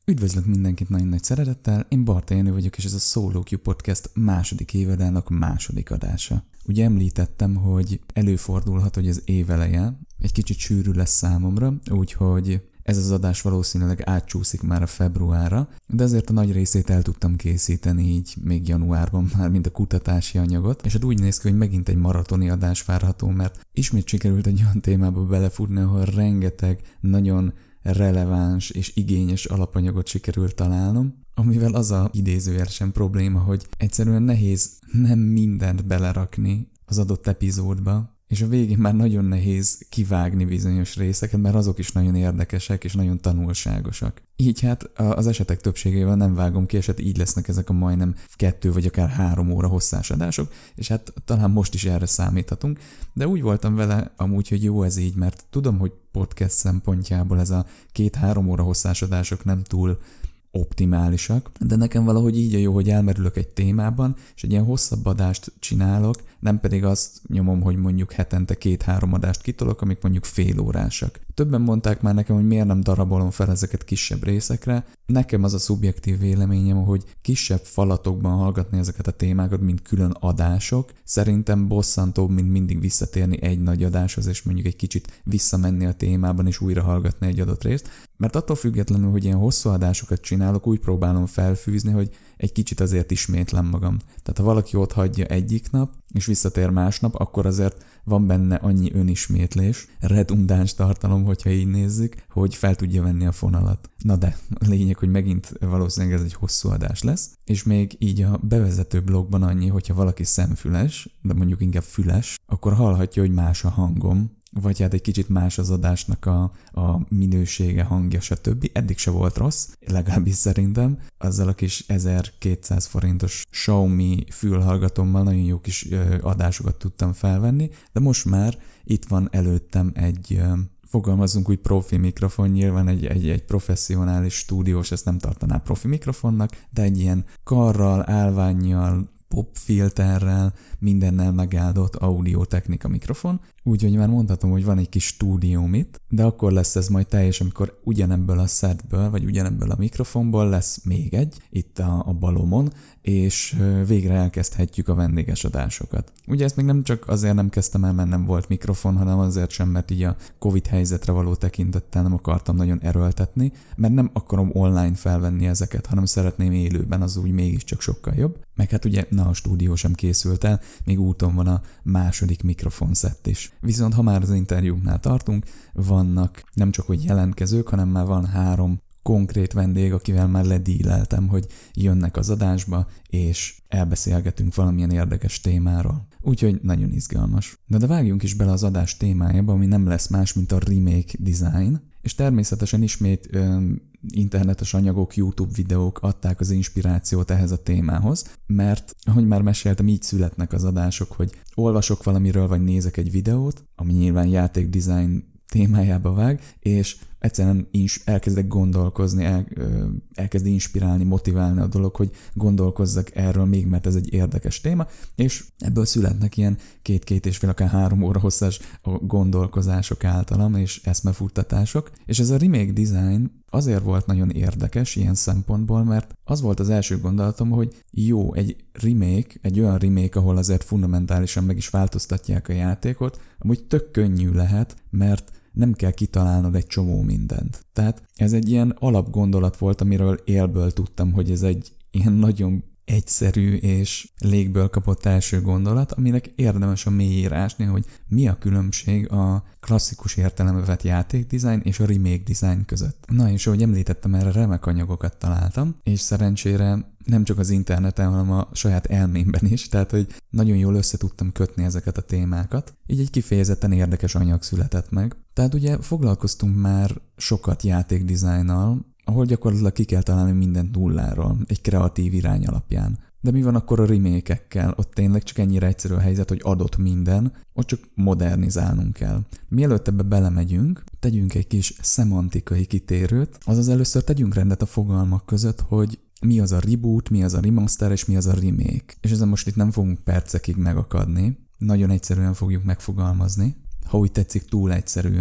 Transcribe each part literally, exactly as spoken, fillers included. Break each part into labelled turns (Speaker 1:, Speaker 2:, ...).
Speaker 1: Üdvözlök mindenkit nagyon nagy szeretettel, én Barta Jenő vagyok, és ez a Solo Q Podcast második évadának második adása. Ugye említettem, hogy előfordulhat, hogy az év eleje egy kicsit sűrű lesz számomra, úgyhogy ez az adás valószínűleg átcsúszik már a februárra, de azért a nagy részét el tudtam készíteni így még januárban már, mint a kutatási anyagot, és hát úgy néz ki, hogy megint egy maratoni adás várható, mert ismét sikerült egy olyan témába belefutni, ahol rengeteg nagyon releváns és igényes alapanyagot sikerült találnom, amivel az a idézőjelesen probléma, hogy egyszerűen nehéz nem mindent belerakni az adott epizódba, és a végén már nagyon nehéz kivágni bizonyos részeket, mert azok is nagyon érdekesek és nagyon tanulságosak. Így hát az esetek többségével nem vágom ki, és hát így lesznek ezek a majdnem kettő vagy akár három óra hosszás adások, és hát talán most is erre számíthatunk, de úgy voltam vele amúgy, hogy jó ez így, mert tudom, hogy podcast szempontjából ez a két-három óra hosszás adások nem túl optimálisak, de nekem valahogy így a jó, hogy elmerülök egy témában, és egy ilyen hosszabb adást csinálok, nem pedig azt nyomom, hogy mondjuk hetente két-három adást kitolok, amik mondjuk félórásak. Többen mondták már nekem, hogy miért nem darabolom fel ezeket kisebb részekre. Nekem az a szubjektív véleményem, hogy kisebb falatokban hallgatni ezeket a témákat, mint külön adások. Szerintem bosszantóbb, mint mindig visszatérni egy nagy adáshoz, és mondjuk egy kicsit visszamenni a témában, és újra hallgatni egy adott részt. Mert attól függetlenül, hogy ilyen hosszú adásokat csinálok, úgy próbálom felfűzni, hogy egy kicsit azért ismétlem magam. Tehát ha valaki ott hagyja egyik nap, és visszatér másnap, akkor azért van benne annyi önismétlés, redundáns tartalom, hogyha így nézzük, hogy fel tudja venni a fonalat. Na de, a lényeg, hogy megint valószínűleg ez egy hosszú adás lesz, és még így a bevezető blogban annyi, hogyha valaki szemfüles, de mondjuk inkább füles, akkor hallhatja, hogy más a hangom, vagy hát egy kicsit más az adásnak a, a minősége, hangja, stb. Eddig se volt rossz, legalábbis szerintem. Azzal a kis ezerkétszáz forintos Xiaomi fülhallgatómmal nagyon jó kis ö, adásokat tudtam felvenni, de most már itt van előttem egy, ö, fogalmazunk úgy, profi mikrofon, nyilván egy, egy, egy professzionális stúdiós, ezt nem tartaná profi mikrofonnak, de egy ilyen karral, állvánnyal, popfilterrel, mindennel megáldott audiotechnika mikrofon, úgyhogy már mondhatom, hogy van egy kis stúdióm itt, de akkor lesz ez majd teljes, amikor ugyanebből a setből, vagy ugyanebből a mikrofonból lesz még egy, itt a, a balomon, és végre elkezdhetjük a vendéges adásokat. Ugye ezt még nem csak azért nem kezdtem el, mert nem volt mikrofon, hanem azért sem, mert így a Covid helyzetre való tekintettel nem akartam nagyon erőltetni, mert nem akarom online felvenni ezeket, hanem szeretném élőben, az úgy mégiscsak sokkal jobb. Meg hát ugye, na a stúdió sem készült el, még úton van a második mikrofonszett is. Viszont ha már az interjúknál tartunk, vannak nem csak hogy jelentkezők, hanem már van három konkrét vendég, akivel már ledíleltem, hogy jönnek az adásba, és elbeszélgetünk valamilyen érdekes témáról. Úgyhogy nagyon izgalmas. De de vágjunk is bele az adás témájába, ami nem lesz más, mint a remake design, és természetesen ismét ö, internetes anyagok, YouTube videók adták az inspirációt ehhez a témához, mert, ahogy már meséltem, így születnek az adások, hogy olvasok valamiről, vagy nézek egy videót, ami nyilván játékdesign témájába vág, és egyszerűen ins- elkezdek gondolkozni, el, ö, elkezd inspirálni, motiválni a dolog, hogy gondolkozzak erről még, mert ez egy érdekes téma, és ebből születnek ilyen két-két és fél, akár három óra hosszas gondolkozások általam, és eszmefuttatások. És ez a remake design azért volt nagyon érdekes ilyen szempontból, mert az volt az első gondolatom, hogy jó, egy remake, egy olyan remake, ahol azért fundamentálisan meg is változtatják a játékot, amúgy tök könnyű lehet, mert nem kell kitalálnod egy csomó mindent. Tehát ez egy ilyen alapgondolat volt, amiről élből tudtam, hogy ez egy ilyen nagyon egyszerű és légből kapott első gondolat, aminek érdemes a mélyére ásni, hogy mi a különbség a klasszikus értelembe vett játékdesign és a remake design között. Na és ahogy említettem, erre remek anyagokat találtam, és szerencsére nem csak az interneten, hanem a saját elmémben is, tehát hogy nagyon jól össze tudtam kötni ezeket a témákat. Így egy kifejezetten érdekes anyag született meg. Tehát ugye foglalkoztunk már sokat játékdesignnal, ahol gyakorlatilag ki kell találni mindent nulláról, egy kreatív irány alapján. De mi van akkor a remake-ekkel? Ott tényleg csak ennyire egyszerű a helyzet, hogy adott minden, ott csak modernizálnunk kell. Mielőtt ebbe belemegyünk, tegyünk egy kis szemantikai kitérőt, azaz először tegyünk rendet a fogalmak között, hogy mi az a reboot, mi az a remaster, és mi az a remake. És ezen most itt nem fogunk percekig megakadni, nagyon egyszerűen fogjuk megfogalmazni, ha úgy tetszik túl egyszerűen.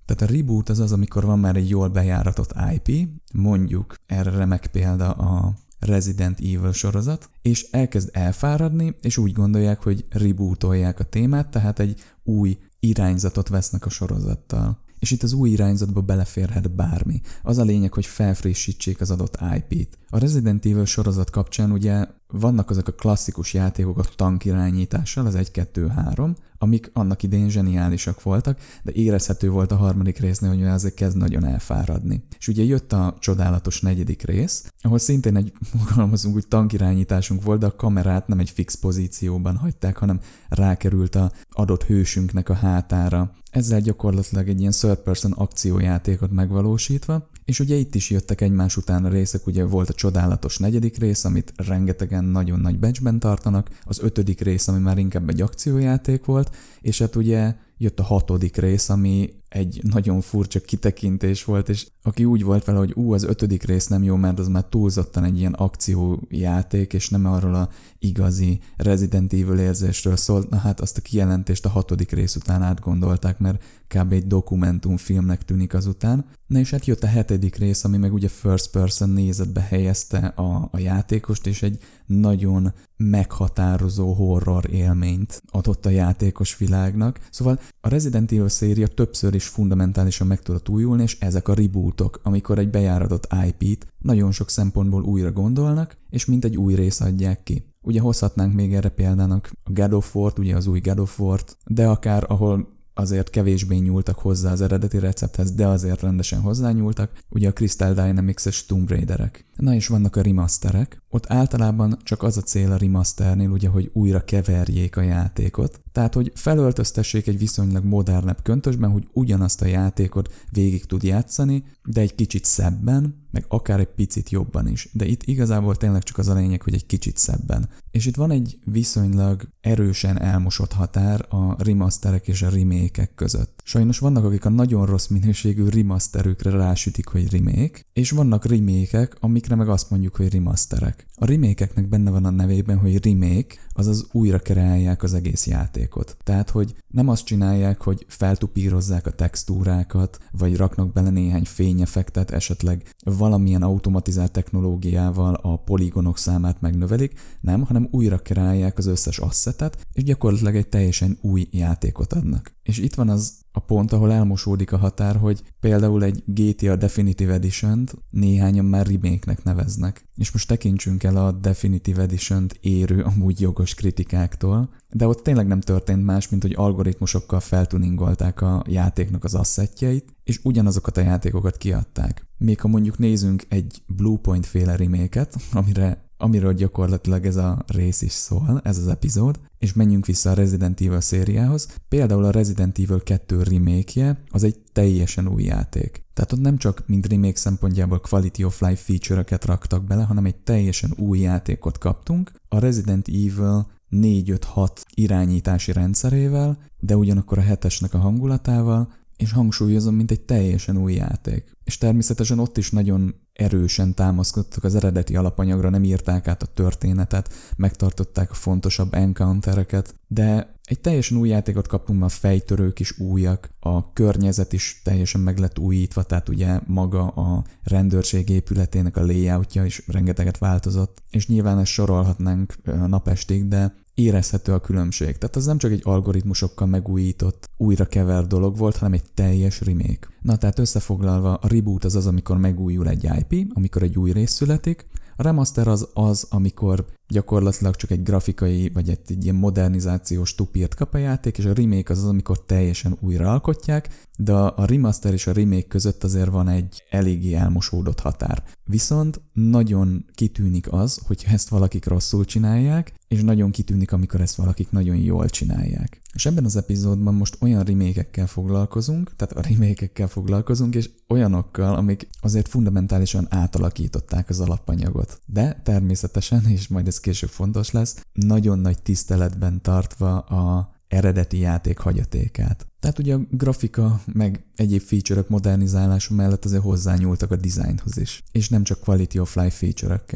Speaker 1: Tehát a reboot az az, amikor van már egy jól bejáratott i pé, mondjuk erre remek példa a Resident Evil sorozat, és elkezd elfáradni, és úgy gondolják, hogy rebootolják a témát, tehát egy új irányzatot vesznek a sorozattal. És itt az új irányzatba beleférhet bármi. Az a lényeg, hogy felfrissítsék az adott i pét. A Resident Evil sorozat kapcsán ugye vannak azok a klasszikus játékok a tankirányítással, az egy kettő három, amik annak idején zseniálisak voltak, de érezhető volt a harmadik résznél, hogy azért kezd nagyon elfáradni. És ugye jött a csodálatos negyedik rész, ahol szintén egy, fogalmazunk úgy, tankirányításunk volt, de a kamerát nem egy fix pozícióban hagyták, hanem rákerült az adott hősünknek a hátára. Ezzel gyakorlatilag egy ilyen third person akciójátékot megvalósítva, és ugye itt is jöttek egymás után a részek, ugye volt a csodálatos negyedik rész, amit rengetegen nagyon nagy batchben tartanak, az ötödik rész, ami már inkább egy akciójáték volt, és hát ugye jött a hatodik rész, ami egy nagyon furcsa kitekintés volt, és aki úgy volt vele, hogy ú, az ötödik rész nem jó, mert az már túlzottan egy ilyen akciójáték, és nem arról a igazi Resident Evil érzésről szólt, na hát azt a kijelentést a hatodik rész után átgondolták, mert kb. Egy dokumentumfilmnek tűnik azután. Na és hát jött a hetedik rész, ami meg ugye first person nézetbe helyezte a, a játékost, és egy nagyon meghatározó horror élményt adott a játékos világnak. Szóval a Resident Evil széria többször is fundamentálisan meg tudott újulni, és ezek a rebootok, amikor egy bejáratott i pét nagyon sok szempontból újra gondolnak, és mint egy új rész adják ki. Ugye hozhatnánk még erre példának a God of War-t, ugye az új God of War-t, de akár ahol azért kevésbé nyúltak hozzá az eredeti recepthez, de azért rendesen hozzányúltak, ugye a Crystal Dynamics-es Tomb Raiderek. Na és vannak a remasterek. Ott általában csak az a cél a remasternél, ugye, hogy újra keverjék a játékot. Tehát, hogy felöltöztessék egy viszonylag modernebb köntösben, hogy ugyanazt a játékot végig tud játszani, de egy kicsit szebben, meg akár egy picit jobban is. De itt igazából tényleg csak az a lényeg, hogy egy kicsit szebben. És itt van egy viszonylag erősen elmosott határ a remasterek és a remake-ek között. Sajnos vannak, akik a nagyon rossz minőségű remasterükre rásütik, hogy remake, és vannak remake-ek, amikre meg azt mondjuk, hogy remasterek. A remake-eknek benne van a nevében, hogy remake, azaz újra kreálják az egész játékot. Tehát, hogy nem azt csinálják, hogy feltupírozzák a textúrákat, vagy raknak bele néhány fényeffektet, esetleg valamilyen automatizált technológiával a poligonok számát megnövelik, nem, hanem újra kreálják az összes asszetet, és gyakorlatilag egy teljesen új játékot adnak. És itt van az a pont, ahol elmosódik a határ, hogy például egy gé té á Definitive Edition-t néhányan már remake-nek neveznek. És most tekintsünk el a Definitive Edition-t érő amúgy jogos kritikáktól, de ott tényleg nem történt más, mint hogy algoritmusokkal feltuningolták a játéknak az asszetjeit, és ugyanazokat a játékokat kiadták. Még ha mondjuk nézünk egy Bluepoint féle remake-et, amire amiről gyakorlatilag ez a rész is szól, ez az epizód, és menjünk vissza a Resident Evil szériához. Például a Resident Evil kettő remake-je az egy teljesen új játék. Tehát ott nem csak mint remake szempontjából quality of life feature-öket raktak bele, hanem egy teljesen új játékot kaptunk. A Resident Evil négy öt hat irányítási rendszerével, de ugyanakkor a hetesnek a hangulatával, és hangsúlyozom, mint egy teljesen új játék. És természetesen ott is nagyon erősen támaszkodtak az eredeti alapanyagra, nem írták át a történetet, megtartották a fontosabb encountereket, de egy teljesen új játékot kaptunk, a fejtörők is újak, a környezet is teljesen meg lett újítva, tehát ugye maga a rendőrség épületének a layoutja is rengeteget változott, és nyilván ezt sorolhatnánk napestig, de érezhető a különbség. Tehát az nem csak egy algoritmusokkal megújított, újra kever dolog volt, hanem egy teljes remake. Na tehát összefoglalva, a reboot az az, amikor megújul egy i pé, amikor egy új rész születik, a remaster az az, amikor gyakorlatilag csak egy grafikai, vagy egy, egy ilyen modernizációs tupírt kap a játék, és a remake az az, amikor teljesen újra alkotják, de a remaster és a remake között azért van egy eléggé elmosódott határ. Viszont nagyon kitűnik az, hogyha ezt valakik rosszul csinálják, és nagyon kitűnik, amikor ezt valakik nagyon jól csinálják. És ebben az epizódban most olyan remake-ekkel foglalkozunk, tehát a remake-ekkel foglalkozunk, és olyanokkal, amik azért fundamentálisan átalakították az alapanyagot. De természetesen, és majd ez később fontos lesz, nagyon nagy tiszteletben tartva a eredeti játék hagyatékát. Tehát ugye a grafika, meg egyéb feature-ök modernizálása mellett azért hozzányúltak a designhoz is. És nem csak quality of life feature-ökkel.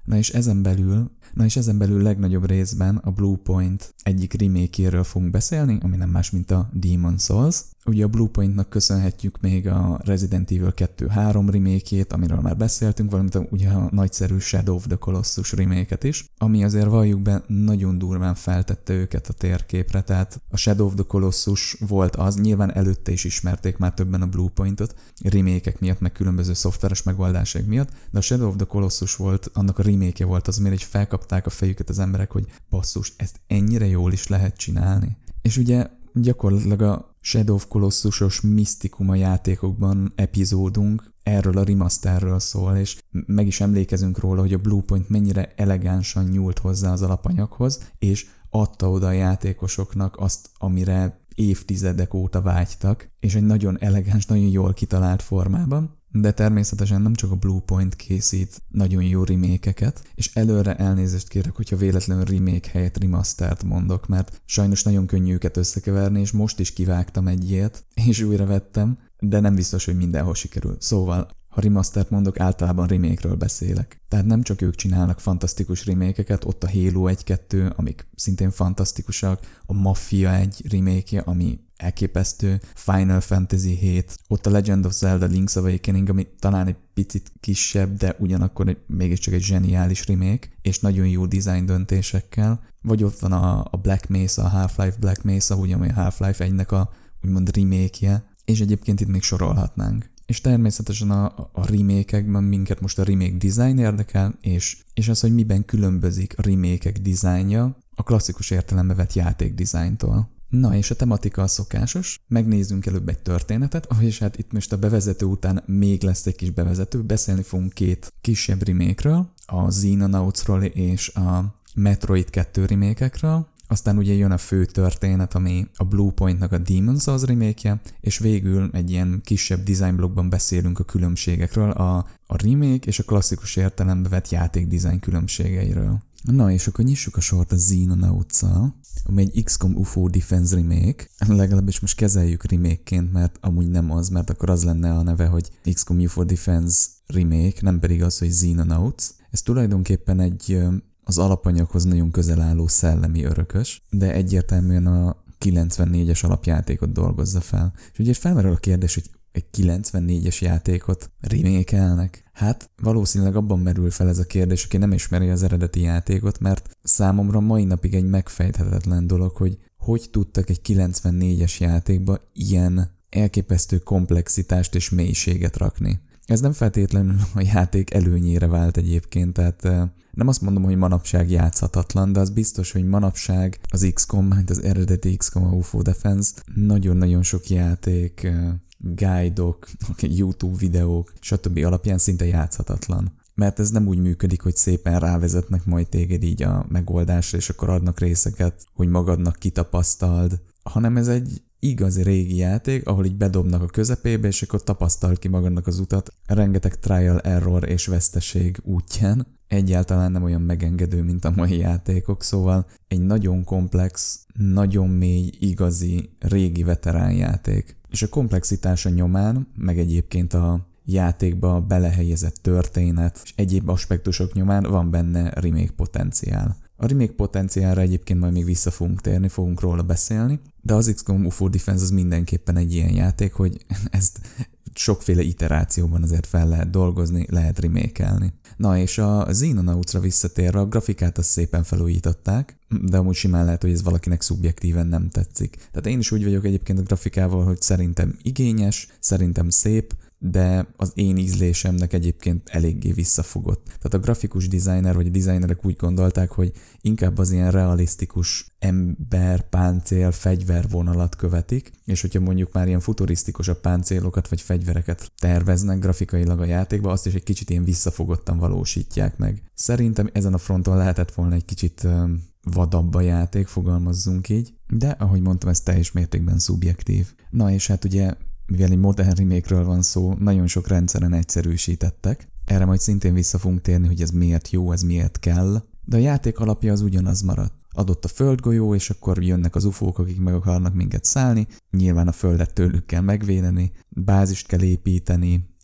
Speaker 1: Na és ezen belül, na és ezen belül legnagyobb részben a Bluepoint egyik remake-éről fogunk beszélni, ami nem más, mint a Demon's Souls. Ugye a Bluepointnak köszönhetjük még a Resident Evil kettő három remake-ét, amiről már beszéltünk, valamint a, ugye a nagyszerű Shadow of the Colossus remake-et is, ami azért valljuk be nagyon durván feltette őket a térképre, tehát a Shadow of the Colossus volt az, nyilván előtte is ismerték már többen a Bluepointot, remake-ek miatt, meg különböző szoftveres megoldások miatt, de a Shadow of the Colossus volt, annak a remake-je volt az, amire így felkapták a fejüket az emberek, hogy basszus, ezt ennyire jól is lehet csinálni. És ugye gyakorlatilag a Shadow of Colossus-os misztikuma játékokban epizódunk erről a remasterről szól, és meg is emlékezünk róla, hogy a Bluepoint mennyire elegánsan nyúlt hozzá az alapanyaghoz, és adta oda a játékosoknak azt, amire évtizedek óta vágytak, és egy nagyon elegáns, nagyon jól kitalált formában. De természetesen nem csak a Bluepoint készít nagyon jó remake-eket, és előre elnézést kérek, hogyha véletlenül remake helyett remastert mondok, mert sajnos nagyon könnyű őket összekeverni, és most is kivágtam egy ilyet, és újra vettem, de nem biztos, hogy mindenhol sikerül. Szóval, ha remastert mondok, általában remake-ről beszélek. Tehát nem csak ők csinálnak fantasztikus remake-eket, ott a Halo egy kettő, amik szintén fantasztikusak, a Mafia egy remake-je, ami elképesztő, Final Fantasy hét, ott a Legend of Zelda Link's Awakening, ami talán egy picit kisebb, de ugyanakkor egy, mégiscsak egy zseniális remake, és nagyon jó design döntésekkel, vagy ott van a, a Black Mesa, a Half-Life Black Mesa, ugye, ami a Half-Life egynek a úgymond remake-je, és egyébként itt még sorolhatnánk. És természetesen a, a remake-ekben minket most a remake design érdekel, és, és az, hogy miben különbözik a remake-ek dizájnja a klasszikus értelembe vett játék dizájntól. Na és a tematika a szokásos, megnézzünk előbb egy történetet, és hát itt most a bevezető után még lesz egy kis bevezető, beszélni fogunk két kisebb remake-ről, a Xenonautsról és a Metroid kettő remake-ekről, aztán ugye jön a fő történet, ami a Bluepointnak a Demon's Souls remake-je, és végül egy ilyen kisebb design blogban beszélünk a különbségekről, a, a remake és a klasszikus értelembe vett játék design különbségeiről. Na és akkor nyissuk a sort a Xenonauts-szal, ami egy iksz kom u ef o Defense remake, legalábbis most kezeljük remake-ként, mert amúgy nem az, mert akkor az lenne a neve, hogy iksz kom u ef o Defense remake, nem pedig az, hogy Xenonauts. Ez tulajdonképpen egy az alapanyaghoz nagyon közel álló szellemi örökös, de egyértelműen a kilencvennégyes alapjátékot dolgozza fel. És ugye felmerül a kérdés, hogy egy kilencvennégyes játékot remake-elnek? Hát valószínűleg abban merül fel ez a kérdés, aki nem ismeri az eredeti játékot, mert számomra mai napig egy megfejthetetlen dolog, hogy hogy tudtak egy kilencvennégyes játékba ilyen elképesztő komplexitást és mélységet rakni. Ez nem feltétlenül a játék előnyére vált egyébként, tehát nem azt mondom, hogy manapság játszhatatlan, de az biztos, hogy manapság az iksz kom, mint az eredeti iksz kom u ef o Defense, nagyon-nagyon sok játék, guide-ok, YouTube videók, stb. Alapján szinte játszhatatlan. Mert ez nem úgy működik, hogy szépen rávezetnek majd téged így a megoldásra, és akkor adnak részeket, hogy magadnak kitapasztald, hanem ez egy igazi régi játék, ahol így bedobnak a közepébe, és akkor tapasztald ki magadnak az utat, rengeteg trial, error és veszteség útján. Egyáltalán nem olyan megengedő, mint a mai játékok, szóval egy nagyon komplex, nagyon mély, igazi, régi veterán játék. És a komplexitása nyomán, meg egyébként a játékba belehelyezett történet, és egyéb aspektusok nyomán van benne remake potenciál. A remake potenciálra egyébként majd még vissza fogunk térni, fogunk róla beszélni, de az iksz kom u ef o Defense az mindenképpen egy ilyen játék, hogy ezt sokféle iterációban azért fel lehet dolgozni, lehet remake-elni. Na és a Xenonautsra visszatérve, a grafikát azt szépen felújították, de amúgy simán lehet, hogy ez valakinek szubjektíven nem tetszik. Tehát én is úgy vagyok egyébként a grafikával, hogy szerintem igényes, szerintem szép, de az én ízlésemnek egyébként eléggé visszafogott. Tehát a grafikus designer vagy a designerek úgy gondolták, hogy inkább az ilyen realisztikus ember, páncél, fegyvervonalat követik, és hogyha mondjuk már ilyen futurisztikusabb páncélokat vagy fegyvereket terveznek grafikailag a játékba, azt is egy kicsit ilyen visszafogottan valósítják meg. Szerintem ezen a fronton lehetett volna egy kicsit vadabb a játék, fogalmazzunk így, de ahogy mondtam, ez teljes mértékben szubjektív. Na és hát ugye mivel egy modern remake-ről van szó, nagyon sok rendszeren egyszerűsítettek. Erre majd szintén vissza fogunk térni, hogy ez miért jó, ez miért kell. De a játék alapja az ugyanaz maradt. Adott a földgolyó, és akkor jönnek az ufók, akik meg akarnak minket szállni. Nyilván a földet tőlük kell megvédeni, bázist kell építeni,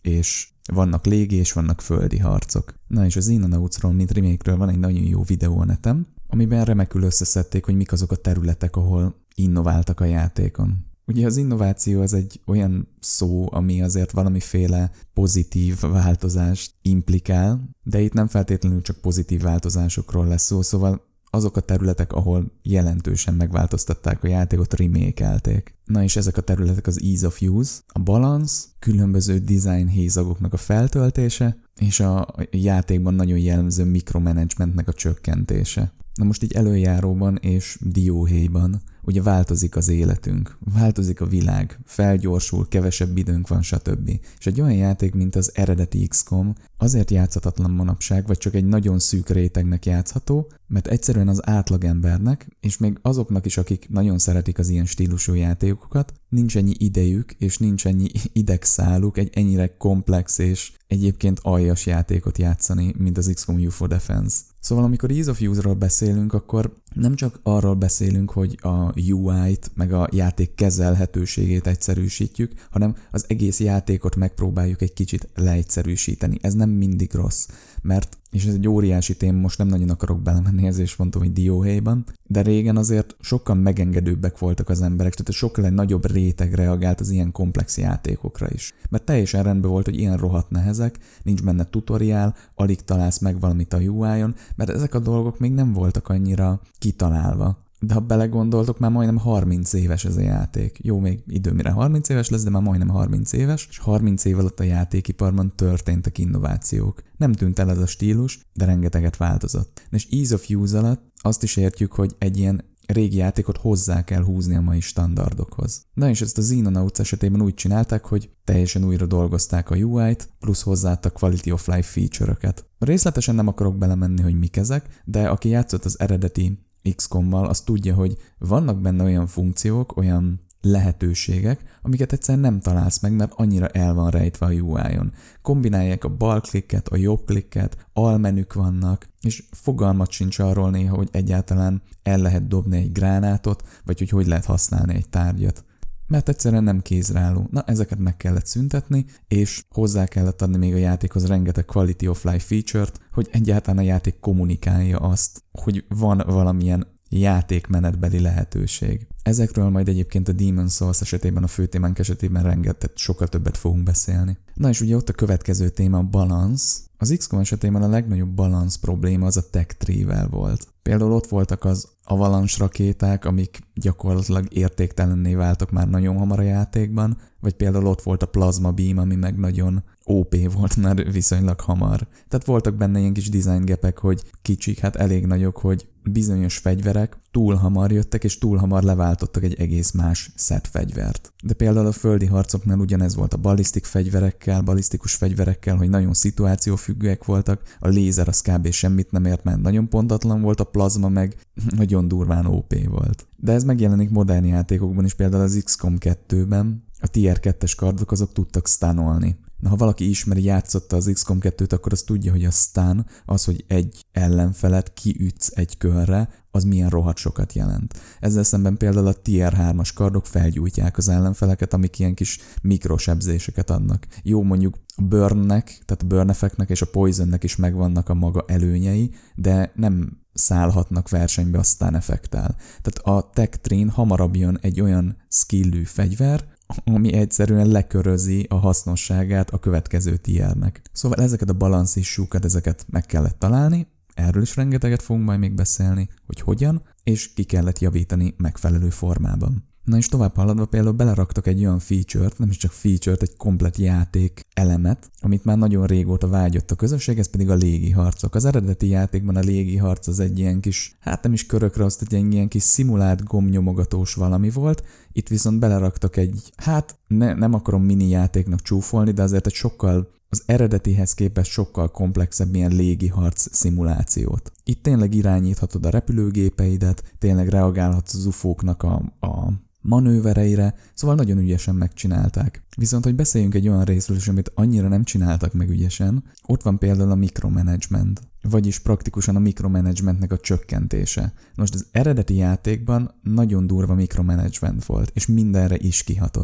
Speaker 1: és vannak légi és vannak földi harcok. Na és a Xenonautsról, mint remake-ről van egy nagyon jó videó a netem, amiben remekül összeszedték, hogy mik azok a területek, ahol innováltak a játékon. Ugye az innováció az egy olyan szó, ami azért valamiféle pozitív változást implikál, de itt nem feltétlenül csak pozitív változásokról lesz szó, szóval azok a területek, ahol jelentősen megváltoztatták a játékot, remake-elték. Na és ezek a területek az ease of use, a balance, különböző design hézagoknak a feltöltése, és a játékban nagyon jellemző mikromanagementnek a csökkentése. Na most így előjáróban és dióhéjban ugye változik az életünk, változik a világ, felgyorsul, kevesebb időnk van, stb. És egy olyan játék, mint az eredeti iksz kom azért játszhatatlan manapság, vagy csak egy nagyon szűk rétegnek játszható, mert egyszerűen az átlagembernek, és még azoknak is, akik nagyon szeretik az ilyen stílusú játékokat, nincs ennyi idejük, és nincs ennyi idegszáluk egy ennyire komplex és egyébként aljas játékot játszani, mint az iksz kom u ef o Defense. Szóval amikor ease of use-ról beszélünk, akkor nem csak arról beszélünk, hogy a u i-t, meg a játék kezelhetőségét egyszerűsítjük, hanem az egész játékot megpróbáljuk egy kicsit leegyszerűsíteni. Ez nem mindig rossz, mert, és ez egy óriási téma, most nem nagyon akarok belemenni, ezért mondtam, hogy dióhéjban, de régen azért sokkal megengedőbbek voltak az emberek, tehát sokkal egy nagyobb réteg reagált az ilyen komplex játékokra is. Mert teljesen rendben volt, hogy ilyen rohadt nehezek, nincs benne tutoriál, alig találsz meg valamit a u i-on, mert ezek a dolgok még nem voltak annyira kitalálva. De ha belegondoltok, már majdnem harminc éves ez a játék. Jó, még idő mire harminc éves lesz, de már majdnem harminc éves, és harminc év alatt a játékiparban történtek innovációk. Nem tűnt el ez a stílus, de rengeteget változott. És ease of use alatt azt is értjük, hogy egy ilyen régi játékot hozzá kell húzni a mai standardokhoz. Na és ezt a Xenonauts esetében úgy csinálták, hogy teljesen újra dolgozták a u i-t, plusz hozzáadtak quality of life feature-öket. Részletesen nem akarok belemenni, hogy mik ezek, de aki játszott az eredeti iksz kommal, az tudja, hogy vannak benne olyan funkciók, olyan lehetőségek, amiket egyszerűen nem találsz meg, mert annyira el van rejtve a u i-on. Kombinálják a bal klikket, a jobb klikket, almenük vannak, és fogalmat sincs arról néha, hogy egyáltalán el lehet dobni egy gránátot, vagy hogy hogy lehet használni egy tárgyat. Mert egyszerűen nem kézrálló. Na, ezeket meg kellett szüntetni, és hozzá kellett adni még a játékhoz rengeteg quality of life feature-t, hogy egyáltalán a játék kommunikálja azt, hogy van valamilyen játékmenetbeli lehetőség. Ezekről majd egyébként a Demon's Souls esetében, a főtémánk esetében rengeteg, sokkal többet fogunk beszélni. Na és ugye ott a következő téma a balance. Az iksz kom esetében a legnagyobb balance probléma az a tech tree-vel volt. Például ott voltak az avalanche rakéták, amik gyakorlatilag értéktelenné váltak már nagyon hamar a játékban, vagy például ott volt a plasma beam, ami meg nagyon ó pé volt már viszonylag hamar. Tehát voltak benne ilyen kis design gapek, hogy kicsik, hát elég nagyok, hogy bizonyos fegyverek túl hamar jöttek, és túl hamar leváltottak egy egész más set fegyvert. De például a földi harcoknál ugyanez volt a ballisztik fegyverekkel, ballisztikus fegyverekkel, hogy nagyon szituációfüggőek voltak, a lézer az kb. Semmit nem ért, mert nagyon pontatlan volt, a plazma meg nagyon durván ó pé volt. De ez megjelenik modern játékokban is, például az iksz kom kettőben a tier kettes kardok azok tudtak stunolni. Na, ha valaki ismeri, játszotta az iksz kom kettőt, akkor az tudja, hogy a stun, az, hogy egy ellenfelet kiütsz egy körre, az milyen rohadt sokat jelent. Ezzel szemben például a tier hármas kardok felgyújtják az ellenfeleket, amik ilyen kis mikrosebzéseket adnak. Jó, mondjuk a burnnek, tehát a burn effektnek és a poisonnek is megvannak a maga előnyei, de nem szállhatnak versenybe a stun effekttel. Tehát a tech tree-n hamarabb jön egy olyan skillű fegyver, ami egyszerűen lekörözi a hasznosságát a következő tiernek. Szóval ezeket a balance issue-kat, ezeket meg kellett találni, erről is rengeteget fogunk majd még beszélni, hogy hogyan, és ki kellett javítani megfelelő formában. Na és tovább haladva például beleraktak egy olyan feature-t, nem is csak feature-t, egy komplet játék elemet, amit már nagyon régóta vágyott a közösség, ez pedig a légiharcok. Az eredeti játékban a légiharc az egy ilyen kis, hát nem is körökre, azt egy ilyen kis szimulált gombnyomogatós valami volt, itt viszont beleraktak egy, hát ne, nem akarom mini játéknak csúfolni, de azért egy sokkal az eredetihez képest sokkal komplexebb ilyen légiharc szimulációt. Itt tényleg irányíthatod a repülőgépeidet, tényleg reagálhatsz az ufóknak a, a manővereire, szóval nagyon ügyesen megcsinálták. Viszont, hogy beszéljünk egy olyan részről is, amit annyira nem csináltak meg ügyesen, ott van például a micromanagement, vagyis praktikusan a mikromanagementnek a csökkentése. Most az eredeti játékban nagyon durva mikromanagement volt, és mindenre is kihatott.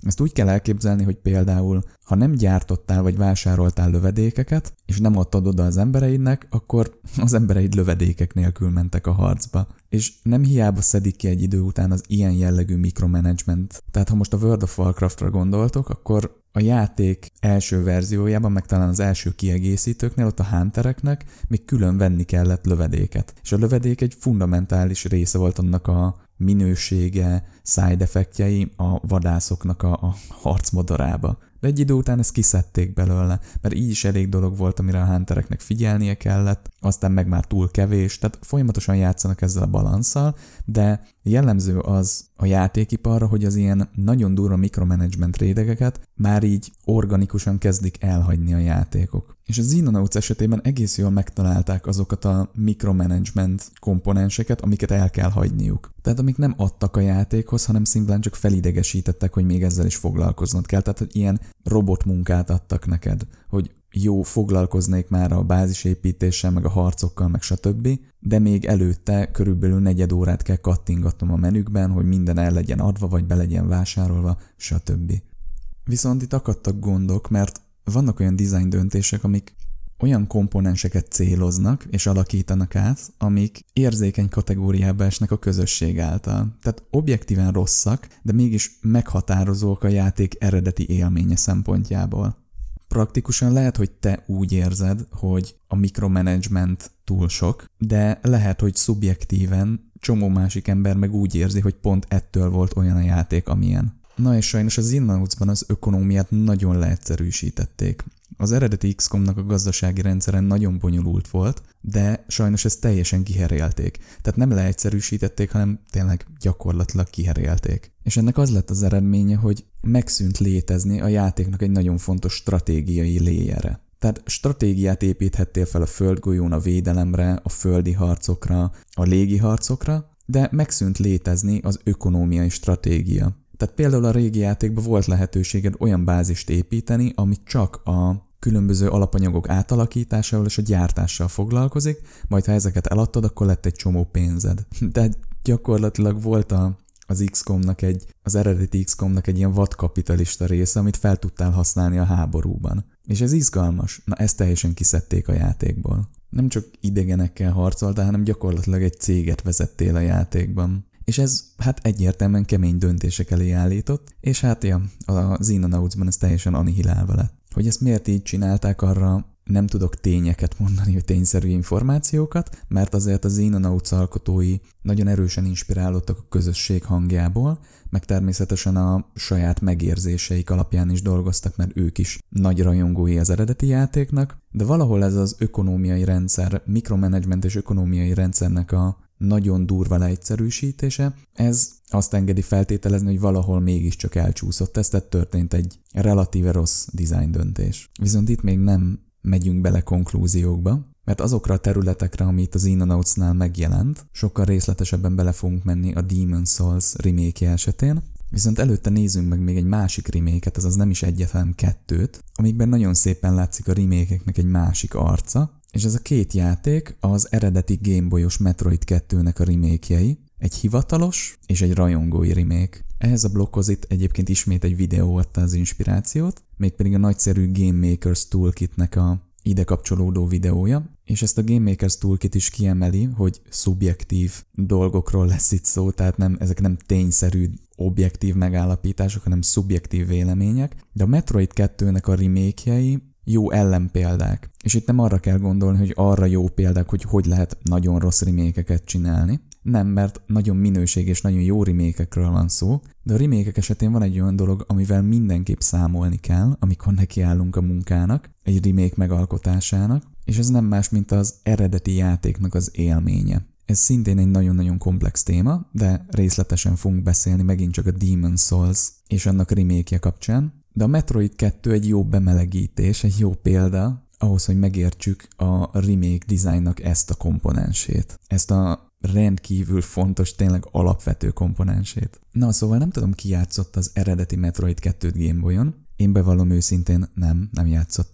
Speaker 1: Ezt úgy kell elképzelni, hogy például, ha nem gyártottál vagy vásároltál lövedékeket, és nem adtad oda az embereidnek, akkor az embereid lövedékek nélkül mentek a harcba. És nem hiába szedik ki egy idő után az ilyen jellegű mikromanagement. Tehát ha most a World of Warcraftra gondoltok, akkor a játék első verziójában, meg talán az első kiegészítőknél, ott a huntereknek még külön venni kellett lövedéket. És a lövedék egy fundamentális része volt annak a minősége, side effektjei a vadászoknak a, a harcmodorába. De egy idő után ezt kiszedték belőle, mert így is elég dolog volt, amire a huntereknek figyelnie kellett, aztán meg már túl kevés, tehát folyamatosan játszanak ezzel a balansszal, de jellemző az a játékiparra, hogy az ilyen nagyon durva mikromanagement rétegeket már így organikusan kezdik elhagyni a játékok. És a Xenonauts esetében egész jól megtalálták azokat a mikromanagement komponenseket, amiket el kell hagyniuk. Tehát amik nem adtak a játékhoz, hanem szimplán csak felidegesítettek, hogy még ezzel is foglalkoznod kell. Tehát hogy ilyen robotmunkát adtak neked, hogy jó, foglalkoznék már a bázisépítéssel, meg a harcokkal, meg stb., de még előtte körülbelül negyed órát kell kattingatnom a menükben, hogy minden el legyen adva, vagy be legyen vásárolva, stb. Viszont itt akadtak gondok, mert vannak olyan design döntések, amik olyan komponenseket céloznak és alakítanak át, amik érzékeny kategóriába esnek a közösség által. Tehát objektíven rosszak, de mégis meghatározók a játék eredeti élménye szempontjából. Praktikusan lehet, hogy te úgy érzed, hogy a mikromanagement túl sok, de lehet, hogy szubjektíven csomó másik ember meg úgy érzi, hogy pont ettől volt olyan a játék, amilyen. Na és sajnos az Xenonautsban az ökonómiát nagyon leegyszerűsítették. Az eredeti iksz komnak a gazdasági rendszere nagyon bonyolult volt, de sajnos ezt teljesen kiherélték. Tehát nem leegyszerűsítették, hanem tényleg gyakorlatilag kiherélték. És ennek az lett az eredménye, hogy megszűnt létezni a játéknak egy nagyon fontos stratégiai léjere. Tehát stratégiát építhettél fel a földgolyón a védelemre, a földi harcokra, a légi harcokra, de megszűnt létezni az ökonómiai stratégia. Tehát például a régi játékban volt lehetőséged olyan bázist építeni, ami csak a különböző alapanyagok átalakításával és a gyártással foglalkozik, majd ha ezeket eladtad, akkor lett egy csomó pénzed. De gyakorlatilag volt a, az iksz komnak egy, az eredeti iksz komnak egy ilyen vadkapitalista része, amit fel tudtál használni a háborúban. És ez izgalmas. Na, ezt teljesen kiszedték a játékból. Nem csak idegenekkel harcoltál, hanem gyakorlatilag egy céget vezettél a játékban. És ez hát egyértelműen kemény döntések elé állított, és hát ja, a Xenonautsban ez teljesen annihilálva lett. Hogy ezt miért így csinálták, arra nem tudok tényeket mondani, hogy tényszerű információkat, mert azért a Xenonauts alkotói nagyon erősen inspirálódtak a közösség hangjából, meg természetesen a saját megérzéseik alapján is dolgoztak, mert ők is nagy rajongói az eredeti játéknak, de valahol ez az ökonómiai rendszer, mikromanagement és ökonómiai rendszernek a nagyon durva leegyszerűsítése, ez azt engedi feltételezni, hogy valahol mégiscsak elcsúszott ez, tehát történt egy relatíve rossz design döntés. Viszont itt még nem megyünk bele konklúziókba, mert azokra a területekre, ami itt az Xenonautsnál megjelent, sokkal részletesebben bele fogunk menni a Demon's Souls remake esetén, viszont előtte nézzünk meg még egy másik remake-et, azaz nem is egyet, hanem kettőt, amikben nagyon szépen látszik a remake-eknek egy másik arca, és ez a két játék az eredeti Gameboy-os Metroid kettőnek a remake-jei, egy hivatalos és egy rajongói remake. Ehhez a blokkhoz itt egyébként ismét egy videó adta az inspirációt, mégpedig a nagyszerű Game Makers Toolkitnek a ide kapcsolódó videója, és ezt a Game Makers Toolkit is kiemeli, hogy szubjektív dolgokról lesz itt szó, tehát nem, ezek nem tényszerű, objektív megállapítások, hanem szubjektív vélemények, de a Metroid kettőnek a remake-jei jó ellenpéldák. És itt nem arra kell gondolni, hogy arra jó példák, hogy hogy lehet nagyon rossz remake-eket csinálni. Nem, mert nagyon minőség és nagyon jó remake-ekről van szó, de a remake-ek esetén van egy olyan dolog, amivel mindenképp számolni kell, amikor nekiállunk a munkának, egy remake megalkotásának, és ez nem más, mint az eredeti játéknak az élménye. Ez szintén egy nagyon-nagyon komplex téma, de részletesen fogunk beszélni megint csak a Demon's Souls és annak remake-je kapcsán. De a Metroid kettő egy jó bemelegítés, egy jó példa ahhoz, hogy megértsük a remake designnak ezt a komponensét. Ezt a rendkívül fontos, tényleg alapvető komponensét. Na, szóval nem tudom, ki játszott az eredeti Metroid kettőt Gameboyon. Én bevallom őszintén nem, nem játszottam.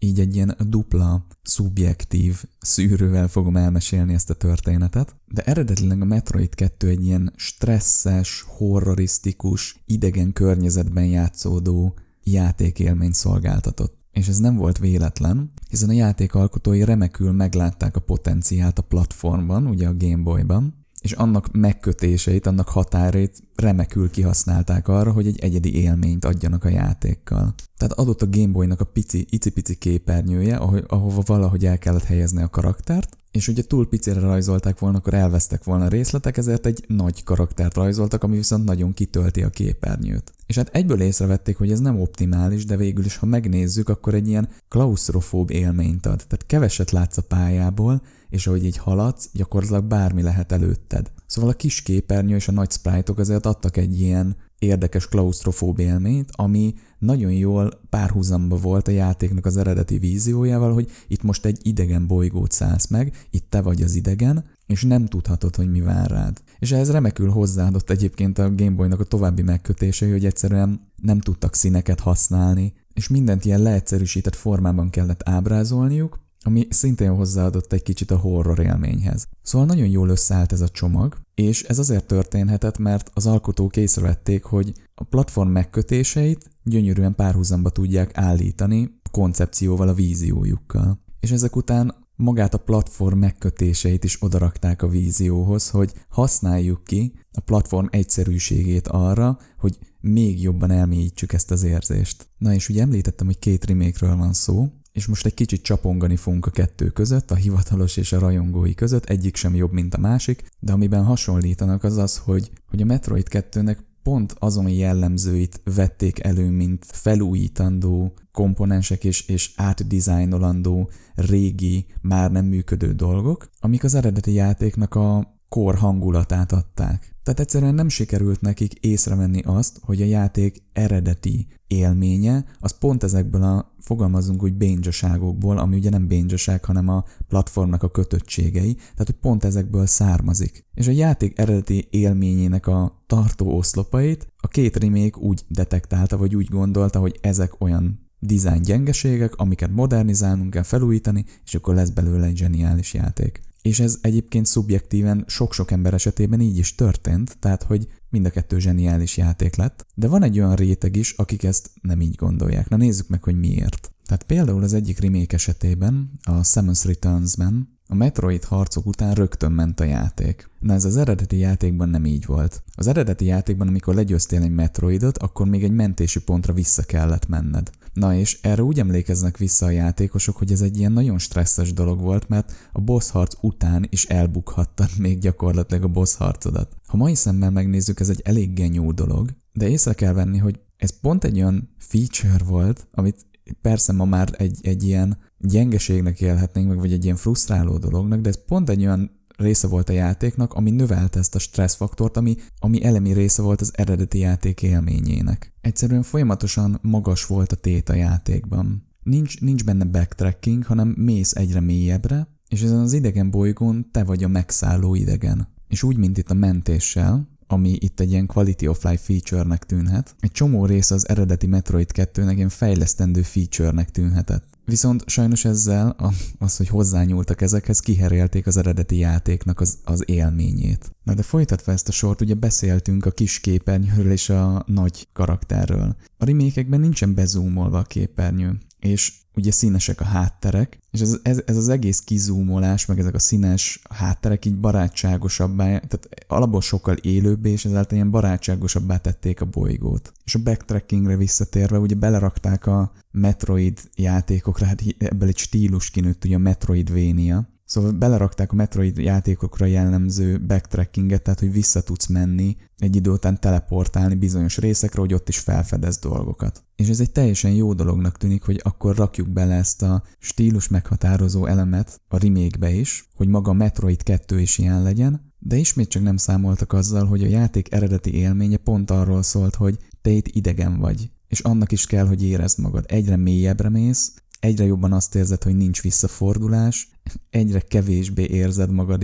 Speaker 1: így egy ilyen dupla, szubjektív szűrővel fogom elmesélni ezt a történetet, de eredetileg a Metroid kettő egy ilyen stresszes, horrorisztikus, idegen környezetben játszódó játékélményt szolgáltatott. És ez nem volt véletlen, hiszen a játékalkotói remekül meglátták a potenciált a platformban, ugye a Game Boy-ban, és annak megkötéseit, annak határait remekül kihasználták arra, hogy egy egyedi élményt adjanak a játékkal. Tehát adott a Game Boy-nak a pici, icipici képernyője, aho- ahova valahogy el kellett helyezni a karaktert, és ugye túl picire rajzolták volna, akkor elvesztek volna részletek, ezért egy nagy karaktert rajzoltak, ami viszont nagyon kitölti a képernyőt. És hát egyből észrevették, hogy ez nem optimális, de végül is, ha megnézzük, akkor egy ilyen klausztrofób élményt ad. Tehát keveset látsz a pályából, és ahogy így haladsz, gyakorlatilag bármi lehet előtted. Szóval a kis képernyő és a nagy sprite-ok azért adtak egy ilyen érdekes klausztrofób élményt, ami nagyon jól párhuzamba volt a játéknak az eredeti víziójával, hogy itt most egy idegen bolygót szállsz meg, itt te vagy az idegen, és nem tudhatod, hogy mi vár rád. És ehhez remekül hozzáadott egyébként a Game Boy-nak a további megkötései, hogy egyszerűen nem tudtak színeket használni, és mindent ilyen leegyszerűsített formában kellett ábrázolniuk, ami szintén hozzáadott egy kicsit a horror élményhez. Szóval nagyon jól összeállt ez a csomag, és ez azért történhetett, mert az alkotók észrevették, hogy a platform megkötéseit gyönyörűen párhuzamba tudják állítani a koncepcióval, a víziójukkal. És ezek után magát a platform megkötéseit is odarakták a vízióhoz, hogy használjuk ki a platform egyszerűségét arra, hogy még jobban elmélyítsük ezt az érzést. Na és ugye említettem, hogy két remake-ről van szó, és most egy kicsit csapongani fogunk a kettő között, a hivatalos és a rajongói között, egyik sem jobb, mint a másik, de amiben hasonlítanak az az, hogy, hogy a Metroid kettőnek pont azon jellemzőit vették elő, mint felújítandó komponensek és, és átdizájnolandó, régi, már nem működő dolgok, amik az eredeti játéknak a kor hangulatát adták. Tehát egyszerűen nem sikerült nekik észrevenni azt, hogy a játék eredeti élménye, az pont ezekből a, fogalmazunk úgy, bénzsaságokból, ami ugye nem bénzsaság, hanem a platformnak a kötöttségei, tehát hogy pont ezekből származik. És a játék eredeti élményének a tartó oszlopait a két remake úgy detektálta, vagy úgy gondolta, hogy ezek olyan design gyengeségek, amiket modernizálnunk kell, felújítani, és akkor lesz belőle egy zseniális játék. És ez egyébként szubjektíven sok-sok ember esetében így is történt, tehát hogy mind a kettő zseniális játék lett, de van egy olyan réteg is, akik ezt nem így gondolják. Na nézzük meg, hogy miért. Tehát például az egyik remake esetében, a Samus Returns-ben a Metroid harcok után rögtön ment a játék. Na ez az eredeti játékban nem így volt. Az eredeti játékban, amikor legyőztél egy Metroidot, akkor még egy mentési pontra vissza kellett menned. Na és erre úgy emlékeznek vissza a játékosok, hogy ez egy ilyen nagyon stresszes dolog volt, mert a boss harc után is elbukhattad még gyakorlatilag a boss harcodat. Ha mai szemmel megnézzük, ez egy elég genyó dolog, de észre kell venni, hogy ez pont egy olyan feature volt, amit persze ma már egy, egy ilyen gyengeségnek élhetnénk meg, vagy egy ilyen frusztráló dolognak, de ez pont egy olyan része volt a játéknak, ami növelte ezt a stresszfaktort, ami, ami elemi része volt az eredeti játék élményének. Egyszerűen folyamatosan magas volt a tét a játékban. Nincs, nincs benne backtracking, hanem mész egyre mélyebbre, és ezen az idegen bolygón te vagy a megszálló idegen. És úgy, mint itt a mentéssel, ami itt egy ilyen quality of life feature-nek tűnhet, egy csomó része az eredeti Metroid kettőnek ilyen fejlesztendő feature-nek tűnhetett. Viszont sajnos ezzel az, hogy hozzányúltak ezekhez, kiherélték az eredeti játéknak az, az élményét. Na de folytatva ezt a sort, ugye beszéltünk a kis képernyőről és a nagy karakterről. A remake-ekben nincsen bezúmolva a képernyő, és ugye színesek a hátterek, és ez, ez, ez az egész kizúmolás, meg ezek a színes hátterek így barátságosabbá, tehát alapból sokkal élőbbé, és ezáltal ilyen barátságosabbá tették a bolygót. És a backtrackingre visszatérve, ugye belerakták a Metroid játékokra, hát ebből egy stílus kinőtt, ugye a Metroidvania. Szóval belerakták a Metroid játékokra jellemző backtrackinget, tehát hogy vissza tudsz menni, egy idő után teleportálni bizonyos részekre, hogy ott is felfedez dolgokat. És ez egy teljesen jó dolognak tűnik, hogy akkor rakjuk bele ezt a stílus meghatározó elemet a remake-be is, hogy maga a Metroid kettő is ilyen legyen, de ismét csak nem számoltak azzal, hogy a játék eredeti élménye pont arról szólt, hogy te itt idegen vagy, és annak is kell, hogy érezd magad. Egyre mélyebbre mész, egyre jobban azt érzed, hogy nincs visszafordulás, egyre kevésbé érzed magad így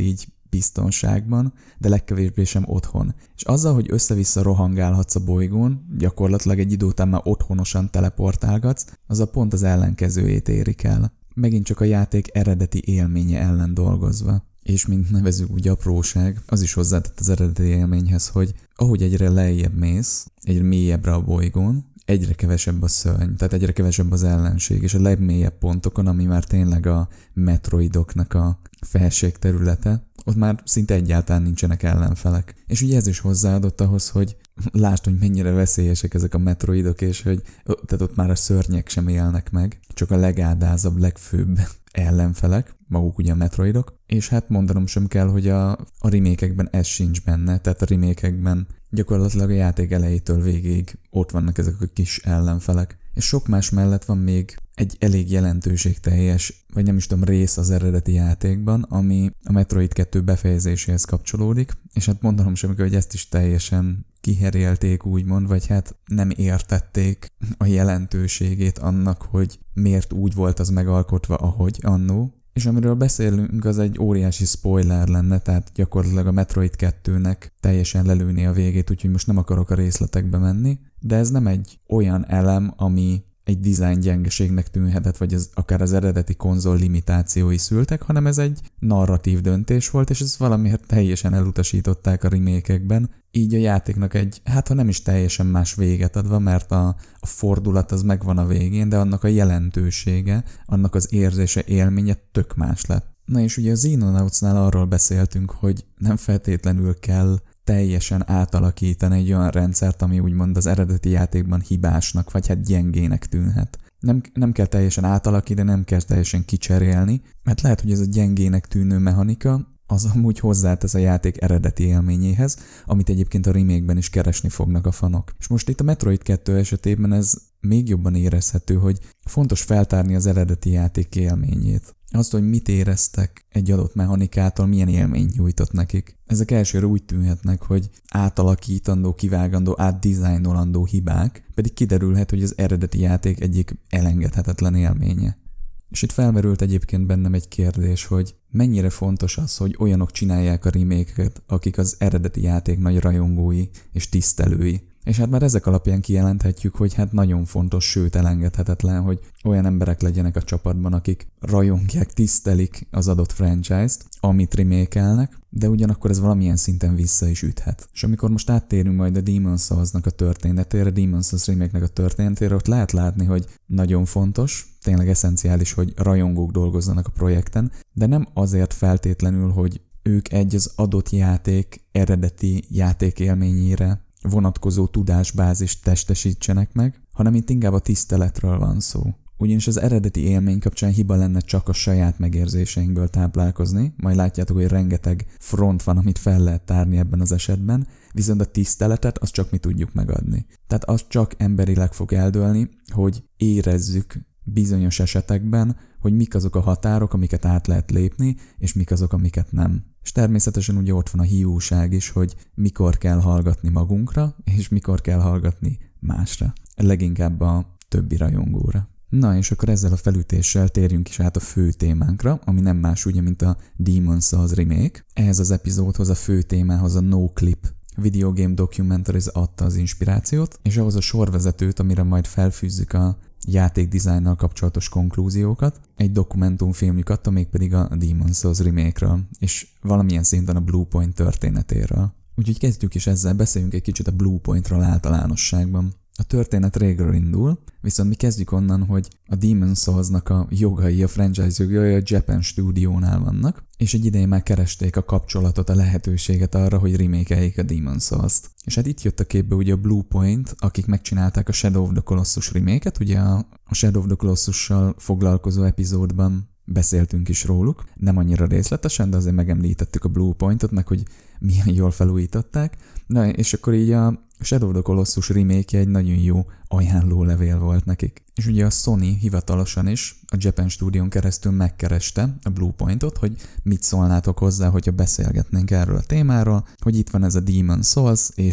Speaker 1: biztonságban, de legkevésbé sem otthon. És azzal, hogy össze-vissza rohangálhatsz a bolygón, gyakorlatilag egy idő után már otthonosan teleportálgatsz, az a pont az ellenkezőjét érik el. Megint csak a játék eredeti élménye ellen dolgozva. És mint nevezük úgy apróság, az is hozzátett az eredeti élményhez, hogy ahogy egyre lejjebb mész, egyre mélyebbre a bolygón, egyre kevesebb a szörny, tehát egyre kevesebb az ellenség, és a legmélyebb pontokon, ami már tényleg a metroidoknak a felségterülete, ott már szinte egyáltalán nincsenek ellenfelek. És ugye ez is hozzáadott ahhoz, hogy lásd, hogy mennyire veszélyesek ezek a metroidok, és hogy tehát ott már a szörnyek sem élnek meg, csak a legádázabb, legfőbb ellenfelek, maguk ugye a metroidok, és hát mondanom sem kell, hogy a, a remake-ekben ez sincs benne, tehát a remake-ekben gyakorlatilag a játék elejétől végig ott vannak ezek a kis ellenfelek. És sok más mellett van még egy elég jelentőségteljes, vagy nem is tudom, rész az eredeti játékban, ami a Metroid kettő befejezéséhez kapcsolódik, és hát mondanom sem kell, hogy ezt is teljesen kiherélték úgymond, vagy hát nem értették a jelentőségét annak, hogy miért úgy volt az megalkotva, ahogy annó. És amiről beszélünk, az egy óriási spoiler lenne, tehát gyakorlatilag a Metroid kettőnek teljesen lelőni a végét, úgyhogy most nem akarok a részletekbe menni, de ez nem egy olyan elem, ami egy design gyengeségnek tűnhetett, vagy az, akár az eredeti konzol limitációi szültek, hanem ez egy narratív döntés volt, és ezt valamiért teljesen elutasították a remake-ekben, így a játéknak egy, hát ha nem is teljesen más véget adva, mert a, a fordulat az megvan a végén, de annak a jelentősége, annak az érzése, élménye tök más lett. Na és ugye a Xenonautsnál arról beszéltünk, hogy nem feltétlenül kell teljesen átalakítani egy olyan rendszert, ami úgymond az eredeti játékban hibásnak, vagy hát gyengének tűnhet. Nem, nem kell teljesen átalakítani, nem kell teljesen kicserélni, mert lehet, hogy ez a gyengének tűnő mechanika az amúgy hozzátesz a játék eredeti élményéhez, amit egyébként a remake-ben is keresni fognak a fanok. És most itt a Metroid kettő esetében ez még jobban érezhető, hogy fontos feltárni az eredeti játék élményét. Azt, hogy mit éreztek egy adott mechanikától, milyen élményt nyújtott nekik. Ezek elsőre úgy tűnhetnek, hogy átalakítandó, kivágandó, átdizájnolandó hibák, pedig kiderülhet, hogy az eredeti játék egyik elengedhetetlen élménye. És itt felmerült egyébként bennem egy kérdés, hogy mennyire fontos az, hogy olyanok csinálják a remake-et, akik az eredeti játék nagy rajongói és tisztelői. És hát már ezek alapján kijelenthetjük, hogy hát nagyon fontos, sőt elengedhetetlen, hogy olyan emberek legyenek a csapatban, akik rajongják, tisztelik az adott franchise-t, amit remake-elnek, de ugyanakkor ez valamilyen szinten vissza is üthet. És amikor most áttérünk majd a Demon's Souls-nak a történetére, a Demon's Souls remake-nek a történetére, ott lehet látni, hogy nagyon fontos, tényleg eszenciális, hogy rajongók dolgozzanak a projekten, de nem azért feltétlenül, hogy ők egy az adott játék eredeti játékélményére vonatkozó tudásbázist testesítsenek meg, hanem itt inkább a tiszteletről van szó. Ugyanis az eredeti élmény kapcsán hiba lenne csak a saját megérzéseinkből táplálkozni, majd látjátok, hogy rengeteg front van, amit fel lehet tárni ebben az esetben, viszont a tiszteletet azt csak mi tudjuk megadni. Tehát az csak emberileg fog eldőlni, hogy érezzük bizonyos esetekben, hogy mik azok a határok, amiket át lehet lépni, és mik azok, amiket nem. És természetesen ugye ott van a hiúság is, hogy mikor kell hallgatni magunkra, és mikor kell hallgatni másra. Leginkább a többi rajongóra. Na és akkor ezzel a felütéssel térjünk is át a fő témánkra, ami nem más ugye, mint a Demon's Souls remake. Ehhez az epizódhoz, a fő témához a No Clip Video Game Documentaries adta az inspirációt, és ahhoz a sorvezetőt, amire majd felfűzzük a játékdizájnnal kapcsolatos konklúziókat, egy dokumentumfilmjük adta, mégpedig a Demon's Souls remake-ről, és valamilyen szinten a Bluepoint történetéről. Úgyhogy kezdjük is ezzel, beszéljünk egy kicsit a Bluepointról általánosságban. A történet régről indul, viszont mi kezdjük onnan, hogy a Demon's Souls-nak a jogai, a franchise jogai a Japan Studio-nál vannak, és egy ideje már keresték a kapcsolatot, a lehetőséget arra, hogy remake-eljék a Demon's Souls-t. És hát itt jött a képbe ugye a Bluepoint, akik megcsinálták a Shadow of the Colossus remake-et, ugye a, a Shadow of the Colossus-sal foglalkozó epizódban beszéltünk is róluk, nem annyira részletesen, de azért megemlítettük a Bluepointot, meg hogy milyen jól felújították. Na, és akkor így a Shadow of the Colossus remake-je egy nagyon jó ajánlólevél volt nekik. És ugye a Sony hivatalosan is a Japan Studion keresztül megkereste a Bluepointot, hogy mit szólnátok hozzá, hogyha beszélgetnénk erről a témáról, hogy itt van ez a Demon's Souls, és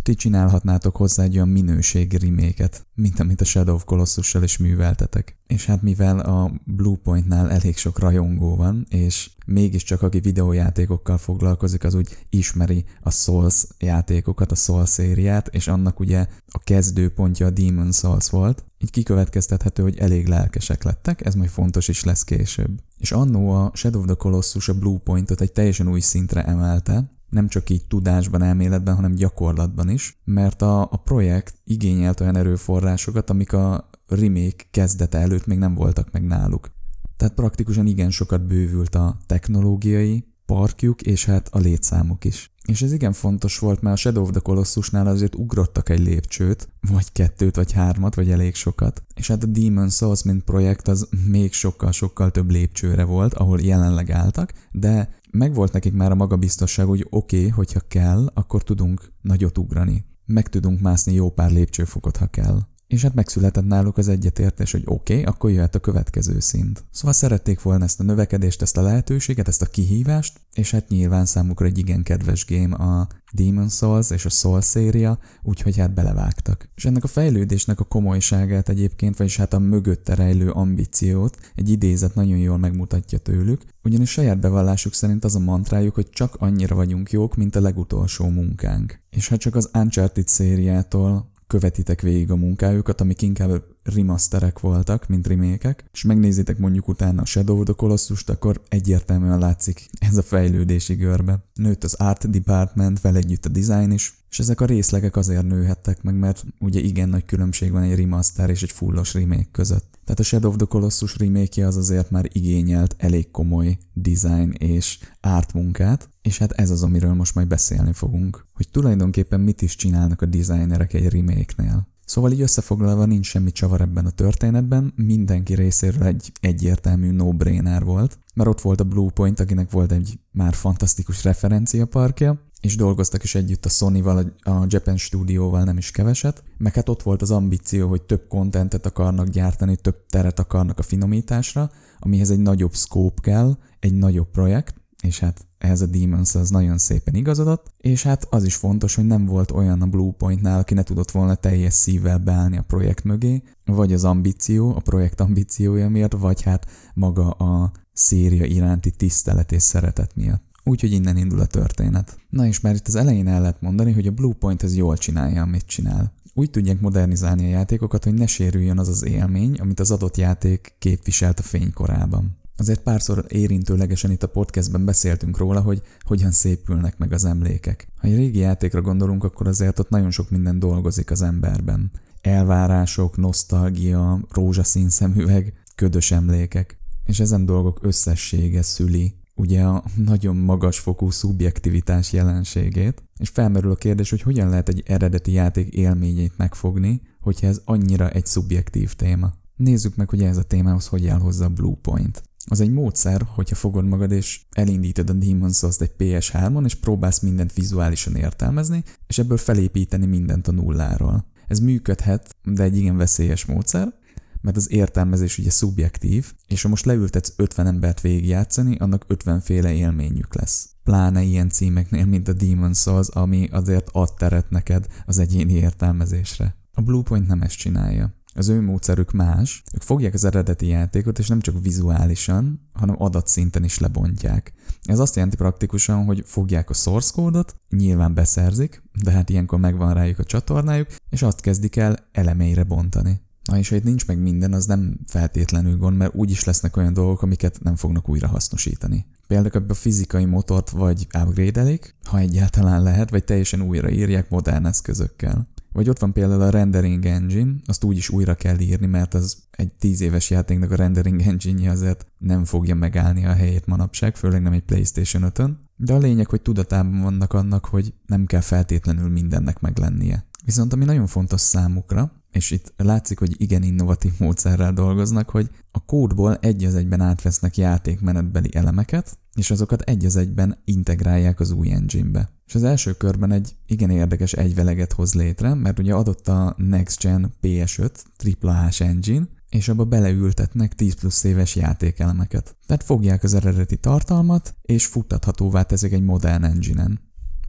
Speaker 1: ti csinálhatnátok hozzá egy olyan minőségi reméket, mint amit a Shadow of Colossussal is műveltetek. És hát mivel a Bluepointnál elég sok rajongó van, és mégiscsak aki videójátékokkal foglalkozik, az úgy ismeri a Souls játékokat, a Souls szériát, és annak ugye a kezdőpontja a Demon's Souls volt, így kikövetkeztethető, hogy elég lelkesek lettek, ez majd fontos is lesz később. És annó a Shadow of the Colossus a Bluepointot egy teljesen új szintre emelte, nem csak így tudásban, elméletben, hanem gyakorlatban is, mert a, a projekt igényelt olyan erőforrásokat, amik a remake kezdete előtt még nem voltak meg náluk. Tehát praktikusan igen sokat bővült a technológiai parkjuk, és hát a létszámuk is. És ez igen fontos volt, mert a Shadow of the Colossusnál azért ugrottak egy lépcsőt, vagy kettőt, vagy hármat, vagy elég sokat. És hát a Demon's Souls, mint projekt, az még sokkal-sokkal több lépcsőre volt, ahol jelenleg álltak, de megvolt nekik már a magabiztosság, hogy oké, okay, hogyha kell, akkor tudunk nagyot ugrani. Meg tudunk mászni jó pár lépcsőfokot, ha kell. És hát megszületett náluk az egyetértés, hogy oké, okay, akkor jöhet a következő szint. Szóval szerették volna ezt a növekedést, ezt a lehetőséget, ezt a kihívást, és hát nyilván számukra egy igen kedves game a Demon's Souls és a Souls széria, úgyhogy hát belevágtak. És ennek a fejlődésnek a komolyságát egyébként, vagyis hát a mögötte rejlő ambíciót egy idézet nagyon jól megmutatja tőlük, ugyanis saját bevallásuk szerint az a mantrájuk, hogy csak annyira vagyunk jók, mint a legutolsó munkánk. És ha csak az Uncharted szériától követitek végig a munkájukat, amik inkább remasterek voltak, mint remékek, és megnézitek mondjuk utána a Shadow of the Colossus-t, akkor egyértelműen látszik ez a fejlődési görbe. Nőtt az art department, vele együtt a design is, és ezek a részlegek azért nőhettek meg, mert ugye igen nagy különbség van egy remaster és egy fullos remake között. Tehát a Shadow of the Colossus remake-je az azért már igényelt elég komoly design és art munkát, és hát ez az, amiről most majd beszélni fogunk. Hogy tulajdonképpen mit is csinálnak a designerek egy remake-nél. Szóval így összefoglalva nincs semmi csavar ebben a történetben, mindenki részéről egy egyértelmű no-brainer volt, mert ott volt a Bluepoint, akinek volt egy már fantasztikus referenciaparkja, és dolgoztak is együtt a Sonyval, a Japan Studióval nem is keveset, meg hát ott volt az ambíció, hogy több contentet akarnak gyártani, több teret akarnak a finomításra, amihez egy nagyobb scope kell, egy nagyobb projekt, és hát ehhez a Demon's az nagyon szépen igazodott, és hát az is fontos, hogy nem volt olyan a Bluepointnál, aki ne tudott volna teljes szívvel beállni a projekt mögé, vagy az ambíció, a projekt ambíciója miatt, vagy hát maga a széria iránti tisztelet és szeretet miatt. Úgyhogy innen indul a történet. Na és már itt az elején el lehet mondani, hogy a Bluepoint ez jól csinálja, amit csinál. Úgy tudják modernizálni a játékokat, hogy ne sérüljön az az élmény, amit az adott játék képviselt a fénykorában. Azért párszor érintőlegesen itt a podcastben beszéltünk róla, hogy hogyan szépülnek meg az emlékek. Ha egy régi játékra gondolunk, akkor azért ott nagyon sok minden dolgozik az emberben. Elvárások, nosztalgia, rózsaszín szemüveg, ködös emlékek. És ezen dolgok összessége szüli ugye a nagyon magas fokú szubjektivitás jelenségét, és felmerül a kérdés, hogy hogyan lehet egy eredeti játék élményét megfogni, hogyha ez annyira egy szubjektív téma. Nézzük meg, hogy ez a témához hogy áll hozzá a Bluepoint. Az egy módszer, hogyha fogod magad és elindítod a Demon's Souls-t egy pé es hármon, és próbálsz mindent vizuálisan értelmezni, és ebből felépíteni mindent a nulláról. Ez működhet, de egy igen veszélyes módszer, mert az értelmezés ugye szubjektív, és ha most leültetsz ötven embert végigjátszani, annak ötvenféle élményük lesz. Pláne ilyen címeknél, mint a Demon's Souls, ami azért ad teret neked az egyéni értelmezésre. A Bluepoint nem ezt csinálja. Az ő módszerük más, ők fogják az eredeti játékot, és nem csak vizuálisan, hanem adatszinten is lebontják. Ez azt jelenti praktikusan, hogy fogják a source kódot, nyilván beszerzik, de hát ilyenkor megvan rájuk a csatornájuk, és azt kezdik el elemeire bontani. Na és ha itt nincs meg minden, az nem feltétlenül gond, mert úgyis lesznek olyan dolgok, amiket nem fognak újra hasznosítani. Például a fizikai motort vagy upgrade-elik, ha egyáltalán lehet, vagy teljesen újra írják modern eszközökkel. Vagy ott van például a rendering engine, azt úgyis újra kell írni, mert az egy tíz éves játéknak a rendering engine-je azért nem fogja megállni a helyét manapság, főleg nem egy PlayStation ötön. De a lényeg, hogy tudatában vannak annak, hogy nem kell feltétlenül mindennek meglennie. Viszont ami nagyon fontos számukra, és itt látszik, hogy igen innovatív módszerrel dolgoznak, hogy a kódból egy az egyben átvesznek játékmenetbeli elemeket, és azokat egy az egyben integrálják az új engine-be. És az első körben egy igen érdekes egyveleget hoz létre, mert ugye adott a Next Gen pé es öt tripla há-s engine, és abba beleültetnek tíz plusz éves játékelemeket. Tehát fogják az eredeti tartalmat, és futtathatóvá teszik egy modern engine-en.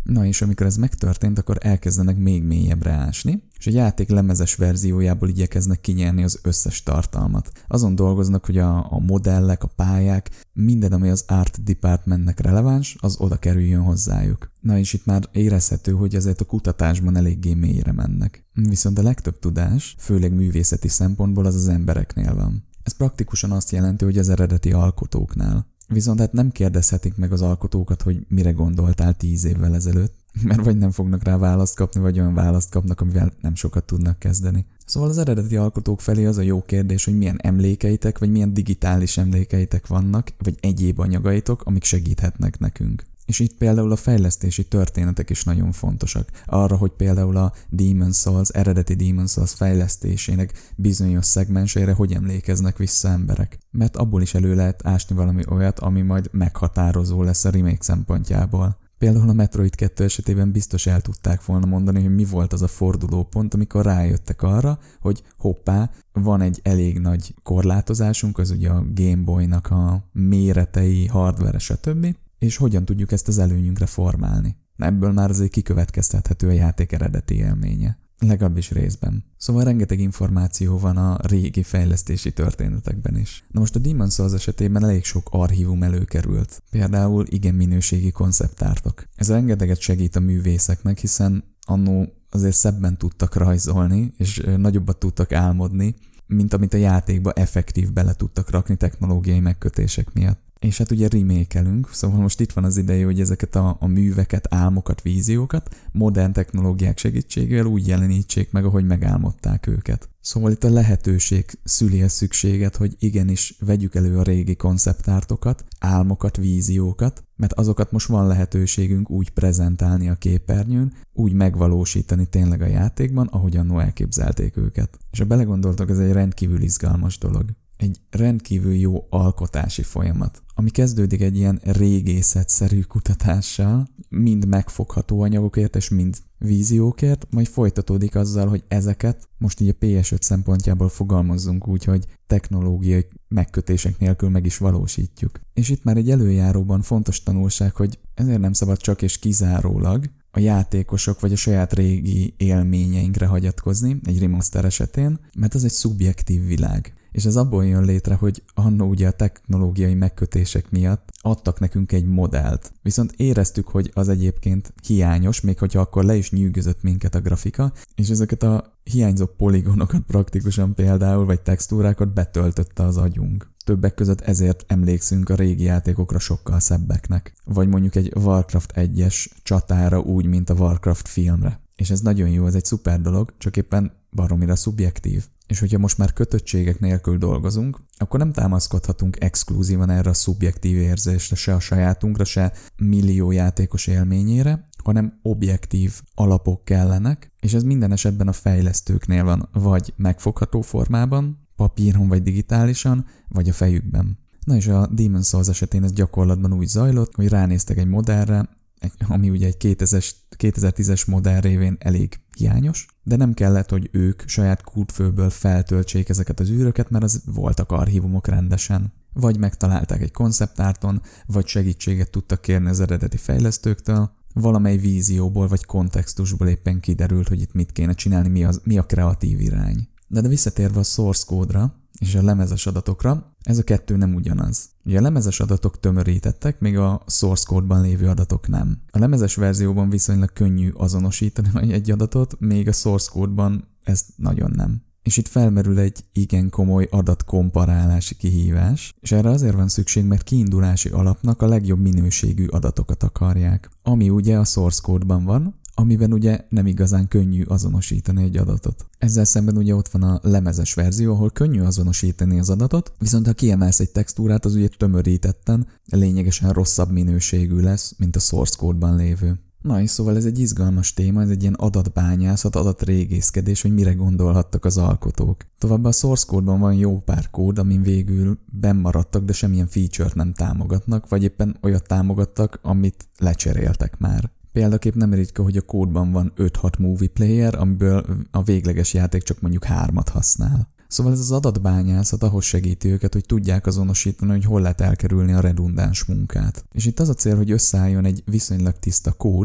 Speaker 1: Na és amikor ez megtörtént, akkor elkezdenek még mélyebbre ásni, és a játék lemezes verziójából igyekeznek kinyerni az összes tartalmat. Azon dolgoznak, hogy a, a modellek, a pályák, minden, ami az art departmentnek releváns, az oda kerüljön hozzájuk. Na és itt már érezhető, hogy ezért a kutatásban eléggé mélyre mennek. Viszont a legtöbb tudás, főleg művészeti szempontból az az embereknél van. Ez praktikusan azt jelenti, hogy az eredeti alkotóknál. Viszont hát nem kérdezhetik meg az alkotókat, hogy mire gondoltál tíz évvel ezelőtt, mert vagy nem fognak rá választ kapni, vagy olyan választ kapnak, amivel nem sokat tudnak kezdeni. Szóval az eredeti alkotók felé az a jó kérdés, hogy milyen emlékeitek, vagy milyen digitális emlékeitek vannak, vagy egyéb anyagaitok, amik segíthetnek nekünk. És itt például a fejlesztési történetek is nagyon fontosak. Arra, hogy például a Demon's Souls, eredeti Demon's Souls fejlesztésének bizonyos szegmenseire hogy emlékeznek vissza emberek. Mert abból is elő lehet ásni valami olyat, ami majd meghatározó lesz a remake szempontjából. Például a Metroid kettő esetében biztos el tudták volna mondani, hogy mi volt az a fordulópont, amikor rájöttek arra, hogy hoppá, van egy elég nagy korlátozásunk, az ugye a Game Boy-nak a méretei, hardware, stb., és hogyan tudjuk ezt az előnyünkre formálni. Ebből már azért kikövetkeztethető a játék eredeti élménye. Legalábbis részben. Szóval rengeteg információ van a régi fejlesztési történetekben is. Na most a Demon's Souls esetében elég sok archívum előkerült. Például igen minőségi konceptártok. Ez rengeteget segít a művészeknek, hiszen annó azért szebben tudtak rajzolni, és nagyobbat tudtak álmodni, mint amit a játékba effektív bele tudtak rakni technológiai megkötések miatt. És hát ugye remake-elünk, szóval most itt van az ideje, hogy ezeket a, a műveket, álmokat, víziókat modern technológiák segítségével úgy jelenítsék meg, ahogy megálmodták őket. Szóval itt a lehetőség szüli a szükséget, hogy igenis vegyük elő a régi konceptártokat, álmokat, víziókat, mert azokat most van lehetőségünk úgy prezentálni a képernyőn, úgy megvalósítani tényleg a játékban, ahogy annó elképzelték őket. És ha belegondoltok, ez egy rendkívül izgalmas dolog. Egy rendkívül jó alkotási folyamat, ami kezdődik egy ilyen régészetszerű kutatással, mind megfogható anyagokért és mind víziókért, majd folytatódik azzal, hogy ezeket most így a pé es öt szempontjából fogalmazzunk úgy, hogy technológiai megkötések nélkül meg is valósítjuk. És itt már egy előjáróban fontos tanulság, hogy ezért nem szabad csak és kizárólag a játékosok vagy a saját régi élményeinkre hagyatkozni egy remaster esetén, mert az egy szubjektív világ. És ez abból jön létre, hogy annó ugye a technológiai megkötések miatt adtak nekünk egy modellt. Viszont éreztük, hogy az egyébként hiányos, még hogyha akkor le is nyűgözött minket a grafika, és ezeket a hiányzó poligonokat praktikusan például, vagy textúrákat betöltötte az agyunk. Többek között ezért emlékszünk a régi játékokra sokkal szebbeknek. Vagy mondjuk egy Warcraft egyes csatára úgy, mint a Warcraft filmre. És ez nagyon jó, ez egy szuper dolog, csak éppen baromira szubjektív. És hogyha most már kötöttségek nélkül dolgozunk, akkor nem támaszkodhatunk exkluzívan erre a szubjektív érzésre, se a sajátunkra, se millió játékos élményére, hanem objektív alapok kellenek, és ez minden esetben a fejlesztőknél van, vagy megfogható formában, papíron vagy digitálisan, vagy a fejükben. Na és a Demon's Souls esetén ez gyakorlatban úgy zajlott, hogy ránéztek egy modellre, ami ugye egy kétezer-tízes modell révén elég hiányos, de nem kellett, hogy ők saját kútfőből feltöltsék ezeket az űröket, mert az voltak archívumok rendesen. Vagy megtalálták egy konceptárton, vagy segítséget tudtak kérni az eredeti fejlesztőktől, valamely vízióból vagy kontextusból éppen kiderült, hogy itt mit kéne csinálni, mi, az, mi a kreatív irány. De, de visszatérve a source code-ra és a lemezes adatokra, ez a kettő nem ugyanaz. Ugye a lemezes adatok tömörítettek, még a source code-ban lévő adatok nem. A lemezes verzióban viszonylag könnyű azonosítani egy adatot, még a source code-ban ez nagyon nem. És itt felmerül egy igen komoly adatkomparálási kihívás, és erre azért van szükség, mert kiindulási alapnak a legjobb minőségű adatokat akarják. Ami ugye a source code-ban van, amiben ugye nem igazán könnyű azonosítani egy adatot. Ezzel szemben ugye ott van a lemezes verzió, ahol könnyű azonosítani az adatot, viszont ha kiemelsz egy textúrát, az ugye tömörítetten lényegesen rosszabb minőségű lesz, mint a source code-ban lévő. Na és szóval ez egy izgalmas téma, ez egy ilyen adatbányászat, adatrégészkedés, hogy mire gondolhattak az alkotók. Továbbá a source code-ban van jó pár kód, amin végül bennmaradtak, de semmilyen feature-t nem támogatnak, vagy éppen olyat támogattak, amit lecseréltek már. Példaképp nem ritka, hogy a kódban van öt-hat movie player, amiből a végleges játék csak mondjuk hármat használ. Szóval ez az adatbányászat ahhoz segíti őket, hogy tudják azonosítani, hogy hol lehet elkerülni a redundáns munkát. És itt az a cél, hogy összeálljon egy viszonylag tiszta kód,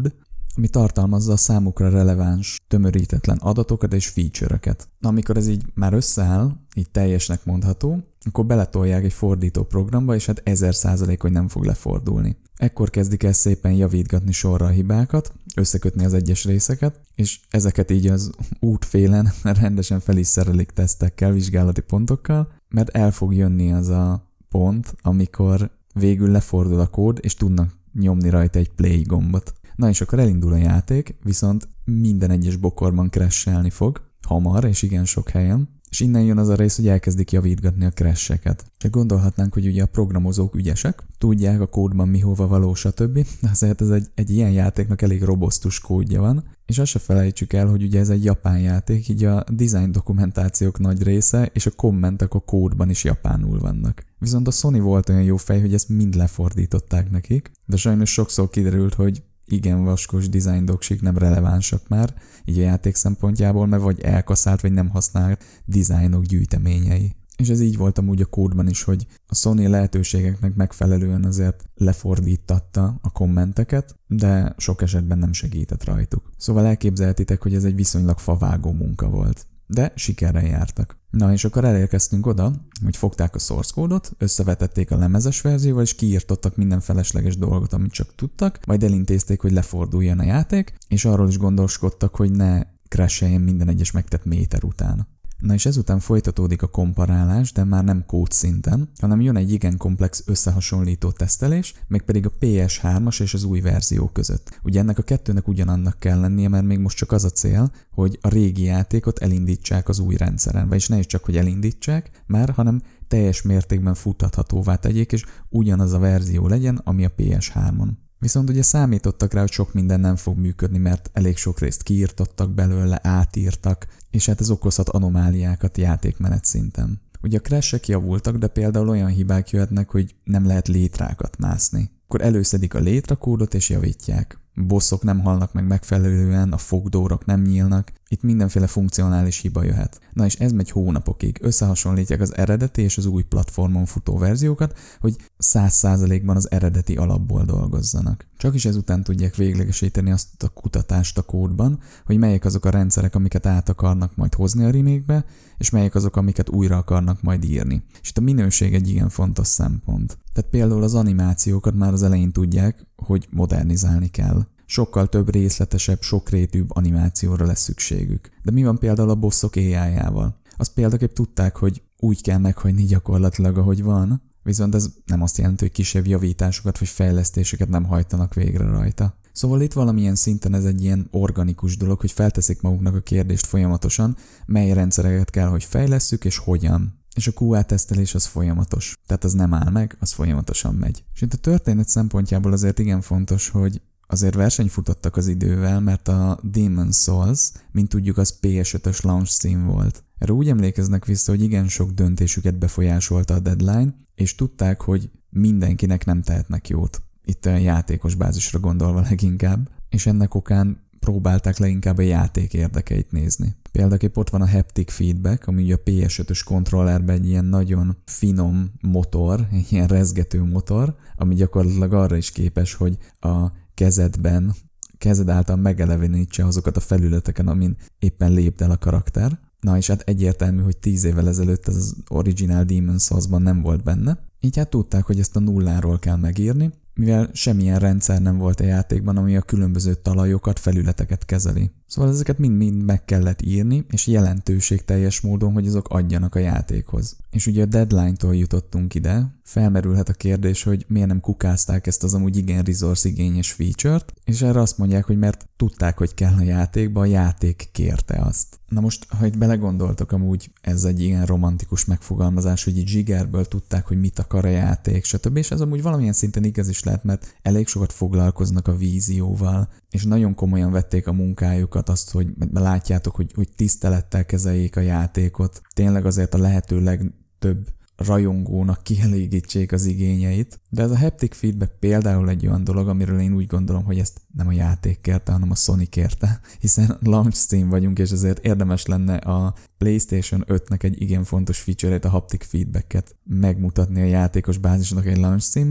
Speaker 1: ami tartalmazza a számukra releváns, tömörítetlen adatokat és feature-öket. Amikor ez így már összeáll, így teljesnek mondható, akkor beletolják egy fordító programba, és hát ezer százalék, hogy nem fog lefordulni. Ekkor kezdik el szépen javítgatni sorra a hibákat, összekötni az egyes részeket, és ezeket így az útfélen rendesen fel is szerelik tesztekkel, vizsgálati pontokkal, mert el fog jönni az a pont, amikor végül lefordul a kód, és tudnak nyomni rajta egy play gombot. Na és akkor elindul a játék, viszont minden egyes bokorban crashelni fog, hamar és igen sok helyen, és innen jön az a rész, hogy elkezdik javítgatni a crasheket. Csak gondolhatnánk, hogy ugye a programozók ügyesek, tudják a kódban mi hova való, stb. De azért ez egy, egy ilyen játéknak elég robosztus kódja van, és azt se felejtsük el, hogy ugye ez egy japán játék, így a design dokumentációk nagy része, és a kommentek a kódban is japánul vannak. Viszont a Sony volt olyan jó fej, hogy ezt mind lefordították nekik, de sajnos sokszor kiderült, hogy igen vaskos design doksik nem relevánsak már, így a játék szempontjából, mert vagy elkaszált, vagy nem használt dizájnok gyűjteményei. És ez így volt amúgy a kódban is, hogy a Sony lehetőségeknek megfelelően azért lefordítatta a kommenteket, de sok esetben nem segített rajtuk. Szóval elképzelhetitek, hogy ez egy viszonylag favágó munka volt. De sikerrel jártak. Na és akkor elérkeztünk oda, hogy fogták a source kódot, összevetették a lemezes verzióval, és kiírtottak minden felesleges dolgot, amit csak tudtak, majd elintézték, hogy leforduljon a játék, és arról is gondoskodtak, hogy ne crasheljen minden egyes megtett méter után. Na és ezután folytatódik a komparálás, de már nem kód szinten, hanem jön egy igen komplex összehasonlító tesztelés, mégpedig a pé es hármas és az új verzió között. Ugye ennek a kettőnek ugyanannak kell lennie, mert még most csak az a cél, hogy a régi játékot elindítsák az új rendszeren, vagyis ne is csak, hogy elindítsák már, hanem teljes mértékben futtathatóvá tegyék, és ugyanaz a verzió legyen, ami a pé es hármon. Viszont ugye számítottak rá, hogy sok minden nem fog működni, mert elég sok részt kiírtottak belőle, átírtak, és hát ez okozhat anomáliákat játékmenet szinten. Ugye a crashek javultak, de például olyan hibák jöhetnek, hogy nem lehet létrákat mászni. Akkor előszedik a létrakódot és javítják. Bosszok nem halnak meg megfelelően, a fogdórok nem nyílnak, itt mindenféle funkcionális hiba jöhet. Na és ez megy hónapokig. Összehasonlítják az eredeti és az új platformon futó verziókat, hogy száz százalékban az eredeti alapból dolgozzanak. Csak is ezután tudják véglegesíteni azt a kutatást a kódban, hogy melyek azok a rendszerek, amiket át akarnak majd hozni a remake-be, és melyek azok, amiket újra akarnak majd írni. És itt a minőség egy igen fontos szempont. Tehát például az animációkat már az elején tudják, hogy modernizálni kell. Sokkal több részletesebb, sokrétűbb animációra lesz szükségük. De mi van például a bosszok á í-jával? Azt példaképp tudták, hogy úgy kell meghagyni gyakorlatilag, ahogy van, viszont ez nem azt jelenti, hogy kisebb javításokat vagy fejlesztéseket nem hajtanak végre rajta. Szóval itt valamilyen szinten ez egy ilyen organikus dolog, hogy felteszik maguknak a kérdést folyamatosan, mely rendszereket kell, hogy fejlesszük és hogyan. És a kú á tesztelés az folyamatos. Tehát az nem áll meg, az folyamatosan megy. És itt a történet szempontjából azért igen fontos, hogy azért versenyfutottak az idővel, mert a Demon's Souls, mint tudjuk, az pé es ötös launch cím volt. Erre úgy emlékeznek vissza, hogy igen sok döntésüket befolyásolta a deadline, és tudták, hogy mindenkinek nem tehetnek jót. Itt a játékos bázisra gondolva leginkább, és ennek okán próbálták leginkább a játék érdekeit nézni. Példaképp ott van a haptic feedback, ami ugye a pé es ötös kontrollerben egy ilyen nagyon finom motor, egy ilyen rezgető motor, ami gyakorlatilag arra is képes, hogy a kezedben, kezed által megelevenítse azokat a felületeken, amin éppen lépd el a karakter. Na és hát egyértelmű, hogy tíz évvel ezelőtt ez az original Demon's Souls-ban nem volt benne. Így hát tudták, hogy ezt a nulláról kell megírni, mivel semmilyen rendszer nem volt a játékban, ami a különböző talajokat, felületeket kezeli. Szóval ezeket mind-mind meg kellett írni, és jelentőségteljes módon, hogy azok adjanak a játékhoz. És ugye a deadline-tól jutottunk ide, felmerülhet a kérdés, hogy miért nem kukázták ezt az amúgy igen resource igényes feature-t, és erre azt mondják, hogy mert tudták, hogy kell a játékba, a játék kérte azt. Na most, ha itt belegondoltok, amúgy ez egy ilyen romantikus megfogalmazás, hogy így zsigerből tudták, hogy mit akar a játék, stb. És ez amúgy valamilyen szinten igaz is lehet, mert elég sokat foglalkoznak a vízióval, és nagyon komolyan vették a munkájukat, azt, hogy látjátok, hogy, hogy tisztelettel kezeljék a játékot. Tényleg azért a lehető legtöbb rajongónak kielégítsék az igényeit. De ez a haptic feedback például egy olyan dolog, amiről én úgy gondolom, hogy ezt nem a játék kérte, hanem a Sony kérte, hiszen launch cím vagyunk, és ezért érdemes lenne a PlayStation ötnek egy igen fontos feature-ét, a haptic feedbacket megmutatni a játékos bázisnak egy launch címmel.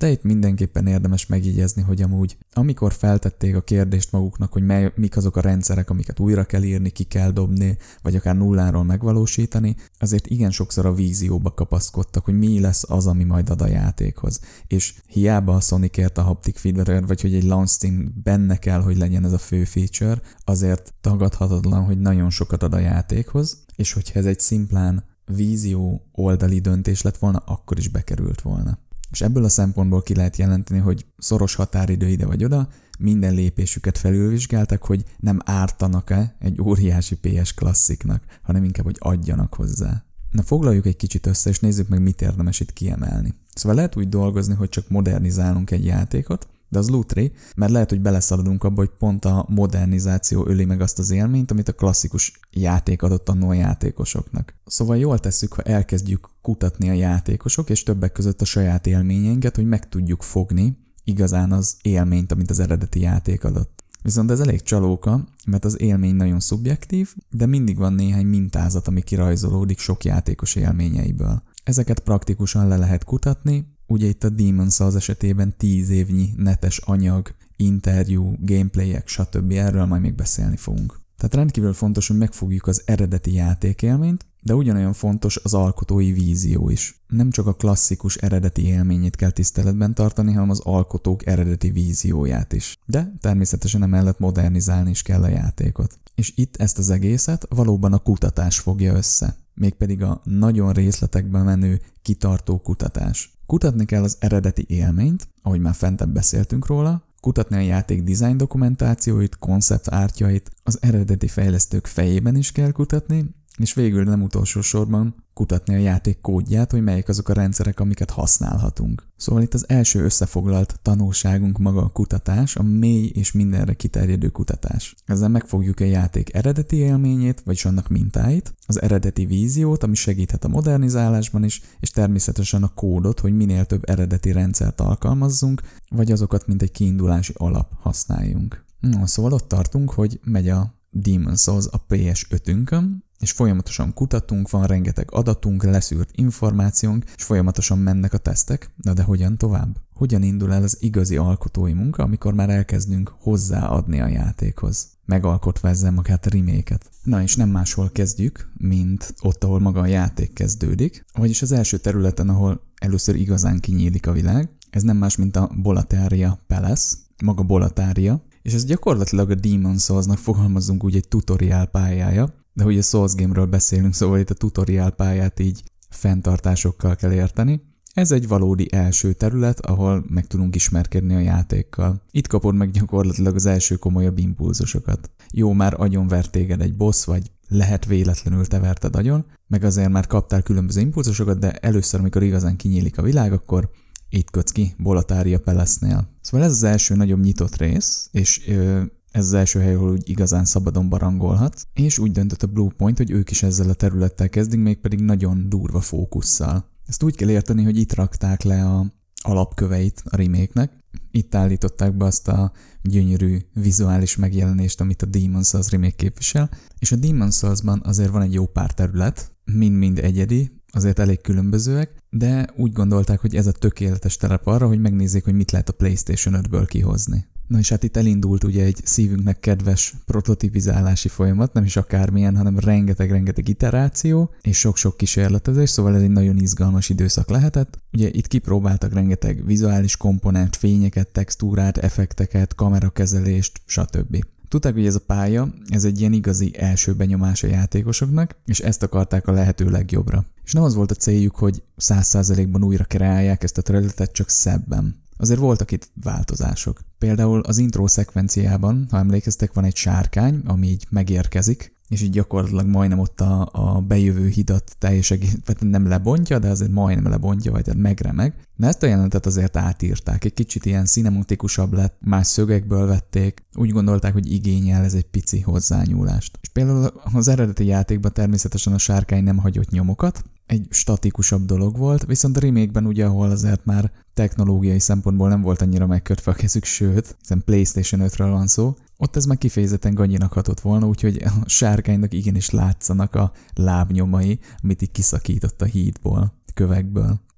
Speaker 1: De itt mindenképpen érdemes megjegyezni, hogy amúgy amikor feltették a kérdést maguknak, hogy mely, mik azok a rendszerek, amiket újra kell írni, ki kell dobni, vagy akár nulláról megvalósítani, azért igen sokszor a vízióba kapaszkodtak, hogy mi lesz az, ami majd ad a játékhoz. És hiába a Sony kért a haptic feedback, vagy hogy egy launch team benne kell, hogy legyen ez a fő feature, azért tagadhatatlan, hogy nagyon sokat ad a játékhoz, és hogyha ez egy szimplán vízió oldali döntés lett volna, akkor is bekerült volna. És ebből a szempontból ki lehet jelenteni, hogy szoros határidő ide vagy oda, minden lépésüket felülvizsgáltak, hogy nem ártanak-e egy óriási pé es klassziknak, hanem inkább, hogy adjanak hozzá. Na foglaljuk egy kicsit össze, és nézzük meg, mit érdemes itt kiemelni. Szóval lehet úgy dolgozni, hogy csak modernizálunk egy játékot, de az lútré, mert lehet, hogy beleszaladunk abba, hogy pont a modernizáció öli meg azt az élményt, amit a klasszikus játék adott annó a játékosoknak. Szóval jól tesszük, ha elkezdjük kutatni a játékosok, és többek között a saját élményeinket, hogy meg tudjuk fogni igazán az élményt, amit az eredeti játék adott. Viszont ez elég csalóka, mert az élmény nagyon szubjektív, de mindig van néhány mintázat, ami kirajzolódik sok játékos élményeiből. Ezeket praktikusan le lehet kutatni. Ugye itt a Demon's Souls esetében tíz évnyi netes anyag, interjú, gameplayek, stb. Erről majd még beszélni fogunk. Tehát rendkívül fontos, hogy megfogjuk az eredeti játékélményt, de ugyanolyan fontos az alkotói vízió is. Nem csak a klasszikus eredeti élményét kell tiszteletben tartani, hanem az alkotók eredeti vízióját is. De természetesen emellett modernizálni is kell a játékot. És itt ezt az egészet valóban a kutatás fogja össze. Mégpedig a nagyon részletekben menő, kitartó kutatás. Kutatni kell az eredeti élményt, ahogy már fentebb beszéltünk róla, kutatni a játék design dokumentációit, koncept ártjait, az eredeti fejlesztők fejében is kell kutatni, és végül nem utolsó sorban kutatni a játék kódját, hogy melyek azok a rendszerek, amiket használhatunk. Szóval itt az első összefoglalt tanulságunk maga a kutatás, a mély és mindenre kiterjedő kutatás. Ezzel megfogjuk a játék eredeti élményét, vagyis annak mintáit, az eredeti víziót, ami segíthet a modernizálásban is, és természetesen a kódot, hogy minél több eredeti rendszert alkalmazzunk, vagy azokat, mint egy kiindulási alap használjunk. No, szóval ott tartunk, hogy megy a Demon's Souls a pé es ötünkön, és folyamatosan kutatunk, van rengeteg adatunk, leszűrt információnk, és folyamatosan mennek a tesztek. Na de hogyan tovább? Hogyan indul el az igazi alkotói munka, amikor már elkezdünk hozzáadni a játékhoz, megalkotva ezzel magát a remake-et? Na és nem máshol kezdjük, mint ott, ahol maga a játék kezdődik, vagyis az első területen, ahol először igazán kinyílik a világ. Ez nem más, mint a Boletaria Palace, maga Boletaria, és ez gyakorlatilag a Demon's Souls-nak fogalmazunk úgy egy tutoriál pályája, de hogy a Souls game-ről beszélünk, szóval itt a tutoriál pályát így fenntartásokkal kell érteni. Ez egy valódi első terület, ahol meg tudunk ismerkedni a játékkal. Itt kapod meg gyakorlatilag az első komolyabb impulzusokat. Jó, már agyonvert téged egy boss, vagy lehet véletlenül te verted agyon, meg azért már kaptál különböző impulzusokat, de először, amikor igazán kinyílik a világ, akkor itt kötsz ki Boletaria Palace-nél. Szóval ez az első nagyobb nyitott rész, és ö, ez az első hely, ahol úgy igazán szabadon barangolhatsz, és úgy döntött a Bluepoint, hogy ők is ezzel a területtel kezdik, mégpedig nagyon durva fókusszal. Ezt úgy kell érteni, hogy itt rakták le a alapköveit a remake-nek, itt állították be azt a gyönyörű vizuális megjelenést, amit a Demon's Souls remake képvisel, és a Demon's Souls-ban azért van egy jó pár terület, mind-mind egyedi, azért elég különbözőek, de úgy gondolták, hogy ez a tökéletes terep arra, hogy megnézzék, hogy mit lehet a PlayStation ötből kihozni. Na és hát itt elindult ugye egy szívünknek kedves prototipizálási folyamat, nem is akármilyen, hanem rengeteg-rengeteg iteráció és sok-sok kísérletezés, szóval ez egy nagyon izgalmas időszak lehetett. Ugye itt kipróbáltak rengeteg vizuális komponent, fényeket, textúrát, effekteket, kamerakezelést, stb. Tudták, hogy ez a pálya, ez egy ilyen igazi első benyomás a játékosoknak, és ezt akarták a lehető legjobbra. És nem az volt a céljuk, hogy száz százalékban újra kreálják ezt a területet, csak szebben. Azért voltak itt változások. Például az intro szekvenciában, ha emlékeztek, van egy sárkány, ami így megérkezik, és így gyakorlatilag majdnem ott a, a bejövő hidat teljes egész, nem lebontja, de azért majdnem lebontja, vagy megremeg. De ezt a jelenetet azért átírták, egy kicsit ilyen cinematikusabb lett, más szögekből vették, úgy gondolták, hogy igényel ez egy pici hozzányúlást. És például az eredeti játékban természetesen a sárkány nem hagyott nyomokat, egy statikusabb dolog volt, viszont a remake-ben ugye, ahol azért már technológiai szempontból nem volt annyira megkötve a kezük, sőt, hiszen PlayStation ötről van szó, ott ez már kifejezetten gagyinak hatott volna, úgyhogy a sárkánynak igenis látszanak a lábnyomai, amit így kiszakított a hídból, kövekből.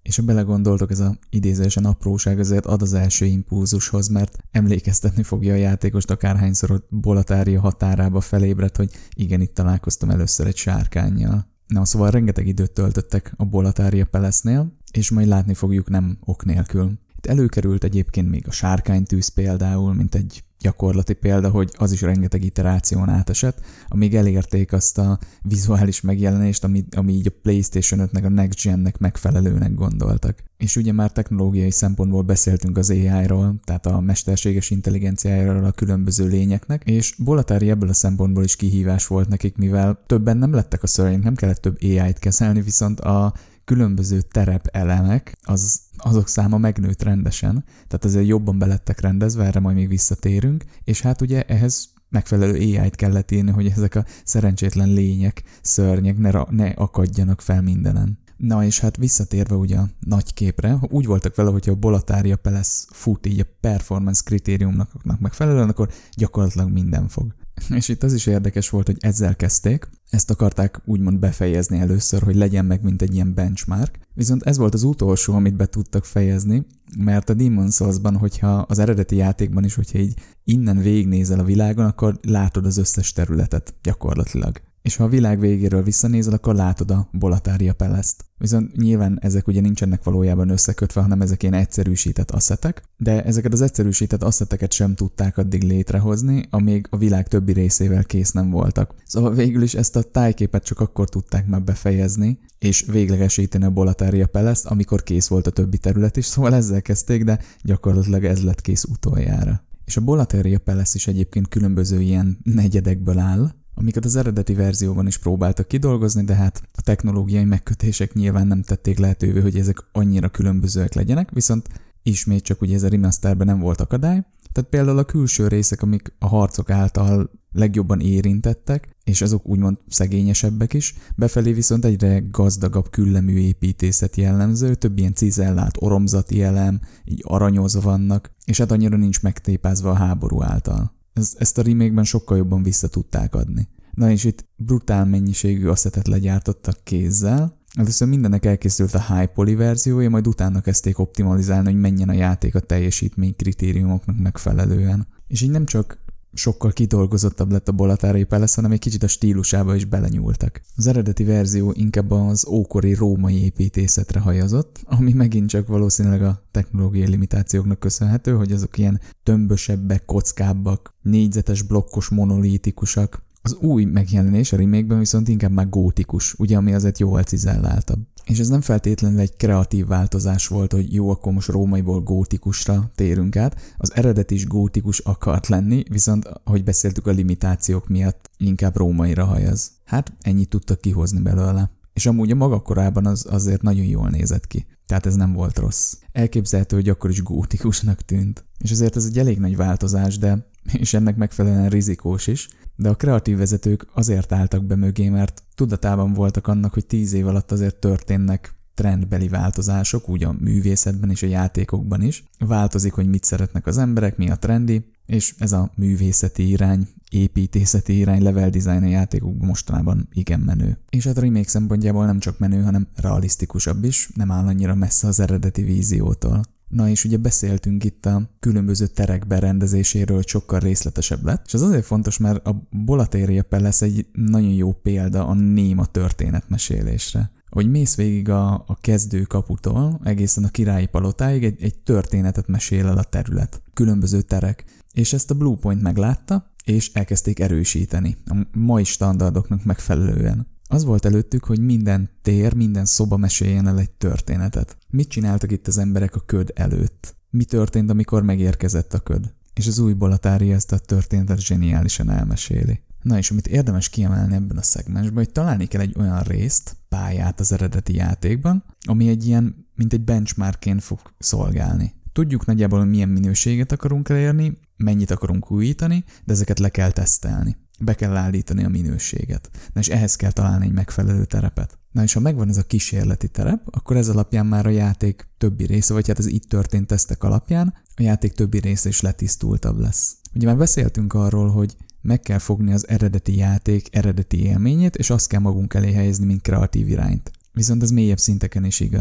Speaker 1: És ha belegondoltok, ez a idézősen apróság azért ad az első impulzushoz, mert emlékeztetni fogja a játékost akárhányszor ott Bolatária határába felébred, hogy igen, itt találkoztam először egy sárkánnyal. Na, szóval rengeteg időt töltöttek a Bolatária Palace-nél, és majd látni fogjuk nem ok nélkül. Itt előkerült egyébként még a sárkánytűz például, mint egy gyakorlati példa, hogy az is rengeteg iteráción átesett, amíg elérték azt a vizuális megjelenést, ami, ami így a PlayStation ötnek, a Next Gen-nek megfelelőnek gondoltak. És ugye már technológiai szempontból beszéltünk az á í-ról, tehát a mesterséges intelligenciájáról a különböző lényeknek, és Bolatária ebből a szempontból is kihívás volt nekik, mivel többen nem lettek a szörnyek, nem kellett több á í-t kezelni, viszont a különböző terepelemek, az, azok száma megnőtt rendesen, tehát azért jobban belettek rendezve, erre majd még visszatérünk, és hát ugye ehhez megfelelő á í-t kellett írni, hogy ezek a szerencsétlen lények, szörnyek ne, ne akadjanak fel mindenen. Na és hát visszatérve ugye a nagy képre, úgy voltak vele, hogyha a Bolatária Palace fut így a performance kritériumnak megfelelően, akkor gyakorlatilag minden fog. És itt az is érdekes volt, hogy ezzel kezdték, ezt akarták úgymond befejezni először, hogy legyen meg mint egy ilyen benchmark, viszont ez volt az utolsó, amit be tudtak fejezni, mert a Demon's Souls-ban, hogyha az eredeti játékban is, hogyha így innen végignézel a világon, akkor látod az összes területet gyakorlatilag. És ha a világ végéről visszanézel, akkor látod a Bolatária Palace-t. Viszont nyilván ezek ugye nincsenek valójában összekötve, hanem ezek ilyen egyszerűsített asszetek, de ezeket az egyszerűsített asszeteket sem tudták addig létrehozni, amíg a világ többi részével kész nem voltak. Szóval végül is ezt a tájképet csak akkor tudták már befejezni, és véglegesíteni a Bolatária Palace-t, amikor kész volt a többi terület is, szóval ezzel kezdték, de gyakorlatilag ez lett kész utoljára. És a Bolatária Palace is egyébként különböző ilyen negyedekből áll, amiket az eredeti verzióban is próbáltak kidolgozni, de hát a technológiai megkötések nyilván nem tették lehetővé, hogy ezek annyira különbözőek legyenek, viszont ismét csak ugye ez a remasterben nem volt akadály. Tehát például a külső részek, amik a harcok által legjobban érintettek, és azok úgymond szegényesebbek is, befelé viszont egyre gazdagabb küllemű építészet jellemző, több ilyen cizellált oromzati elem, így aranyozva vannak, és hát annyira nincs megtépázva a háború által. Ez, ezt a remake-ben sokkal jobban vissza tudták adni. Na és itt brutál mennyiségű asszetet legyártottak kézzel. Először mindennek elkészült a high poly verziója, majd utána kezdték optimalizálni, hogy menjen a játék a teljesítmény kritériumoknak megfelelően. És így nem csak sokkal kidolgozottabb lett a Bolatária Palace, hanem egy kicsit a stílusába is belenyúltak. Az eredeti verzió inkább az ókori római építészetre hajazott, ami megint csak valószínűleg a technológiai limitációknak köszönhető, hogy azok ilyen tömbösebbek, kockábbak, négyzetes, blokkos, monolítikusak. Az új megjelenés a remake-ben viszont inkább már gótikus, ugye, ami azért jóval cizelláltabb. És ez nem feltétlenül egy kreatív változás volt, hogy jó, akkor most rómaiból gótikusra térünk át. Az eredet is gótikus akart lenni, viszont, ahogy beszéltük, a limitációk miatt inkább rómaira hajaz. Hát ennyit tudtak kihozni belőle. És amúgy a maga korában az azért nagyon jól nézett ki. Tehát ez nem volt rossz. Elképzelhető, hogy akkor is gótikusnak tűnt. És azért ez egy elég nagy változás, de és ennek megfelelően rizikós is, de a kreatív vezetők azért álltak be mögé, mert tudatában voltak annak, hogy tíz év alatt azért történnek trendbeli változások, úgy a művészetben és a játékokban is. Változik, hogy mit szeretnek az emberek, mi a trendi, és ez a művészeti irány, építészeti irány, level design a játékokban mostanában igen menő. És hát a remake szempontjából nem csak menő, hanem realisztikusabb is, nem áll annyira messze az eredeti víziótól. Na és ugye beszéltünk itt a különböző terek berendezéséről, hogy sokkal részletesebb lett, és ez azért fontos, mert a Bolatária Palace egy nagyon jó példa a néma történetmesélésre. Hogy mész végig a, a kezdőkaputól egészen a királyi palotáig, egy, egy történetet mesél el a terület, különböző terek, és ezt a Bluepoint meglátta, és elkezdték erősíteni a mai standardoknak megfelelően. Az volt előttük, hogy minden tér, minden szoba meséljen el egy történetet. Mit csináltak itt az emberek a köd előtt? Mi történt, amikor megérkezett a köd? És az új Bolatária ezt a történetet zseniálisan elmeséli. Na és amit érdemes kiemelni ebben a szegmensben, hogy találni kell egy olyan részt, pályát az eredeti játékban, ami egy ilyen, mint egy benchmarkként fog szolgálni. Tudjuk nagyjából, hogy milyen minőséget akarunk elérni, mennyit akarunk újítani, de ezeket le kell tesztelni. Be kell állítani a minőséget. Na és ehhez kell találni egy megfelelő terepet. Na és ha megvan ez a kísérleti terep, akkor ez alapján már a játék többi része, vagy hát az itt történt tesztek alapján a játék többi része is letisztultabb lesz. Ugye már beszéltünk arról, hogy meg kell fogni az eredeti játék eredeti élményét, és azt kell magunk elé helyezni, mint kreatív irányt. Viszont ez mélyebb szinteken is igaz.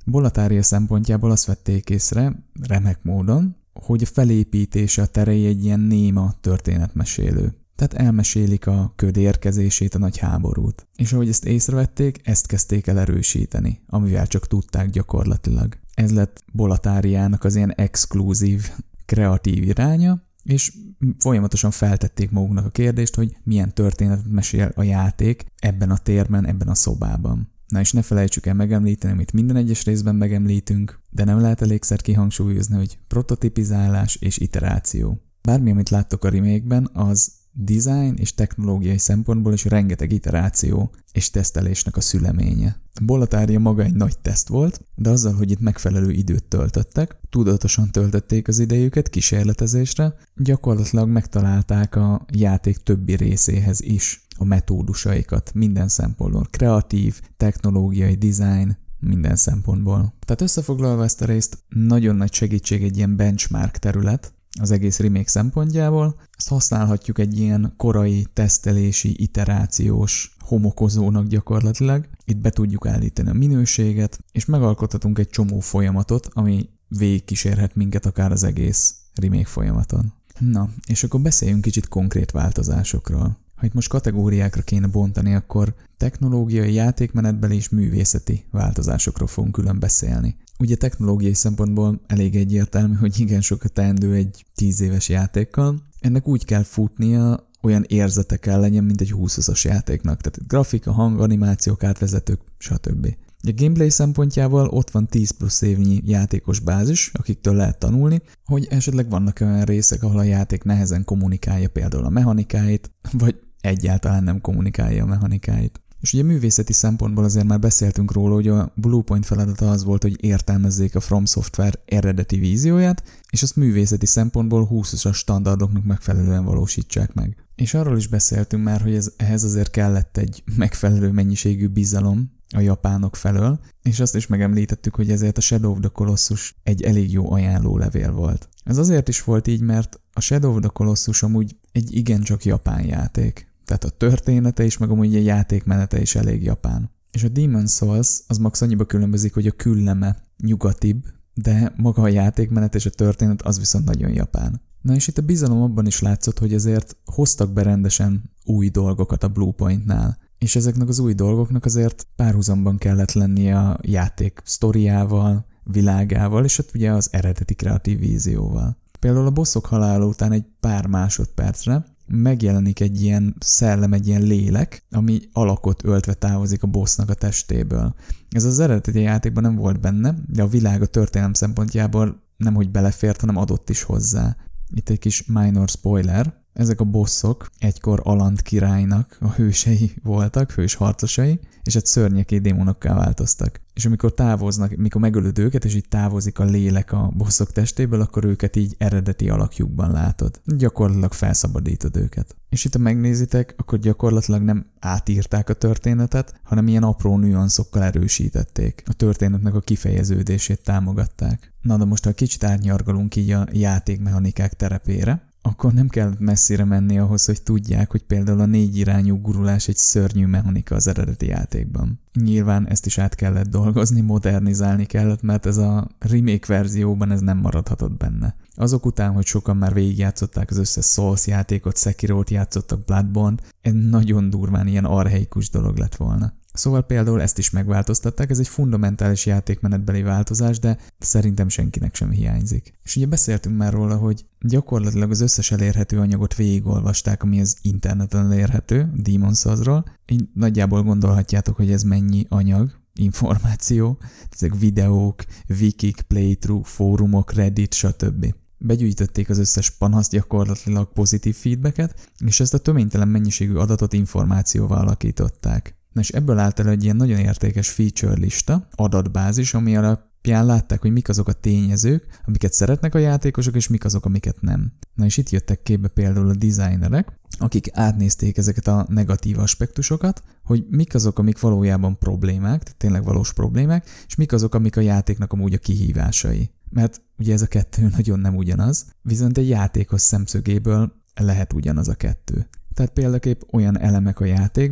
Speaker 1: Bollatária szempontjából azt vették észre, remek módon, hogy a felépítése a terei egy ilyen néma történetmesélő. Tehát elmesélik a köd érkezését, a nagy háborút. És ahogy ezt észrevették, ezt kezdték el erősíteni, amivel csak tudták gyakorlatilag. Ez lett Bollatáriának az ilyen exkluzív, kreatív iránya, és folyamatosan feltették maguknak a kérdést, hogy milyen történetet mesél a játék ebben a térben, ebben a szobában. Na és ne felejtsük el megemlíteni, amit minden egyes részben megemlítünk, de nem lehet elégszer kihangsúlyozni, hogy prototipizálás és iteráció. Bármi, amit láttok a remake-ben, az design és technológiai szempontból is rengeteg iteráció és tesztelésnek a szüleménye. Bollatária maga egy nagy teszt volt, de azzal, hogy itt megfelelő időt töltöttek, tudatosan töltötték az idejüket kísérletezésre, gyakorlatilag megtalálták a játék többi részéhez is a metódusaikat minden szempontból. Kreatív, technológiai, design, minden szempontból. Tehát összefoglalva ezt a részt, nagyon nagy segítség egy ilyen benchmark terület az egész remake szempontjából. Ezt használhatjuk egy ilyen korai tesztelési, iterációs homokozónak gyakorlatilag. Itt be tudjuk állítani a minőséget, és megalkothatunk egy csomó folyamatot, ami végigkísérhet minket akár az egész remake folyamaton. Na, és akkor beszéljünk kicsit konkrét változásokról. Ha itt most kategóriákra kéne bontani, akkor technológiai, játékmenetbeli és művészeti változásokról fogunk külön beszélni. Ugye technológiai szempontból elég egyértelmű, hogy igen sokat teendő egy tíz éves játékkal. Ennek úgy kell futnia, olyan érzete kell legyen, mint egy húsz-as játéknak. Tehát grafika, hang, animációk, átvezetők, stb. A gameplay szempontjából ott van tíz plusz évnyi játékos bázis, akiktől lehet tanulni, hogy esetleg vannak olyan részek, ahol a játék nehezen kommunikálja például a mechanikáit, vagy egyáltalán nem kommunikálja a mechanikáit. És ugye művészeti szempontból azért már beszéltünk róla, hogy a Bluepoint feladata az volt, hogy értelmezzék a From Software eredeti vízióját, és azt művészeti szempontból húszas standardoknak megfelelően valósítsák meg. És arról is beszéltünk már, hogy ez, ehhez azért kellett egy megfelelő mennyiségű bizalom a japánok felől, és azt is megemlítettük, hogy ezért a Shadow of the Colossus egy elég jó ajánlólevél volt. Ez azért is volt így, mert a Shadow of the Colossus amúgy egy igencsak japán játék. Tehát a története is, meg amúgy a játékmenete is elég japán. És a Demon's Souls az max annyiba különbözik, hogy a külleme nyugatibb, de maga a játékmenet és a történet az viszont nagyon japán. Na és itt a bizalom abban is látszott, hogy azért hoztak be rendesen új dolgokat a Bluepointnál. És ezeknek az új dolgoknak azért párhuzamban kellett lennie a játék sztoriával, világával, és hát ugye az eredeti kreatív vízióval. Például a bosszok halála után egy pár másodpercre megjelenik egy ilyen szellem, egy ilyen lélek, ami alakot öltve távozik a bossnak a testéből. Ez az eredeti játékban nem volt benne, de a világ a történelem szempontjából nemhogy belefért, hanem adott is hozzá. Itt egy kis minor spoiler. Ezek a bosszok egykor Aland királynak a hősei voltak, hős harcosai, és egy szörnyeké démonokká változtak. És amikor távoznak, mikor megölöd őket, és így távozik a lélek a bosszok testéből, akkor őket így eredeti alakjukban látod. Gyakorlatilag felszabadítod őket. És itt ha megnézitek, akkor gyakorlatilag nem átírták a történetet, hanem ilyen apró nüanszokkal erősítették. A történetnek a kifejeződését támogatták. Na de most ha kicsit átnyargalunk így a játékmechanikák terepére, akkor nem kell messzire menni ahhoz, hogy tudják, hogy például a négy irányú gurulás egy szörnyű mechanika az eredeti játékban. Nyilván ezt is át kellett dolgozni, modernizálni kellett, mert ez a remake verzióban ez nem maradhatott benne. Azok után, hogy sokan már végigjátszották az összes Souls játékot, Sekirót játszottak, Bloodborne-t, ez nagyon durván ilyen archaikus dolog lett volna. Szóval például ezt is megváltoztatták, ez egy fundamentális játékmenetbeli változás, de szerintem senkinek sem hiányzik. És ugye beszéltünk már róla, hogy gyakorlatilag az összes elérhető anyagot végigolvasták, ami az interneten elérhető, Demon's Souls-ról. Így nagyjából gondolhatjátok, hogy ez mennyi anyag, információ, ezek videók, wikik, playthrough, fórumok, Reddit, stb. Begyűjtötték az összes panaszt, gyakorlatilag pozitív feedbacket, és ezt a töménytelen mennyiségű adatot információval alakították. Na és ebből állt el egy ilyen nagyon értékes feature lista, adatbázis, ami alapján látták, hogy mik azok a tényezők, amiket szeretnek a játékosok, és mik azok, amiket nem. Na és itt jöttek képbe például a designerek, akik átnézték ezeket a negatív aspektusokat, hogy mik azok, amik valójában problémák, tehát tényleg valós problémák, és mik azok, amik a játéknak amúgy a kihívásai. Mert ugye ez a kettő nagyon nem ugyanaz, viszont egy játékos szemszögéből lehet ugyanaz a kettő. Tehát példaképp olyan elemek a játékban,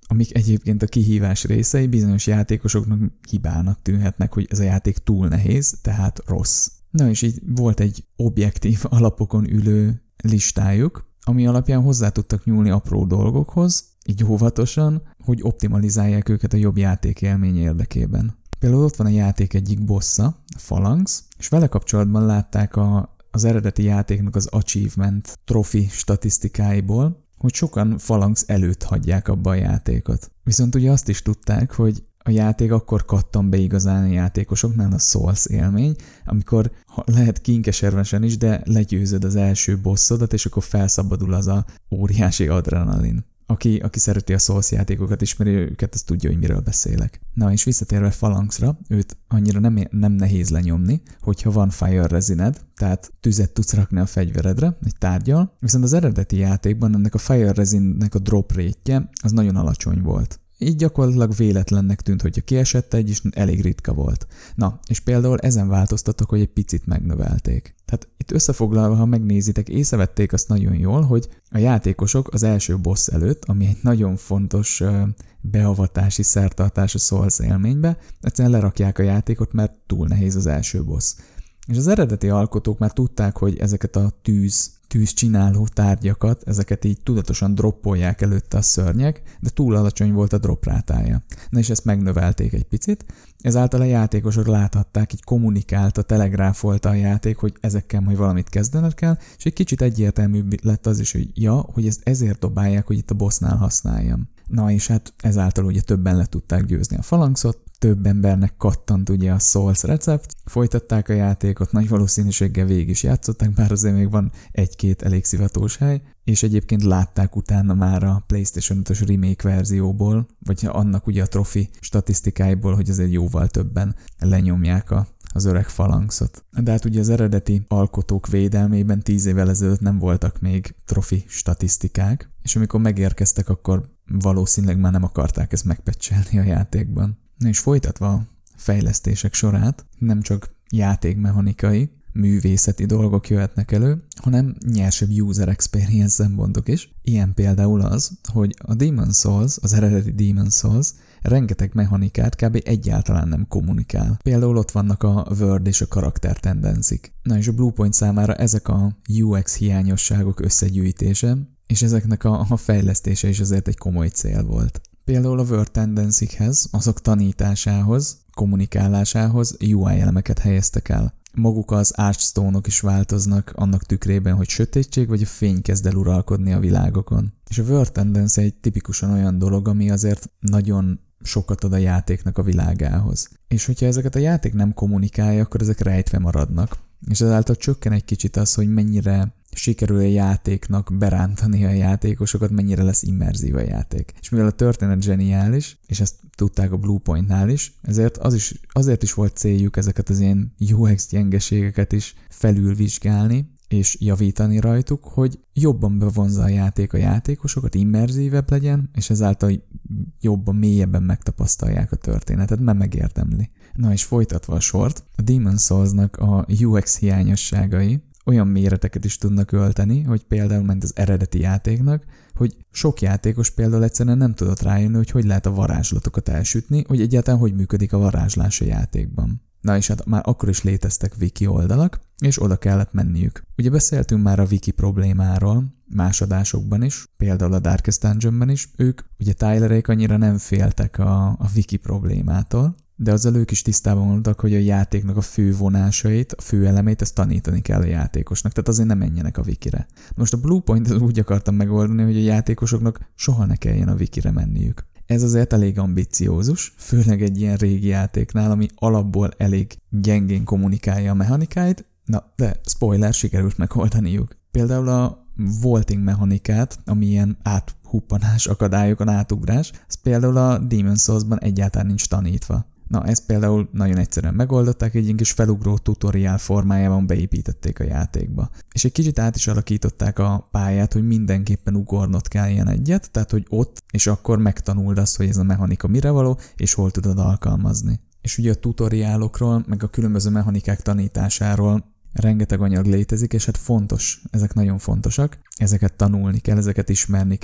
Speaker 1: amik egyébként a kihívás részei bizonyos játékosoknak hibának tűnhetnek, hogy ez a játék túl nehéz, tehát rossz. Na és így volt egy objektív alapokon ülő listájuk, ami alapján hozzá tudtak nyúlni apró dolgokhoz, így óvatosan, hogy optimalizálják őket a jobb játékélmény érdekében. Például ott van a játék egyik bossa, Phalanx, és vele kapcsolatban látták a, az eredeti játéknak az achievement trophy statisztikáiból, hogy sokan Phalanx előtt hagyják abba a játékot. Viszont ugye azt is tudták, hogy a játék akkor kattan be igazán a játékosoknál a Souls élmény, amikor lehet kinkeservesen is, de legyőzöd az első bossodat, és akkor felszabadul az a óriási adrenalin. Aki, aki szereti a Souls játékokat, ismeri őket, az tudja, hogy miről beszélek. Na és visszatérve Phalanxra, őt annyira nem, nem nehéz lenyomni, hogyha van fire resined, tehát tüzet tudsz rakni a fegyveredre, egy tárgyal, viszont az eredeti játékban ennek a fire resinnek a drop rate-je az nagyon alacsony volt. Így gyakorlatilag véletlennek tűnt, hogyha kiesett egy, és elég ritka volt. Na, és például ezen változtattak, hogy egy picit megnövelték. Tehát itt összefoglalva, ha megnézitek, észrevették azt nagyon jól, hogy a játékosok az első boss előtt, ami egy nagyon fontos uh, beavatási szertartás a Souls élménybe, egyszerűen lerakják a játékot, mert túl nehéz az első boss. És az eredeti alkotók már tudták, hogy ezeket a tűz, tűz csináló tárgyakat, ezeket így tudatosan droppolják előtte a szörnyek, de túl alacsony volt a drop rátája. Na és ezt megnövelték egy picit, ezáltal a játékosok láthatták, így kommunikálta, telegráfolta a játék, hogy ezekkel majd valamit kezdenek kell, és egy kicsit egyértelműbb lett az is, hogy ja, hogy ezt ezért dobálják, hogy itt a bossnál használjam. Na és hát ezáltal ugye többen le tudták győzni a Phalanxot, több embernek kattant ugye a Souls recept, folytatták a játékot, nagy valószínűséggel végig is játszották, bár azért még van egy-két elég szivatós hely, és egyébként látták utána már a PlayStation ötös remake verzióból, vagy annak ugye a trofi statisztikáiból, hogy azért jóval többen lenyomják a az öreg Phalanxot. De hát ugye az eredeti alkotók védelmében tíz évvel ezelőtt nem voltak még trofi statisztikák, és amikor megérkeztek, akkor valószínűleg már nem akarták ezt megpecselni a játékban. Na és folytatva a fejlesztések sorát, nem csak játékmechanikai, művészeti dolgok jöhetnek elő, hanem nyersebb user experience szempontok is. Ilyen például az, hogy a Demon's Souls, az eredeti Demon's Souls rengeteg mechanikát kb. Egyáltalán nem kommunikál. Például ott vannak a word és a karakter tendencik. Na és a Bluepoint számára ezek a u exi hiányosságok összegyűjtése, és ezeknek a, a fejlesztése is azért egy komoly cél volt. Például a word tendencikhez, azok tanításához, kommunikálásához u i elemeket helyeztek el. Maguk az archstone-ok is változnak annak tükrében, hogy sötétség vagy a fény kezd el uralkodni a világokon. És a word tendency egy tipikusan olyan dolog, ami azért nagyon sokat ad a játéknak a világához. És hogyha ezeket a játék nem kommunikálja, akkor ezek rejtve maradnak. És ezáltal csökken egy kicsit az, hogy mennyire sikerül a játéknak berántani a játékosokat, mennyire lesz immerzív a játék. És mivel a történet zseniális, és ezt tudták a Bluepointnál is, ezért az is, azért is volt céljuk ezeket az ilyen u exi gyengeségeket is felülvizsgálni, és javítani rajtuk, hogy jobban bevonzza a játék a játékosokat, immerzívebb legyen, és ezáltal jobban, mélyebben megtapasztalják a történetet, mert megérdemli. Na és folytatva a sort, a Demon's Souls-nak a u exi hiányosságai olyan méreteket is tudnak ölteni, hogy például ment az eredeti játéknak, hogy sok játékos például egyszerűen nem tudott rájönni, hogy hogy lehet a varázslatokat elsütni, hogy egyáltalán hogy működik a varázslás a játékban. Na és hát már akkor is léteztek wiki oldalak, és oda kellett menniük. Ugye beszéltünk már a wiki problémáról más adásokban is, például a Darkest Dungeonben is, ők, ugye Tylerék annyira nem féltek a, a wiki problémától, de azzal ők is tisztában voltak, hogy a játéknak a fő vonásait, a fő elemét, ezt tanítani kell a játékosnak, tehát azért nem menjenek a wikire. Most a Bluepoint úgy akartam megoldani, hogy a játékosoknak soha ne kelljen a wikire menniük. Ez azért elég ambiciózus, főleg egy ilyen régi játéknál, ami alapból elég gyengén kommunikálja a mechanikáit, na de spoiler, sikerült megoldaniuk. Például a vaulting mechanikát, ami ilyen áthuppanás, akadályokon átugrás, ez például a Demon's Souls-ban egyáltalán nincs tanítva. Na, ezt például nagyon egyszerűen megoldották, egy kis felugró tutoriál formájában beépítették a játékba. És egy kicsit át is alakították a pályát, hogy mindenképpen ugornod kell ilyen egyet, tehát hogy ott, és akkor megtanuld azt, hogy ez a mechanika mire való, és hol tudod alkalmazni. És ugye a tutoriálokról, meg a különböző mechanikák tanításáról rengeteg anyag létezik, és hát fontos, ezek nagyon fontosak, ezeket tanulni kell, ezeket ismerni kell,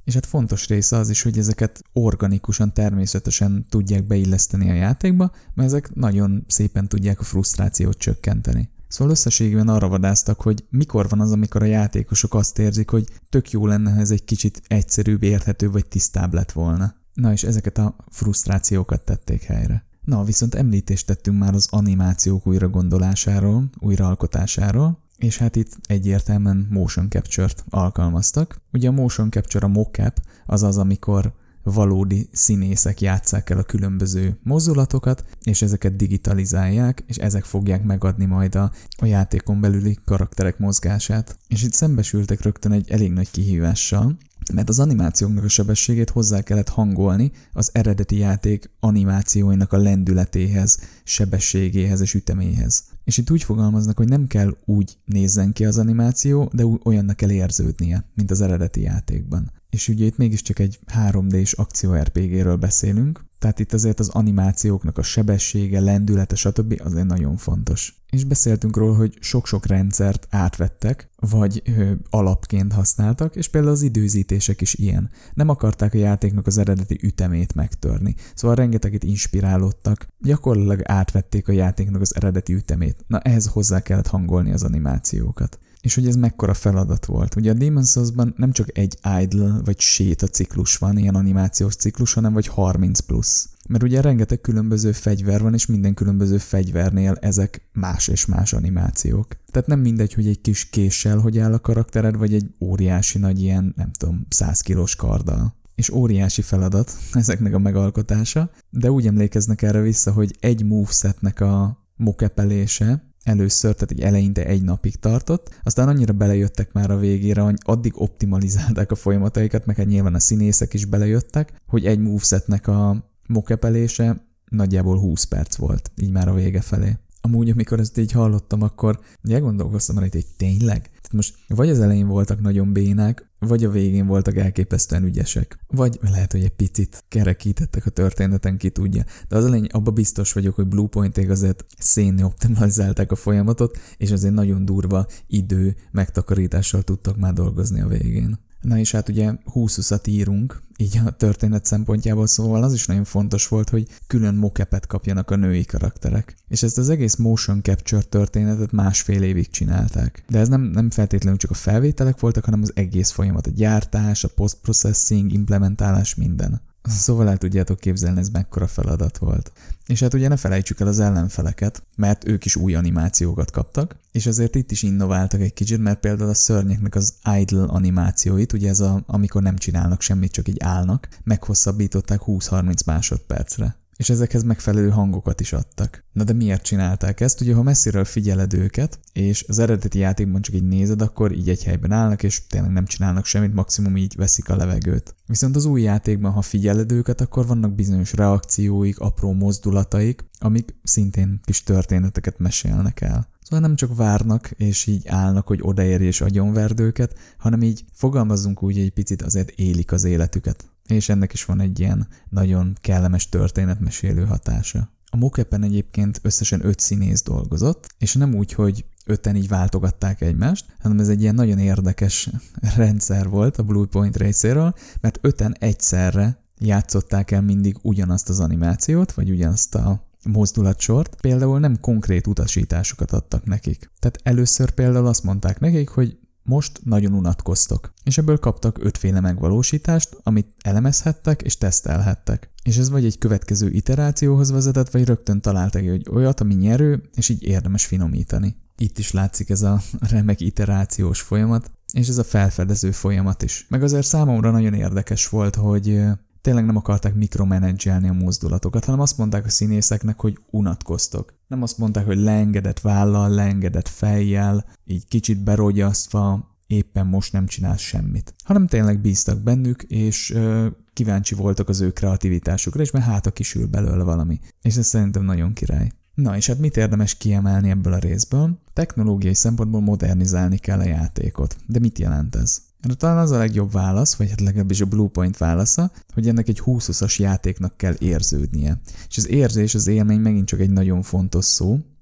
Speaker 1: És hát fontos része az is, hogy ezeket organikusan, természetesen tudják beilleszteni a játékba, mert ezek nagyon szépen tudják a frusztrációt csökkenteni. Szóval összességében arra vadáztak, hogy mikor van az, amikor a játékosok azt érzik, hogy tök jó lenne, ha ez egy kicsit egyszerűbb, érthető vagy tisztább lett volna. Na és ezeket a frusztrációkat tették helyre. Na, viszont említést tettünk már az animációk újragondolásáról, újraalkotásáról, és hát itt egyértelműen motion capture-t alkalmaztak. Ugye a motion capture, a mocap, az az, amikor valódi színészek játsszák el a különböző mozdulatokat, és ezeket digitalizálják, és ezek fogják megadni majd a, a játékon belüli karakterek mozgását. És itt szembesültek rögtön egy elég nagy kihívással, mert az animációknak a sebességét hozzá kellett hangolni az eredeti játék animációinak a lendületéhez, sebességéhez és üteméhez. És itt úgy fogalmaznak, hogy nem kell úgy nézzen ki az animáció, de olyannak kell érződnie, mint az eredeti játékban. És ugye itt mégiscsak egy három dés akció er pé gé-ről beszélünk, tehát itt azért az animációknak a sebessége, lendülete, stb. Azért nagyon fontos. És beszéltünk róla, hogy sok-sok rendszert átvettek, vagy ö, alapként használtak, és például az időzítések is ilyen. Nem akarták a játéknak az eredeti ütemét megtörni. Szóval rengeteget inspirálódtak, gyakorlatilag átvették a játéknak az eredeti ütemét. Na ehhez hozzá kellett hangolni az animációkat. És hogy ez mekkora feladat volt. Ugye a Demon's Souls-ban nem csak egy idle vagy séta ciklus van, ilyen animációs ciklus, hanem vagy harminc plusz. Mert ugye rengeteg különböző fegyver van, és minden különböző fegyvernél ezek más és más animációk. Tehát nem mindegy, hogy egy kis késsel hogy áll a karaktered, vagy egy óriási nagy ilyen, nem tudom, száz kilós karddal. És óriási feladat ezeknek a megalkotása, de úgy emlékeznek erre vissza, hogy egy movesetnek a mocapelése először, tehát egy eleinte egy napig tartott, aztán annyira belejöttek már a végére, hogy addig optimalizálták a folyamataikat, meg hát nyilván a színészek is belejöttek, hogy egy movesetnek a mocapelése nagyjából húsz perc volt, így már a vége felé. Amúgy, amikor ezt így hallottam, akkor ugye gondolkoztam már itt, hogy tényleg? Tehát most vagy az elején voltak nagyon bénák, vagy a végén voltak elképesztően ügyesek. Vagy lehet, hogy egy picit kerekítettek a történeten, ki tudja. De az elején abban biztos vagyok, hogy Bluepointék azért szénni optimalizálták a folyamatot, és azért nagyon durva idő megtakarítással tudtak már dolgozni a végén. Na és hát ugye húsz-húszat írunk, így a történet szempontjából, szóval az is nagyon fontos volt, hogy külön mocapet kapjanak a női karakterek. És ezt az egész motion capture történetet másfél évig csinálták. De ez nem, nem feltétlenül csak a felvételek voltak, hanem az egész folyamat, a gyártás, a post-processing, implementálás, minden. Szóval el tudjátok képzelni, ez mekkora feladat volt. És hát ugye ne felejtsük el az ellenfeleket, mert ők is új animációkat kaptak, és azért itt is innováltak egy kicsit, mert például a szörnyeknek az idle animációit, ugye ez a, amikor nem csinálnak semmit, csak így állnak, meghosszabbították húsz-harminc másodpercre. És ezekhez megfelelő hangokat is adtak. Na de miért csinálták ezt? Ugye, ha messziről figyeled őket, és az eredeti játékban csak így nézed, akkor így egy helyben állnak, és tényleg nem csinálnak semmit, maximum így veszik a levegőt. Viszont az új játékban, ha figyeled őket, akkor vannak bizonyos reakcióik, apró mozdulataik, amik szintén kis történeteket mesélnek el. Szóval nem csak várnak, és így állnak, hogy odaérj és agyonverd őket, hanem így fogalmazzunk úgy, egy picit azért élik az életüket. És ennek is van egy ilyen nagyon kellemes történetmesélő hatása. A mocapen egyébként összesen öt színész dolgozott, és nem úgy, hogy öten így váltogatták egymást, hanem ez egy ilyen nagyon érdekes rendszer volt a Bluepoint részéről, mert öten egyszerre játszották el mindig ugyanazt az animációt, vagy ugyanazt a mozdulatsort, például nem konkrét utasításokat adtak nekik. Tehát először például azt mondták nekik, hogy most nagyon unatkoztok. És ebből kaptak ötféle megvalósítást, amit elemezhettek és tesztelhettek. És ez vagy egy következő iterációhoz vezetett, vagy rögtön találtak egy olyat, ami nyerő, és így érdemes finomítani. Itt is látszik ez a remek iterációs folyamat, és ez a felfedező folyamat is. Meg azért számomra nagyon érdekes volt, hogy tényleg nem akarták mikromenedzselni a mozdulatokat, hanem azt mondták a színészeknek, hogy unatkoztok. Nem azt mondták, hogy leengedett vállal, leengedett fejjel, így kicsit berogyasztva, éppen most nem csinálsz semmit. Hanem tényleg bíztak bennük, és ö, kíváncsi voltak az ő kreativitásukra, és mert hát a kisül belőle valami. És ez szerintem nagyon király. Na és hát mit érdemes kiemelni ebből a részből? Technológiai szempontból modernizálni kell a játékot. De mit jelent ez? De talán az a legjobb válasz, vagy hát legalábbis a Bluepoint válasza, hogy ennek egy húsz-húszas játéknak kell érződnie. És az érzés, az élmény megint csak egy nagyon fontos szó,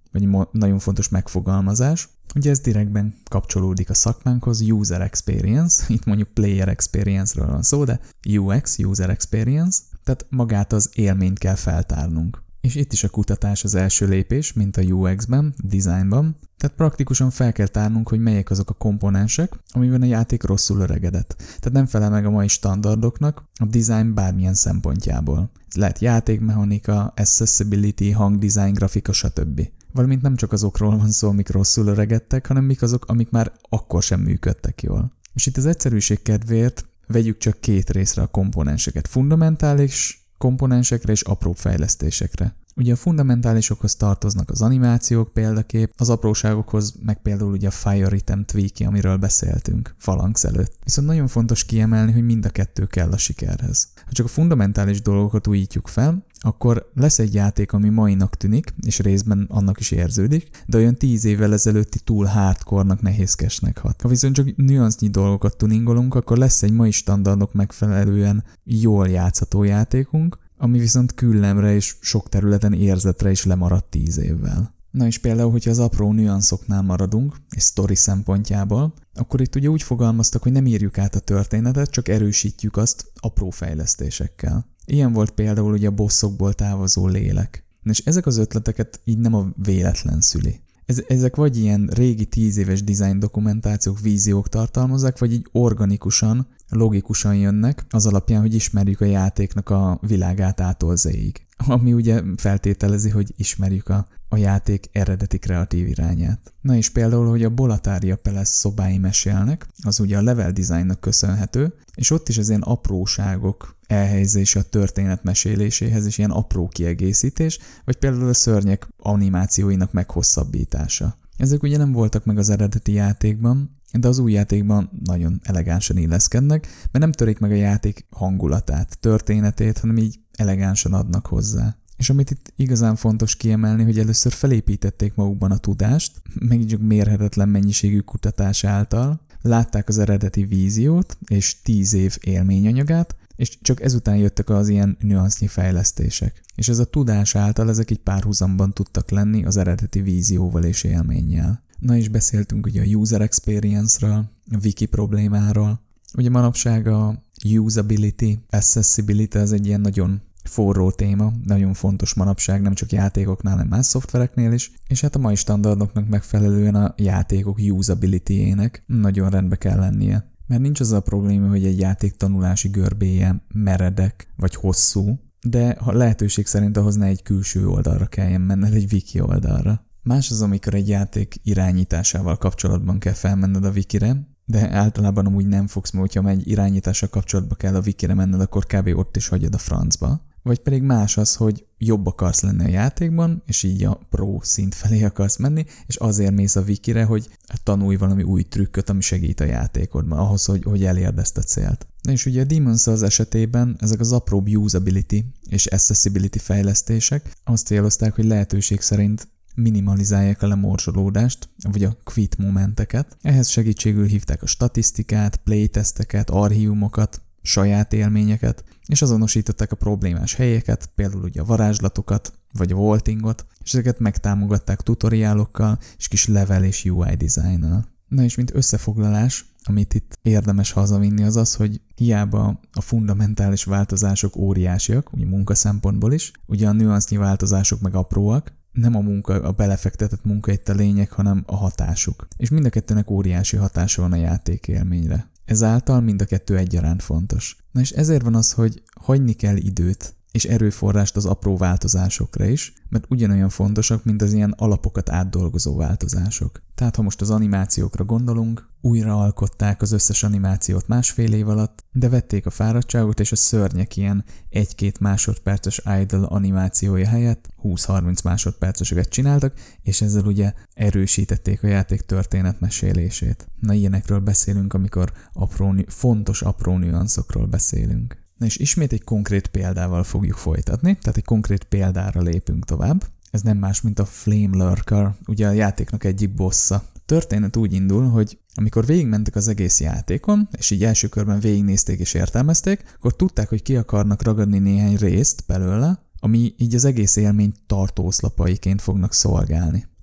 Speaker 1: vagy mo- nagyon fontos megfogalmazás. Ugye ez direktben kapcsolódik a szakmánkhoz, user experience, itt mondjuk player experience-ről van szó, de U X, user experience, tehát magát az élményt kell feltárnunk. És itt is a kutatás az első lépés, mint a U X-ben, designban, tehát praktikusan fel kell tárnunk, hogy melyek azok a komponensek, amiben a játék rosszul öregedett. Tehát nem felel meg a mai standardoknak a design bármilyen szempontjából. Ez lehet játékmechanika, accessibility, hangdesign, grafika, stb. Valamint nem csak azokról van szó, amik rosszul öregedtek, hanem mik azok, amik már akkor sem működtek jól. És itt az egyszerűség kedvéért vegyük csak két részre a komponenseket, fundamentális komponensekre és apró fejlesztésekre. Ugye a fundamentálisokhoz tartoznak az animációk példakép, az apróságokhoz meg például ugye a Fire Item Tweaky, amiről beszéltünk Phalanx előtt. Viszont nagyon fontos kiemelni, hogy mind a kettő kell a sikerhez. Ha csak a fundamentális dolgokat újítjuk fel, akkor lesz egy játék, ami mainak tűnik, és részben annak is érződik, de olyan tíz évvel ezelőtti túl hardcore-nak, nehézkesnek hat. Ha viszont csak nüansznyi dolgokat tuningolunk, akkor lesz egy mai standardok megfelelően jól játszható játékunk, ami viszont küllemre és sok területen érzetre is lemaradt tíz évvel. Na és például, hogyha az apró nüanszoknál maradunk, és sztori szempontjából, akkor itt ugye úgy fogalmaztak, hogy nem írjuk át a történetet, csak erősítjük azt apró fejlesztésekkel. Ilyen volt például ugye a bosszokból távozó lélek. És ezek az ötleteket így nem a véletlen szüli. Ez, ezek vagy ilyen régi tíz éves design dokumentációk, víziók tartalmazzák, vagy így organikusan, logikusan jönnek, az alapján, hogy ismerjük a játéknak a világát ától zéig. Ami ugye feltételezi, hogy ismerjük a, a játék eredeti kreatív irányát. Na és például, hogy a Bolataria Palace szobái mesélnek, az ugye a level designnak köszönhető, és ott is az ilyen apróságok elhelyezése a történet meséléséhez, és ilyen apró kiegészítés, vagy például a szörnyek animációinak meghosszabbítása. Ezek ugye nem voltak meg az eredeti játékban, de az új játékban nagyon elegánsan illeszkednek, mert nem törik meg a játék hangulatát, történetét, hanem így elegánsan adnak hozzá. És amit itt igazán fontos kiemelni, hogy először felépítették magukban a tudást, megint csak mérhetetlen mennyiségű kutatás által, látták az eredeti víziót és tíz év élményanyagát, és csak ezután jöttek az ilyen nüansznyi fejlesztések. És ez a tudás által ezek így párhuzamban tudtak lenni az eredeti vízióval és élménnyel. Na és beszéltünk ugye a user experience-ről, a wiki problémáról. Ugye manapság a usability, accessibility az egy ilyen nagyon forró téma, nagyon fontos manapság, nem csak játékoknál, hanem más szoftvereknél is, és hát a mai standardoknak megfelelően a játékok usability-ének nagyon rendbe kell lennie. Mert nincs az a probléma, hogy egy játék tanulási görbéje meredek vagy hosszú, de ha lehetőség szerint ahhoz ne egy külső oldalra kelljen menned, egy wiki oldalra. Más az, amikor egy játék irányításával kapcsolatban kell felmenned a wikire, de általában amúgy nem fogsz, mert hogyha egy irányítással kapcsolatban kell a wikire menned, akkor kb. Ott is hagyod a francba. Vagy pedig más az, hogy jobb akarsz lenni a játékban, és így a pro szint felé akarsz menni, és azért mész a wikire, hogy tanulj valami új trükköt, ami segít a játékodban, ahhoz, hogy, hogy elérd ezt a célt. De és ugye a Demon's Souls esetében ezek az apróbb usability és accessibility fejlesztések azt célozták, hogy lehetőség szerint minimalizálják a lemorzsolódást, vagy a quit momenteket. Ehhez segítségül hívták a statisztikát, playtesteket, archívumokat, saját élményeket, és azonosították a problémás helyeket, például ugye a varázslatokat, vagy a vaultingot, és ezeket megtámogatták tutoriálokkal, és kis level és U I designnal. Na és mint összefoglalás, amit itt érdemes hazavinni, az az, hogy hiába a fundamentális változások óriásiak, ugye munka szempontból is, ugye a nüansznyi változások meg apróak, nem a munka, a belefektetett munka itt a lényeg, hanem a hatásuk. És mind a kettőnek óriási hatása van a játékélményre. Ezáltal mind a kettő egyaránt fontos. Na és ezért van az, hogy hagyni kell időt és erőforrást az apró változásokra is, mert ugyanolyan fontosak, mint az ilyen alapokat átdolgozó változások. Tehát ha most az animációkra gondolunk, újra alkották az összes animációt másfél év alatt, de vették a fáradtságot, és a szörnyek ilyen egy-két másodperces idle animációja helyett húsz-harminc másodperceseket csináltak, és ezzel ugye erősítették a játék történetmesélését. Na ilyenekről beszélünk, amikor apró, fontos apró nüanszokról beszélünk. Na és ismét egy konkrét példával fogjuk folytatni, tehát egy konkrét példára lépünk tovább. Ez nem más, mint a Flame Lurker, ugye a játéknak egyik bossa. A történet úgy indul, hogy amikor végigmentek az egész játékon, és így első körben végignézték és értelmezték, akkor tudták, hogy ki akarnak ragadni néhány részt belőle, ami így az egész élmény tartóoszlapaiként fognak szolgálni.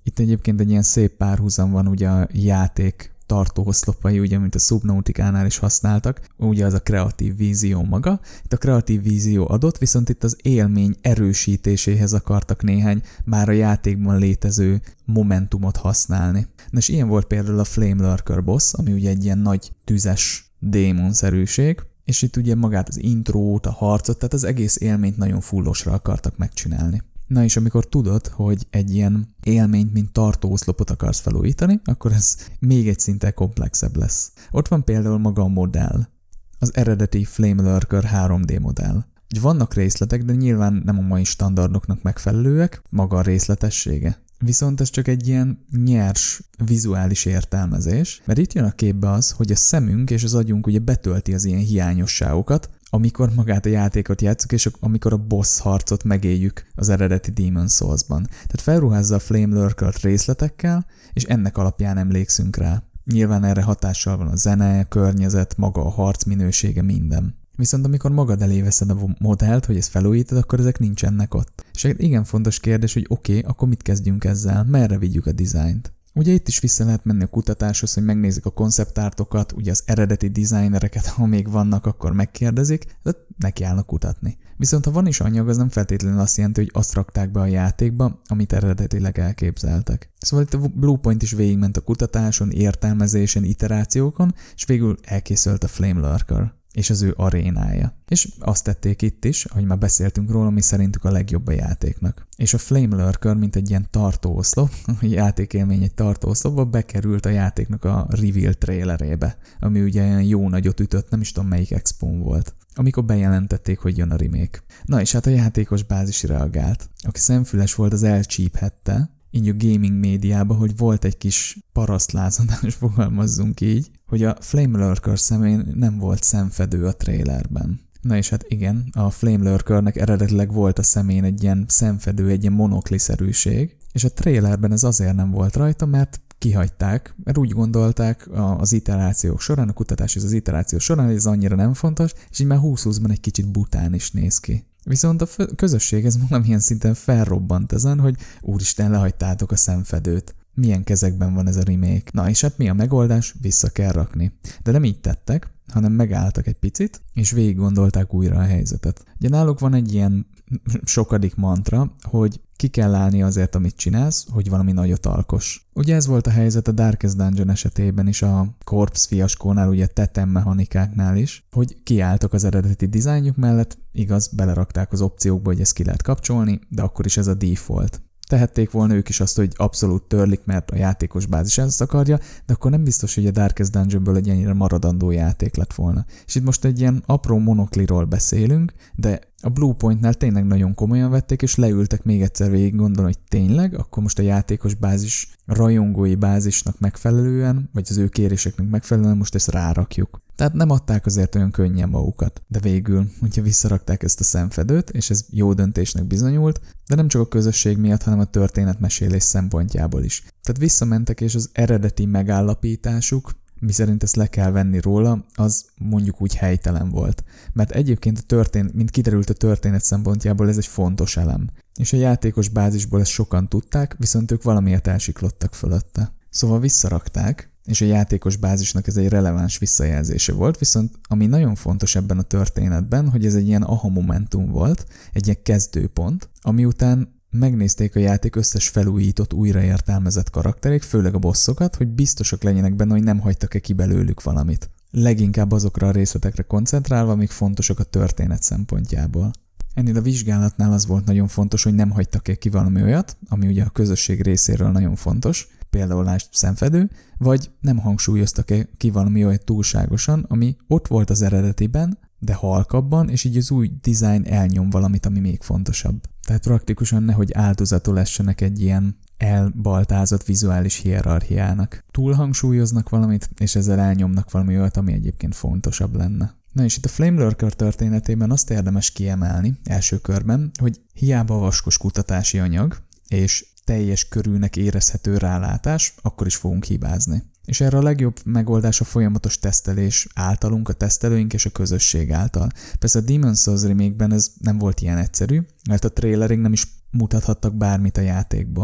Speaker 1: Itt egyébként egy ilyen szép párhuzam van ugye a játék tartóoszlopai, ugye, mint a Subnautica-nál is használtak, ugye az a kreatív vízió maga. Itt a kreatív vízió adott, viszont itt az élmény erősítéséhez akartak néhány már a játékban létező momentumot használni. Na és ilyen volt például a Flame Lurker boss, ami ugye egy ilyen nagy tüzes démonszerűség, és itt ugye magát az intrót, a harcot, tehát az egész élményt nagyon fullosra akartak megcsinálni. Na és amikor tudod, hogy egy ilyen élményt, mint tartóoszlopot akarsz felújítani, akkor ez még egy szinten komplexebb lesz. Ott van például maga a modell, az eredeti Flame Lurker három dé modell. Vannak részletek, de nyilván nem a mai standardoknak megfelelőek, maga a részletessége. Viszont ez csak egy ilyen nyers vizuális értelmezés, mert itt jön a képbe az, hogy a szemünk és az agyunk ugye betölti az ilyen hiányosságokat, amikor magát a játékot játszunk, és amikor a boss harcot megéljük az eredeti Demon's Souls-ban. Tehát felruházza a Flame Lurkert részletekkel, és ennek alapján emlékszünk rá. Nyilván erre hatással van a zene, a környezet, maga a harc minősége, minden. Viszont amikor magad elé veszed a modellt, hogy ezt felújítod, akkor ezek nincsenek ott. És egy igen fontos kérdés, hogy oké, okay, akkor mit kezdjünk ezzel, merre vigyük a dizájnt. Ugye itt is vissza lehet menni a kutatáshoz, hogy megnézik a konceptártokat, ugye az eredeti designereket, ha még vannak, akkor megkérdezik, de neki állnak kutatni. Viszont ha van is anyag, az nem feltétlenül azt jelenti, hogy azt rakták be a játékba, amit eredetileg elképzeltek. Szóval itt a Bluepoint is végigment a kutatáson, értelmezésen, iterációkon, és végül elkészült a Flame Lurker és az ő arénája. És azt tették itt is, ahogy már beszéltünk róla, mi szerintük a legjobb a játéknak. És a Flame Lurker, mint egy ilyen tartóoszlop, a játékélmény egy tartóoszlopba bekerült a játéknak a reveal trailerébe, ami ugye olyan jó nagyot ütött, nem is tudom melyik expón volt, amikor bejelentették, hogy jön a remake. Na és hát a játékos bázis reagált. Aki szemfüles volt, az elcsíphette, így a gaming médiában, hogy volt egy kis parasztlázadás, fogalmazzunk így, hogy a Flame Lurker szemén nem volt szemfedő a trailerben. Na és hát igen, a Flame Lurkernek eredetileg volt a szemén egy ilyen szemfedő, egy ilyen monokliszerűség, és a trailerben ez azért nem volt rajta, mert kihagyták, mert úgy gondolták az iterációk során, a kutatás és az iterációk során, hogy ez annyira nem fontos, és így már húsz-húszban egy kicsit bután is néz ki. Viszont a közösség ez valamilyen szinten felrobbant ezen, hogy úristen, lehagytátok a szemfedőt. Milyen kezekben van ez a remake? Na és hát mi a megoldás? Vissza kell rakni. De nem így tettek, hanem megálltak egy picit, és végig gondolták újra a helyzetet. Ugye náluk van egy ilyen sokadik mantra, hogy ki kell állni azért, amit csinálsz, hogy valami nagyot alkoss. Ugye ez volt a helyzet a Darkest Dungeon esetében is, a Corpse fiaskónál, ugye tetem mechanikáknál is, hogy kiálltak az eredeti dizájnjuk mellett, igaz, belerakták az opciókba, hogy ezt ki lehet kapcsolni, de akkor is ez a default. Tehették volna ők is azt, hogy abszolút törlik, mert a játékos bázis ezt akarja, de akkor nem biztos, hogy a Darkest Dungeonből egy ennyire maradandó játék lett volna. És itt most egy ilyen apró monokliról beszélünk, de a Bluepointnál tényleg nagyon komolyan vették, és leültek még egyszer végig gondolni, hogy tényleg, akkor most a játékos bázis rajongói bázisnak megfelelően, vagy az ő kéréseknek megfelelően most ezt rárakjuk. Tehát nem adták azért olyan könnyen magukat. De végül, hogyha visszarakták ezt a szemfedőt, és ez jó döntésnek bizonyult, de nem csak a közösség miatt, hanem a történetmesélés szempontjából is. Tehát visszamentek, és az eredeti megállapításuk, miszerint ezt le kell venni róla, az mondjuk úgy helytelen volt. Mert egyébként a történet, mint kiderült a történet szempontjából, ez egy fontos elem. És a játékos bázisból ezt sokan tudták, viszont ők valamiért elsiklottak fölötte. Szóval visszarakták, és a játékos bázisnak ez egy releváns visszajelzése volt, viszont ami nagyon fontos ebben a történetben, hogy ez egy ilyen aha momentum volt, egy ilyen kezdőpont, ami után megnézték a játék összes felújított, újraértelmezett karakterek, főleg a bosszokat, hogy biztosak legyenek benne, hogy nem hagytak-e ki belőlük valamit. Leginkább azokra a részletekre koncentrálva, amik fontosak a történet szempontjából. Ennél a vizsgálatnál az volt nagyon fontos, hogy nem hagytak-e ki valami olyat, ami ugye a közösség részéről nagyon fontos, például lásd szemfedő, vagy nem hangsúlyoztak-e ki valami olyat túlságosan, ami ott volt az eredetiben, de halkabban, és így az új design elnyom valamit, ami még fontosabb. Tehát praktikusan nehogy áldozatul essenek egy ilyen elbaltázott vizuális hierarchiának. Túl hangsúlyoznak valamit, és ezzel elnyomnak valami olyat, ami egyébként fontosabb lenne. Na és itt a Flame Lurker történetében azt érdemes kiemelni első körben, hogy hiába vaskos kutatási anyag, és teljes körűnek érezhető rálátás, akkor is fogunk hibázni. És erre a legjobb megoldás a folyamatos tesztelés általunk, a tesztelőink és a közösség által. Persze a Demon's Souls remake-ben ez nem volt ilyen egyszerű, mert a trailerig nem is mutathattak bármit a játékból.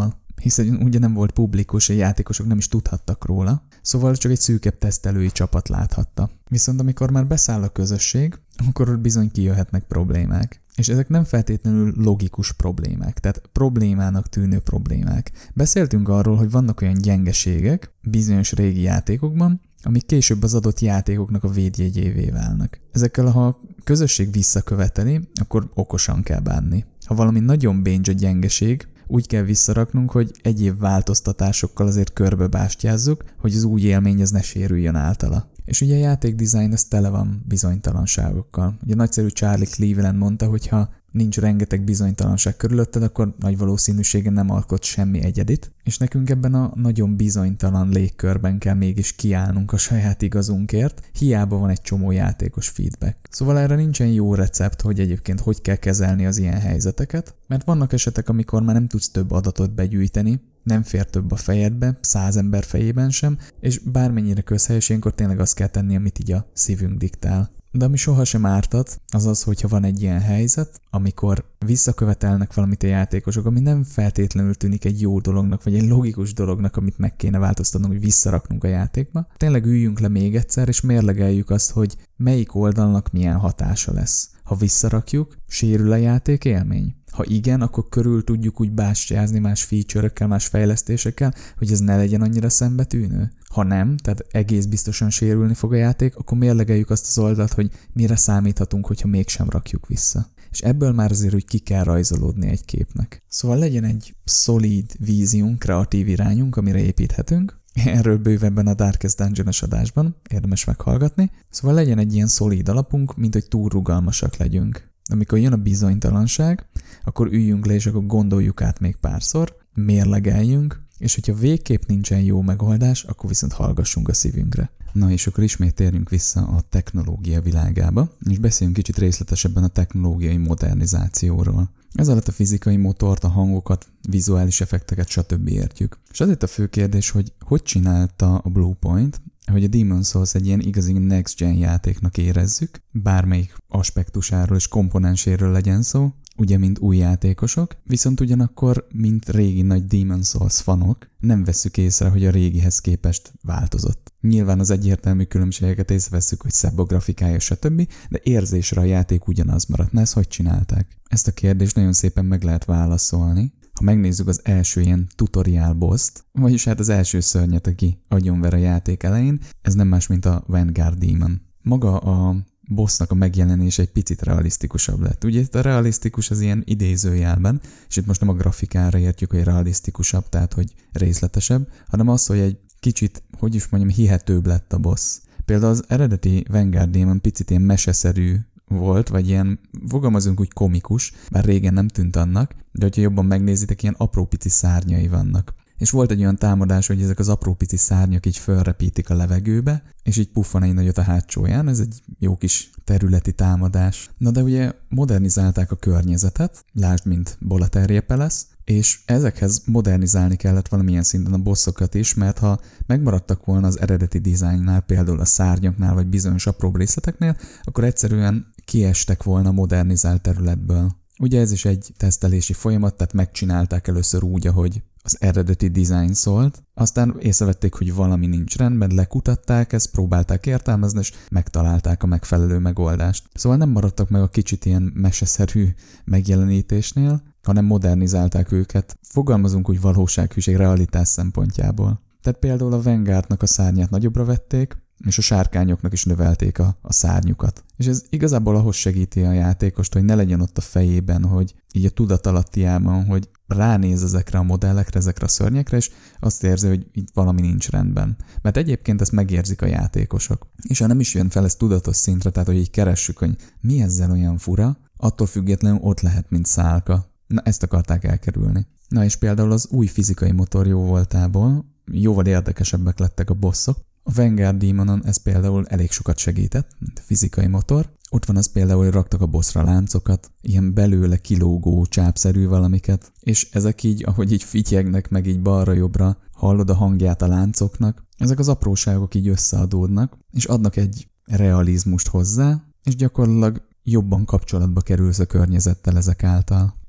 Speaker 1: hiszen ugye nem volt publikus, a játékosok nem is tudhattak róla, szóval csak egy szűkebb tesztelői csapat láthatta. Viszont amikor már beszáll a közösség, akkor bizony kijöhetnek problémák. És ezek nem feltétlenül logikus problémák, tehát problémának tűnő problémák. Beszéltünk arról, hogy vannak olyan gyengeségek bizonyos régi játékokban, amik később az adott játékoknak a védjegyévé válnak. Ezekkel, ha a közösség visszaköveteli, akkor okosan kell bánni. Ha valami nagyon béncs a gyengeség, úgy kell visszaraknunk, hogy egyéb változtatásokkal azért körbebástyázzuk, hogy az új élmény ez ne sérüljön általa. És ugye a játékdesign ez tele van bizonytalanságokkal. Ugye nagyszerű Charlie Cleveland mondta, hogy ha nincs rengeteg bizonytalanság körülötted, akkor nagy valószínűséggel nem alkot semmi egyedit, és nekünk ebben a nagyon bizonytalan légkörben kell mégis kiállnunk a saját igazunkért, hiába van egy csomó játékos feedback. Szóval erre nincsen jó recept, hogy egyébként hogy kell kezelni az ilyen helyzeteket, mert vannak esetek, amikor már nem tudsz több adatot begyűjteni, nem fér több a fejedbe, száz ember fejében sem, és bármennyire közhelyes, ilyenkor tényleg azt kell tenni, amit így a szívünk diktál. De ami sohasem ártat, az az, hogyha van egy ilyen helyzet, amikor visszakövetelnek valamit a játékosok, ami nem feltétlenül tűnik egy jó dolognak, vagy egy logikus dolognak, amit meg kéne változtatnunk, hogy visszaraknunk a játékba. Tényleg üljünk le még egyszer, és mérlegeljük azt, hogy melyik oldalnak milyen hatása lesz. Ha visszarakjuk, sérül a játék élmény. Ha igen, akkor körül tudjuk úgy bástyázni más feature-ökkel, más fejlesztésekkel, hogy ez ne legyen annyira szembetűnő. Ha nem, tehát egész biztosan sérülni fog a játék, akkor mérlegeljük azt az oldalt, hogy mire számíthatunk, hogyha mégsem rakjuk vissza. És ebből már azért úgy ki kell rajzolódni egy képnek. Szóval legyen egy szolid víziunk, kreatív irányunk, amire építhetünk. Erről bővebben a Darkest Dungeon-es adásban, érdemes meghallgatni. Szóval legyen egy ilyen szolid alapunk, mint hogy túl rugalmasak legyünk. Amikor jön a bizonytalanság, akkor üljünk le, és akkor gondoljuk át még párszor, mérlegeljünk, és hogyha végképp nincsen jó megoldás, akkor viszont hallgassunk a szívünkre. Na és akkor ismét térjünk vissza a technológia világába, és beszéljünk kicsit részletesebben a technológiai modernizációról. Ez alatt a fizikai motort, a hangokat, vizuális effekteket, stb. Értjük. És az itt a fő kérdés, hogy hogy csinálta a Bluepoint, hogy a Demon's Souls egy ilyen igazi next-gen játéknak érezzük, bármelyik aspektusáról és komponenséről legyen szó, ugye mint új játékosok, viszont ugyanakkor, mint régi nagy Demon's Souls fanok, nem vesszük észre, hogy a régihez képest változott. Nyilván az egyértelmű különbségeket észrevesszük, hogy szebb a grafikája, stb., de érzésre a játék ugyanaz maradt. Na, ezt hogy csinálták? Ezt a kérdést nagyon szépen meg lehet válaszolni. Ha megnézzük az első ilyen tutorial boss-t, vagyis hát az első szörnyet, aki agyonver a játék elején, ez nem más, mint a Vanguard Demon. Maga a bossnak a megjelenése egy picit realisztikusabb lett. Ugye itt a realisztikus az ilyen idézőjelben, és itt most nem a grafikára értjük, hogy realisztikusabb, tehát hogy részletesebb, hanem az, hogy egy kicsit, hogy is mondjam, hihetőbb lett a boss. Például az eredeti Vanguard Demon picit ilyen meseszerű volt, vagy ilyen, fogalmazunk úgy komikus, bár régen nem tűnt annak, de hogyha jobban megnézitek, ilyen apró pici szárnyai vannak. És volt egy olyan támadás, hogy ezek az apró pici szárnyak így fölrepítik a levegőbe, és így puffan egy nagyot a hátsóján, ez egy jó kis területi támadás. Na de ugye modernizálták a környezetet, lásd, mint Bolaterjepelesz, és ezekhez modernizálni kellett valamilyen szinten a bosszokat is, mert ha megmaradtak volna az eredeti dizájnnál, például a szárnyaknál, vagy bizonyos apróbb részleteknél, akkor egyszerűen kiestek volna a modernizált területből. Ugye ez is egy tesztelési folyamat, tehát megcsinálták először úgy, ahogy az eredeti design szólt, aztán észrevették, hogy valami nincs rendben, lekutatták ezt, próbálták értelmezni, és megtalálták a megfelelő megoldást. Szóval nem maradtak meg a kicsit ilyen meseszerű megjelenítésnél, hanem modernizálták őket. Fogalmazunk úgy valósághűség, realitás szempontjából. Tehát például a Vanguardnak a szárnyát nagyobbra vették, és a sárkányoknak is növelték a, a szárnyukat. És ez igazából ahhoz segíti a játékost, hogy ne legyen ott a fejében, hogy így a tudatalattiában, hogy ránéz ezekre a modellekre, ezekre a szörnyekre, és azt érzi, hogy itt valami nincs rendben. Mert egyébként ezt megérzik a játékosok. És ha nem is jön fel ez tudatos szintre, tehát hogy így keressük, hogy mi ezzel olyan fura, attól függetlenül ott lehet, mint szálka. Na, ezt akarták elkerülni. Na és például az új fizikai motor jó voltából jóval érdekesebbek lettek a bosszok. A Vanguard Demonon ez például elég sokat segített, mint a fizikai motor. Ott van az például, hogy raktak a bosszra láncokat, ilyen belőle kilógó, csápszerű valamiket, és ezek így, ahogy így fityegnek meg így balra-jobbra, hallod a hangját a láncoknak, ezek az apróságok így összeadódnak, és adnak egy realizmust hozzá, és gyakorlatilag jobban kapcsolatba kerülsz a környezettel ezek által.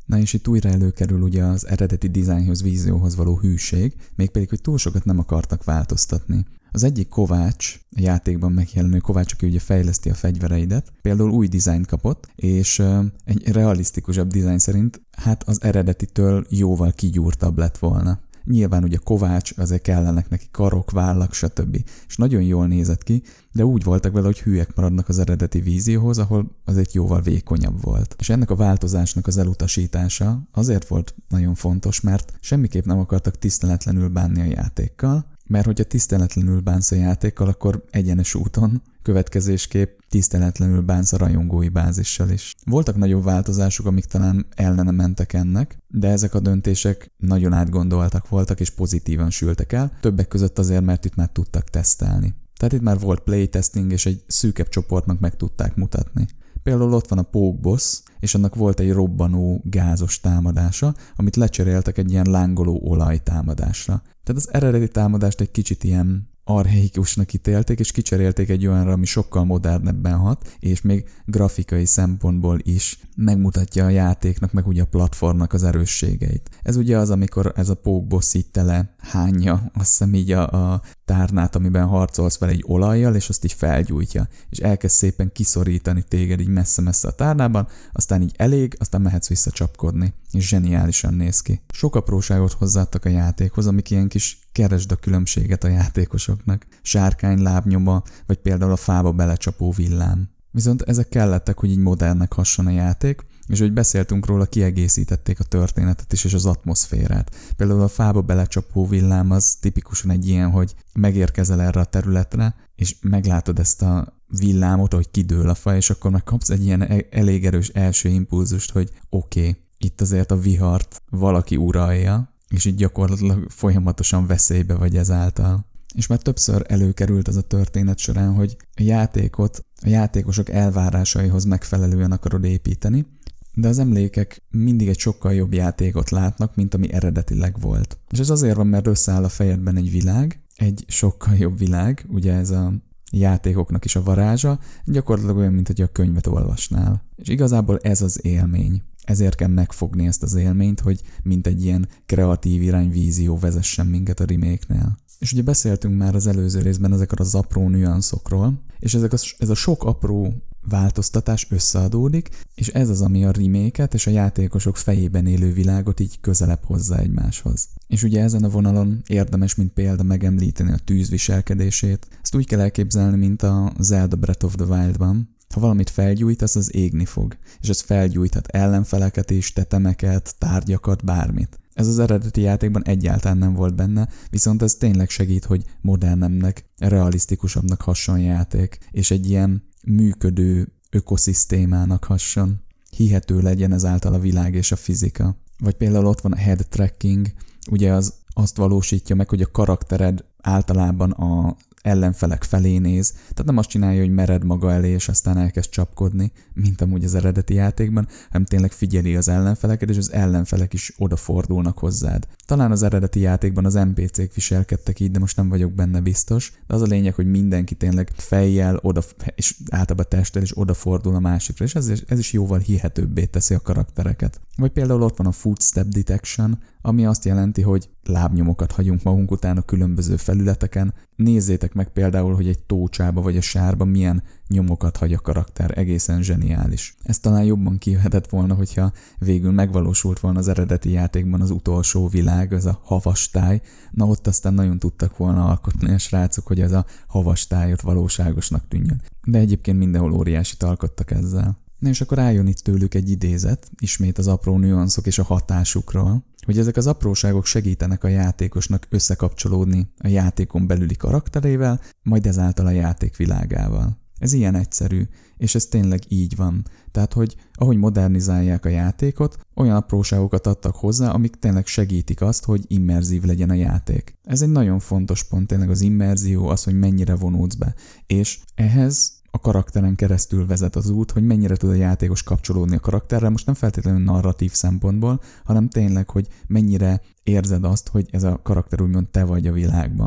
Speaker 1: Na és itt újra előkerül ugye az eredeti dizájnhoz, vízióhoz való hűség, mégpedig, hogy túl sokat nem akartak változtatni. Az egyik Kovács, a játékban megjelenő Kovács, aki ugye fejleszti a fegyvereidet, például új dizájnt kapott, és egy realisztikusabb dizájn szerint hát az eredetitől jóval kigyúrtabb lett volna. Nyilván ugye Kovács, azért kellenek neki karok, vállak, stb. És nagyon jól nézett ki, de úgy voltak vele, hogy hülyek maradnak az eredeti vízióhoz, ahol azért jóval vékonyabb volt. És ennek a változásnak az elutasítása azért volt nagyon fontos, mert semmiképp nem akartak tiszteletlenül bánni a játékkal, mert hogyha tiszteletlenül bánsz a játékkal, akkor egyenes úton, következésképp tiszteletlenül bánsz a rajongói bázissal is. Voltak nagyobb változások, amik talán ellene mentek ennek, de ezek a döntések nagyon átgondoltak voltak és pozitívan sültek el, többek között azért, mert itt már tudtak tesztelni. Tehát itt már volt playtesting, és egy szűkebb csoportnak meg tudták mutatni. Például ott van a Pók Boss, és annak volt egy robbanó gázos támadása, amit lecseréltek egy ilyen lángoló olajtámadásra. Tehát az eredeti támadást egy kicsit ilyen archaikusnak ítélték, és kicserélték egy olyanra, ami sokkal modernebben hat, és még grafikai szempontból is megmutatja a játéknak, meg ugye a platformnak az erősségeit. Ez ugye az, amikor ez a Pók Boss így tele hányja, azt hiszem így a, a tárnát, amiben harcolsz vele egy olajjal, és azt így felgyújtja, és elkezd szépen kiszorítani téged így messze-messze a tárnában, aztán így elég, aztán mehetsz vissza csapkodni, és zseniálisan néz ki. Sok apróságot hozzáadtak a játékhoz, amik ilyen kis keresd a különbséget a játékosoknak. Sárkány lábnyoma, vagy például a fába belecsapó villám. Viszont ezek kellettek, hogy így modernnek hasson a játék, és hogy beszéltünk róla, kiegészítették a történetet is, és az atmoszférát. Például a fába belecsapó villám az tipikusan egy ilyen, hogy megérkezel erre a területre, és meglátod ezt a villámot, hogy kidől a fa, és akkor megkapsz egy ilyen elég erős első impulzust, hogy oké, okay, itt azért a vihart valaki uralja, és így gyakorlatilag folyamatosan veszélybe vagy ezáltal. És már többször előkerült az a történet során, hogy a játékot a játékosok elvárásaihoz megfelelően akarod építeni, de az emlékek mindig egy sokkal jobb játékot látnak, mint ami eredetileg volt. És ez azért van, mert összeáll a fejedben egy világ, egy sokkal jobb világ, ugye ez a játékoknak is a varázsa, gyakorlatilag olyan, mint hogy a könyvet olvasnál. És igazából ez az élmény. Ezért kell megfogni ezt az élményt, hogy mint egy ilyen kreatív irányvízió vezessen minket a remake-nél. És ugye beszéltünk már az előző részben ezekről az apró nüanszokról, és ezek a, ez a sok apró változtatás összeadódik, és ez az, ami a remake-et és a játékosok fejében élő világot így közelebb hozza egymáshoz. És ugye ezen a vonalon érdemes, mint példa megemlíteni a tűz viselkedését. Ezt úgy kell elképzelni, mint a Zelda Breath of the Wild-ban. Ha valamit felgyújtasz, az égni fog, és ez felgyújthat ellenfeleket is, tetemeket, tárgyakat, bármit. Ez az eredeti játékban egyáltalán nem volt benne, viszont ez tényleg segít, hogy modernemnek, realisztikusabbnak hasson játék, és egy ilyen működő ökoszisztémának hasson. Hihető legyen ezáltal a világ és a fizika. Vagy például ott van a head tracking, ugye az azt valósítja meg, hogy a karaktered általában a ellenfelek felé néz, tehát nem azt csinálja, hogy mered maga elé, és aztán elkezd csapkodni, mint amúgy az eredeti játékban, hanem tényleg figyeli az ellenfeleket, és az ellenfelek is odafordulnak hozzád. Talán az eredeti játékban az en pé cék viselkedtek így, de most nem vagyok benne biztos, de az a lényeg, hogy mindenki tényleg fejjel, oda, és általában testtel is odafordul a másikra, és ez, ez is jóval hihetőbbé teszi a karaktereket. Vagy például ott van a footstep detection, ami azt jelenti, hogy lábnyomokat hagyunk magunk után a különböző felületeken. Nézzétek meg például, hogy egy tócsába vagy a sárba milyen nyomokat hagy a karakter, egészen zseniális. Ez talán jobban kijöhetett volna, hogyha végül megvalósult volna az eredeti játékban az utolsó világ, az a havastáj. Na ott aztán nagyon tudtak volna alkotni a srácok, hogy ez a havastályot valóságosnak tűnjön. De egyébként mindenhol óriásit alkottak ezzel. Na és akkor álljon itt tőlük egy idézet, ismét az apró nüanszok és a hatásukról, hogy ezek az apróságok segítenek a játékosnak összekapcsolódni a játékon belüli karakterével, majd ezáltal a játék világával. Ez ilyen egyszerű, és ez tényleg így van. Tehát, hogy ahogy modernizálják a játékot, olyan apróságokat adtak hozzá, amik tényleg segítik azt, hogy immerzív legyen a játék. Ez egy nagyon fontos pont, tényleg az immerzió, az, hogy mennyire vonódsz be. És ehhez a karakteren keresztül vezet az út, hogy mennyire tud a játékos kapcsolódni a karakterrel, most nem feltétlenül narratív szempontból, hanem tényleg, hogy mennyire érzed azt, hogy ez a karakter úgymond te vagy a világban.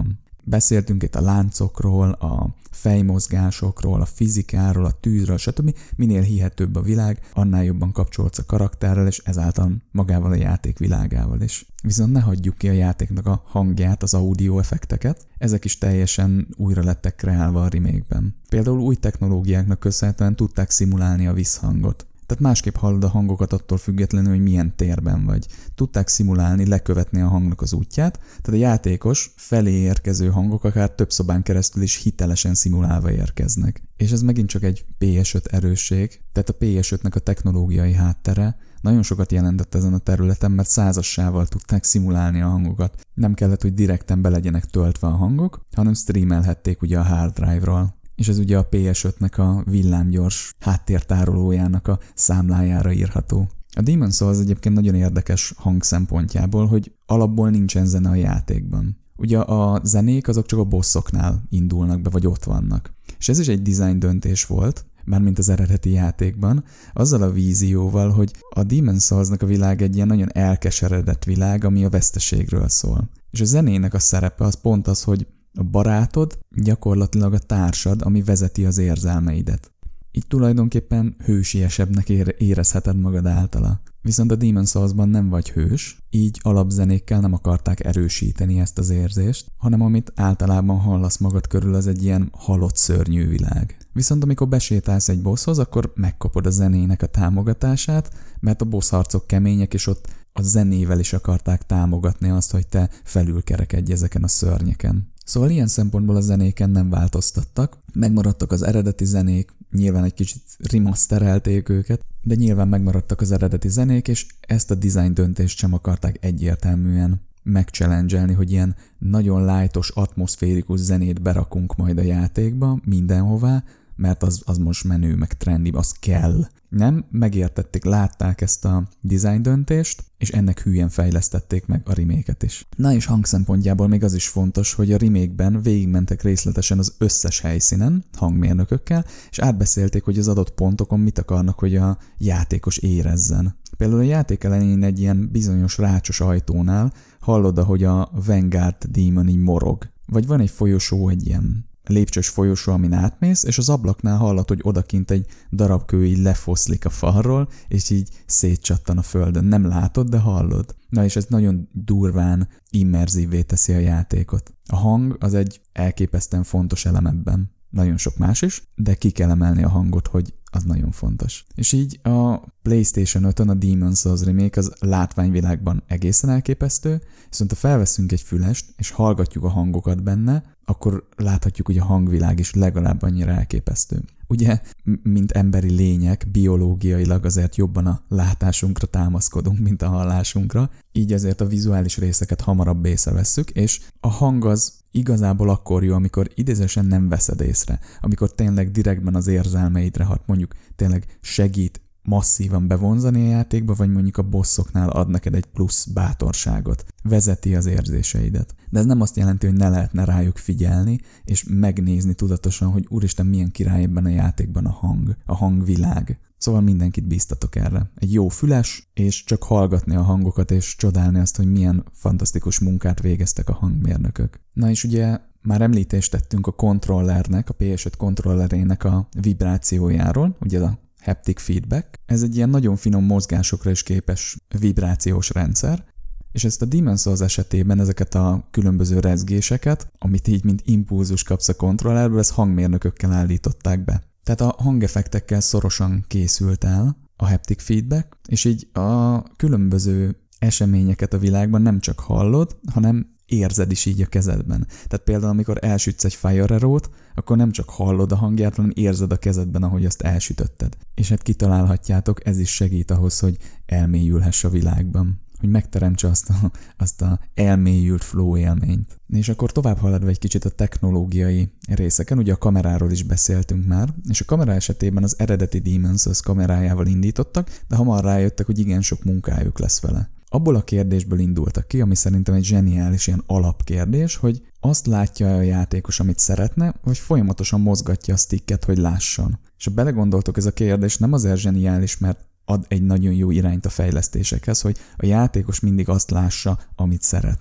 Speaker 1: Beszéltünk itt a láncokról, a fejmozgásokról, a fizikáról, a tűzről, stb. Minél hihetőbb a világ, annál jobban kapcsolódsz a karakterrel, és ezáltal magával a játék világával is. Viszont ne hagyjuk ki a játéknak a hangját, az audio effekteket, ezek is teljesen újra lettek kreálva a remake-ben. Például új technológiáknak köszönhetően tudták szimulálni a visszhangot. Tehát másképp hallod a hangokat attól függetlenül, hogy milyen térben vagy. Tudták szimulálni, lekövetni a hangnak az útját, tehát a játékos felé érkező hangok akár több szobán keresztül is hitelesen szimulálva érkeznek. És ez megint csak egy pé es öt erősség, tehát a pé es ötnek a technológiai háttere nagyon sokat jelentett ezen a területen, mert százassával tudták szimulálni a hangokat. Nem kellett, hogy direkten be legyenek töltve a hangok, hanem streamelhették ugye a hard drive-ról. És ez ugye a pé es ötnek a villámgyors háttértárolójának a számlájára írható. A Demon's Souls egyébként nagyon érdekes hang szempontjából, hogy alapból nincsen zene a játékban. Ugye a zenék azok csak a bosszoknál indulnak be, vagy ott vannak. És ez is egy design döntés volt, mármint az eredeti játékban, azzal a vízióval, hogy a Demon's Soulsnak a világ egy ilyen nagyon elkeseredett világ, ami a veszteségről szól. És a zenének a szerepe az pont az, hogy a barátod gyakorlatilag a társad, ami vezeti az érzelmeidet. Így tulajdonképpen hősiesebbnek érezheted magad általa. Viszont a Demon's Soulsban nem vagy hős, így alapzenékkel nem akarták erősíteni ezt az érzést, hanem amit általában hallasz magad körül, az egy ilyen halott szörnyű világ. Viszont amikor besétálsz egy bosshoz, akkor megkapod a zenének a támogatását, mert a boss harcok kemények, és ott a zenével is akarták támogatni azt, hogy te felülkerekedj ezeken a szörnyeken. Szóval ilyen szempontból a zenéken nem változtattak, megmaradtak az eredeti zenék, nyilván egy kicsit remasterelték őket, de nyilván megmaradtak az eredeti zenék, és ezt a design döntést sem akarták egyértelműen megchallenge-elni, hogy ilyen nagyon lightos, atmoszférikus zenét berakunk majd a játékba, mindenhová, mert az, az most menő, meg trendi, az kell. Nem, megértették, látták ezt a design döntést, és ennek hülyen fejlesztették meg a remake-et is. Na és hang szempontjából még az is fontos, hogy a remake-ben végigmentek részletesen az összes helyszínen, hangmérnökökkel, és átbeszélték, hogy az adott pontokon mit akarnak, hogy a játékos érezzen. Például a játék elején egy ilyen bizonyos rácsos ajtónál hallod, ahogy a Vanguard Demon így morog. Vagy van egy folyosó, egy ilyen lépcsős folyosó, amin átmész, és az ablaknál hallod, hogy odakint egy darab kő így lefoszlik a falról, és így szétcsattan a földön. Nem látod, de hallod. Na és ez nagyon durván immerzívvé teszi a játékot. A hang az egy elképesztően fontos elem ebben. Nagyon sok más is, de ki kell emelni a hangot, hogy az nagyon fontos. És így a PlayStation ötön a Demon's Souls remake az látványvilágban egészen elképesztő, viszont ha felveszünk egy fülest, és hallgatjuk a hangokat benne, akkor láthatjuk, hogy a hangvilág is legalább annyira elképesztő. Ugye, mint emberi lények, biológiailag azért jobban a látásunkra támaszkodunk, mint a hallásunkra, így ezért a vizuális részeket hamarabb észrevesszük, és a hang az igazából akkor jó, amikor idézősen nem veszed észre, amikor tényleg direktben az érzelmeidre hat, mondjuk tényleg segít masszívan bevonzani a játékba, vagy mondjuk a bosszoknál ad neked egy plusz bátorságot, vezeti az érzéseidet. De ez nem azt jelenti, hogy ne lehetne rájuk figyelni, és megnézni tudatosan, hogy úristen, milyen király ebben a játékban a hang, a hangvilág. Szóval mindenkit bíztatok erre. Egy jó füles, és csak hallgatni a hangokat, és csodálni azt, hogy milyen fantasztikus munkát végeztek a hangmérnökök. Na és ugye már említést tettünk a kontrollernek, a pé es öt kontrollerének a vibrációjáról, ugye a haptic feedback. Ez egy ilyen nagyon finom mozgásokra is képes vibrációs rendszer, és ezt a Demon's Souls esetében ezeket a különböző rezgéseket, amit így mint impulzus kapsz a kontrollerből, ezt hangmérnökökkel állították be. Tehát a hangeffektekkel szorosan készült el a haptic feedback, és így a különböző eseményeket a világban nem csak hallod, hanem érzed is így a kezedben. Tehát például, amikor elsütsz egy Fire Arrow-t, akkor nem csak hallod a hangját, hanem érzed a kezedben, ahogy azt elsütötted. És hát kitalálhatjátok, ez is segít ahhoz, hogy elmélyülhess a világban. Hogy megteremtse azt a, azt a elmélyült flow élményt. És akkor tovább haladva egy kicsit a technológiai részeken, ugye a kameráról is beszéltünk már, és a kamera esetében az eredeti Demon's Souls kamerájával indítottak, de hamar rájöttek, hogy igen sok munkájuk lesz vele. Abból a kérdésből indultak ki, ami szerintem egy zseniális ilyen alapkérdés, hogy azt látja a játékos, amit szeretne, vagy folyamatosan mozgatja a sticket, hogy lásson. És ha belegondoltok, ez a kérdés nem azért zseniális, mert ad egy nagyon jó irányt a fejlesztésekhez, hogy a játékos mindig azt lássa, amit szeretne,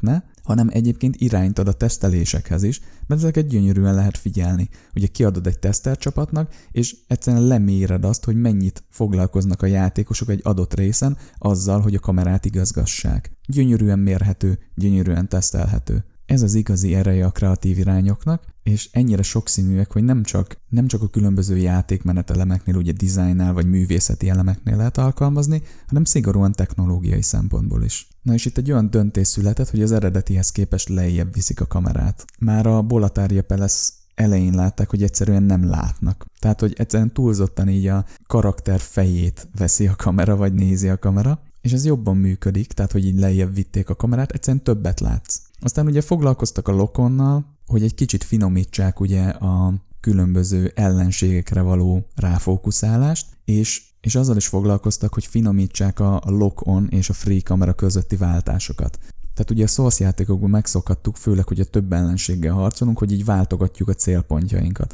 Speaker 1: hanem egyébként irányt ad a tesztelésekhez is, mert ezeket gyönyörűen lehet figyelni. Ugye kiadod egy tesztercsapatnak, és egyszerűen leméred azt, hogy mennyit foglalkoznak a játékosok egy adott részen azzal, hogy a kamerát igazgassák. Gyönyörűen mérhető, gyönyörűen tesztelhető. Ez az igazi ereje a kreatív irányoknak, és ennyire sokszínűek, hogy nem csak, nem csak a különböző játékmenetelemeknél, ugye dizájnnál vagy művészeti elemeknél lehet alkalmazni, hanem szigorúan technológiai szempontból is. Na és itt egy olyan döntés született, hogy az eredetihez képest lejjebb viszik a kamerát. Már a Boletaria Palace elején látták, hogy egyszerűen nem látnak. Tehát, hogy egyszerűen túlzottan így a karakter fejét veszi a kamera, vagy nézi a kamera, és ez jobban működik, tehát, hogy így lejjebb vitték a kamerát, egyszerűen többet látsz. Aztán ugye foglalkoztak a lokonnal, hogy egy kicsit finomítsák ugye a különböző ellenségekre való ráfókuszálást, és, és azzal is foglalkoztak, hogy finomítsák a, a lock-on és a free kamera közötti váltásokat. Tehát ugye a Souls játékokban megszokhattuk, főleg, hogy a több ellenséggel harcolunk, hogy így váltogatjuk a célpontjainkat.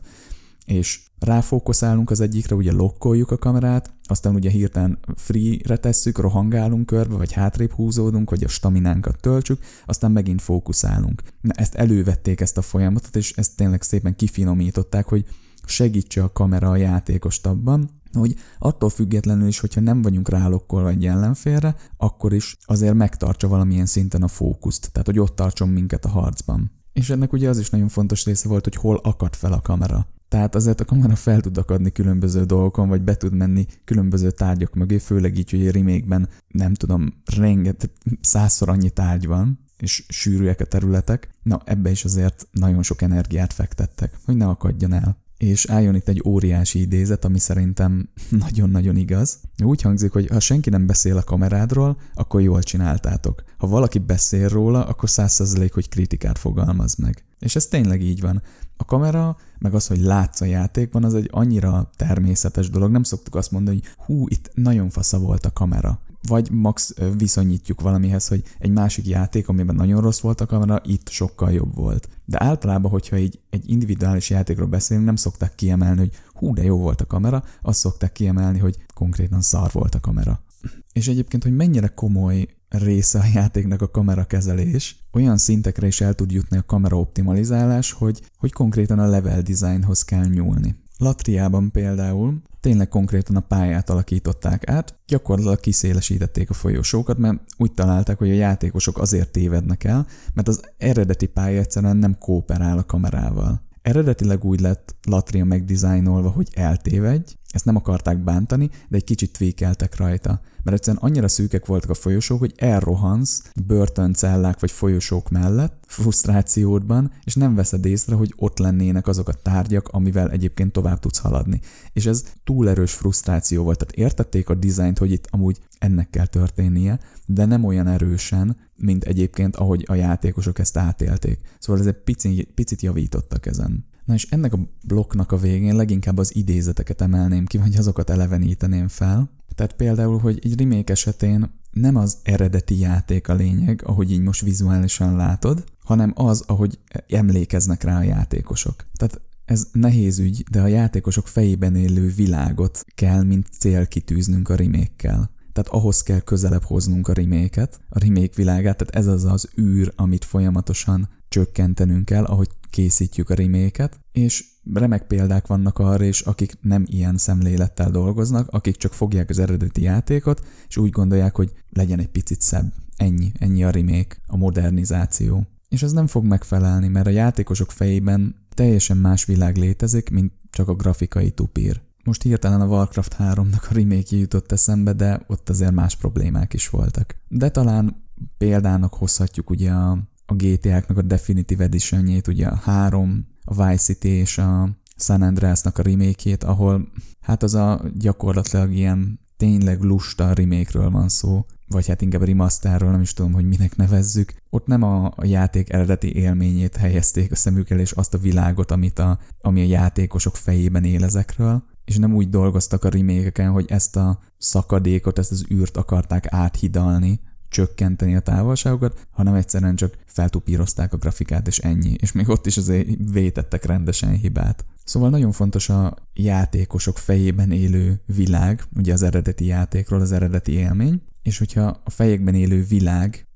Speaker 1: És ráfókuszálunk az egyikre, ugye lokkoljuk a kamerát, aztán ugye hirtelen free-re tesszük, rohangálunk körbe, vagy hátrébb húzódunk, hogy a staminánkat töltsük, aztán megint fókuszálunk. Na, ezt elővették ezt a folyamatot, és ezt tényleg szépen kifinomították, hogy segítse a kamera a játékost abban, hogy attól függetlenül is, hogyha nem vagyunk rálokkolva egy ellenfélre, akkor is azért megtartsa valamilyen szinten a fókuszt, tehát hogy ott tartson minket a harcban. És ennek ugye az is nagyon fontos része volt, hogy hol akad fel a kamera. Tehát azért a kamera fel tud akadni különböző dolgokon, vagy be tud menni különböző tárgyak mögé, főleg így, hogy a remake-ben nem tudom, rengeteg, százszor annyi tárgy van, és sűrűek a területek. Na, ebbe is azért nagyon sok energiát fektettek, hogy ne akadjon el. És álljon itt egy óriási idézet, ami szerintem nagyon-nagyon igaz. Úgy hangzik, hogy ha senki nem beszél a kamerádról, akkor jól csináltátok. Ha valaki beszél róla, akkor száz százalék, hogy kritikát fogalmaz meg. És ez tényleg így van. A kamera, meg az, hogy látsz a játékban, az egy annyira természetes dolog. Nem szoktuk azt mondani, hogy hú, itt nagyon fasza volt a kamera. Vagy max viszonyítjuk valamihez, hogy egy másik játék, amiben nagyon rossz volt a kamera, itt sokkal jobb volt. De általában, hogyha így egy individuális játékról beszélünk, nem szokták kiemelni, hogy hú, de jó volt a kamera, azt szokták kiemelni, hogy konkrétan szar volt a kamera. És egyébként, hogy mennyire komoly része a játéknak a kamerakezelés, olyan szintekre is el tud jutni a kamera optimalizálás, hogy, hogy konkrétan a level designhoz kell nyúlni. Latriában például tényleg konkrétan a pályát alakították át, gyakorlatilag kiszélesítették a folyosókat, mert úgy találták, hogy a játékosok azért tévednek el, mert az eredeti pálya egyszerűen nem kooperál a kamerával. Eredetileg úgy lett Latria megdizájnolva, hogy eltévedj, ezt nem akarták bántani, de egy kicsit tweakeltek rajta. Mert egyszerűen annyira szűkek voltak a folyosók, hogy elrohansz börtöncellák vagy folyosók mellett, frusztrációdban, és nem veszed észre, hogy ott lennének azok a tárgyak, amivel egyébként tovább tudsz haladni. És ez túl erős frusztráció volt. Tehát értették a dizájnt, hogy itt amúgy ennek kell történnie, de nem olyan erősen, mint egyébként, ahogy a játékosok ezt átélték. Szóval ez egy picit, picit javítottak ezen. Na és ennek a blokknak a végén leginkább az idézeteket emelném ki, vagy azokat eleveníteném fel. Tehát például, hogy egy remake esetén nem az eredeti játék a lényeg, ahogy így most vizuálisan látod, hanem az, ahogy emlékeznek rá a játékosok. Tehát ez nehéz ügy, de a játékosok fejében élő világot kell, mint cél kitűznünk a remake-kel. Tehát ahhoz kell közelebb hoznunk a remake-et, a remake világát, tehát ez az az űr, amit folyamatosan csökkentenünk kell, ahogy készítjük a remake-et, és remek példák vannak arra is, akik nem ilyen szemlélettel dolgoznak, akik csak fogják az eredeti játékot, és úgy gondolják, hogy legyen egy picit szebb. Ennyi, ennyi a remake, a modernizáció. És ez nem fog megfelelni, mert a játékosok fejében teljesen más világ létezik, mint csak a grafikai tupír. Most hirtelen a Warcraft háromnak a remake-je jutott eszembe, de ott azért más problémák is voltak. De talán példának hozhatjuk ugye a, a gé té á-knak a Definitive Edition-jét, ugye a három, a Vice City és a San Andreasnak a remake-jét, ahol hát az a gyakorlatilag ilyen tényleg lusta remake-ről van szó, vagy hát inkább remasterről, nem is tudom, hogy minek nevezzük. Ott nem a, a játék eredeti élményét helyezték a szemük elé, és azt a világot, amit a, ami a játékosok fejében él ezekről, és nem úgy dolgoztak a remake-eken, hogy ezt a szakadékot, ezt az űrt akarták áthidalni, csökkenteni a távolságokat, hanem egyszerűen csak feltupírozták a grafikát, és ennyi. És még ott is azért vétettek rendesen hibát. Szóval nagyon fontos a játékosok fejében élő világ, ugye az eredeti játékról, az eredeti élmény, és hogyha a fejekben élő világ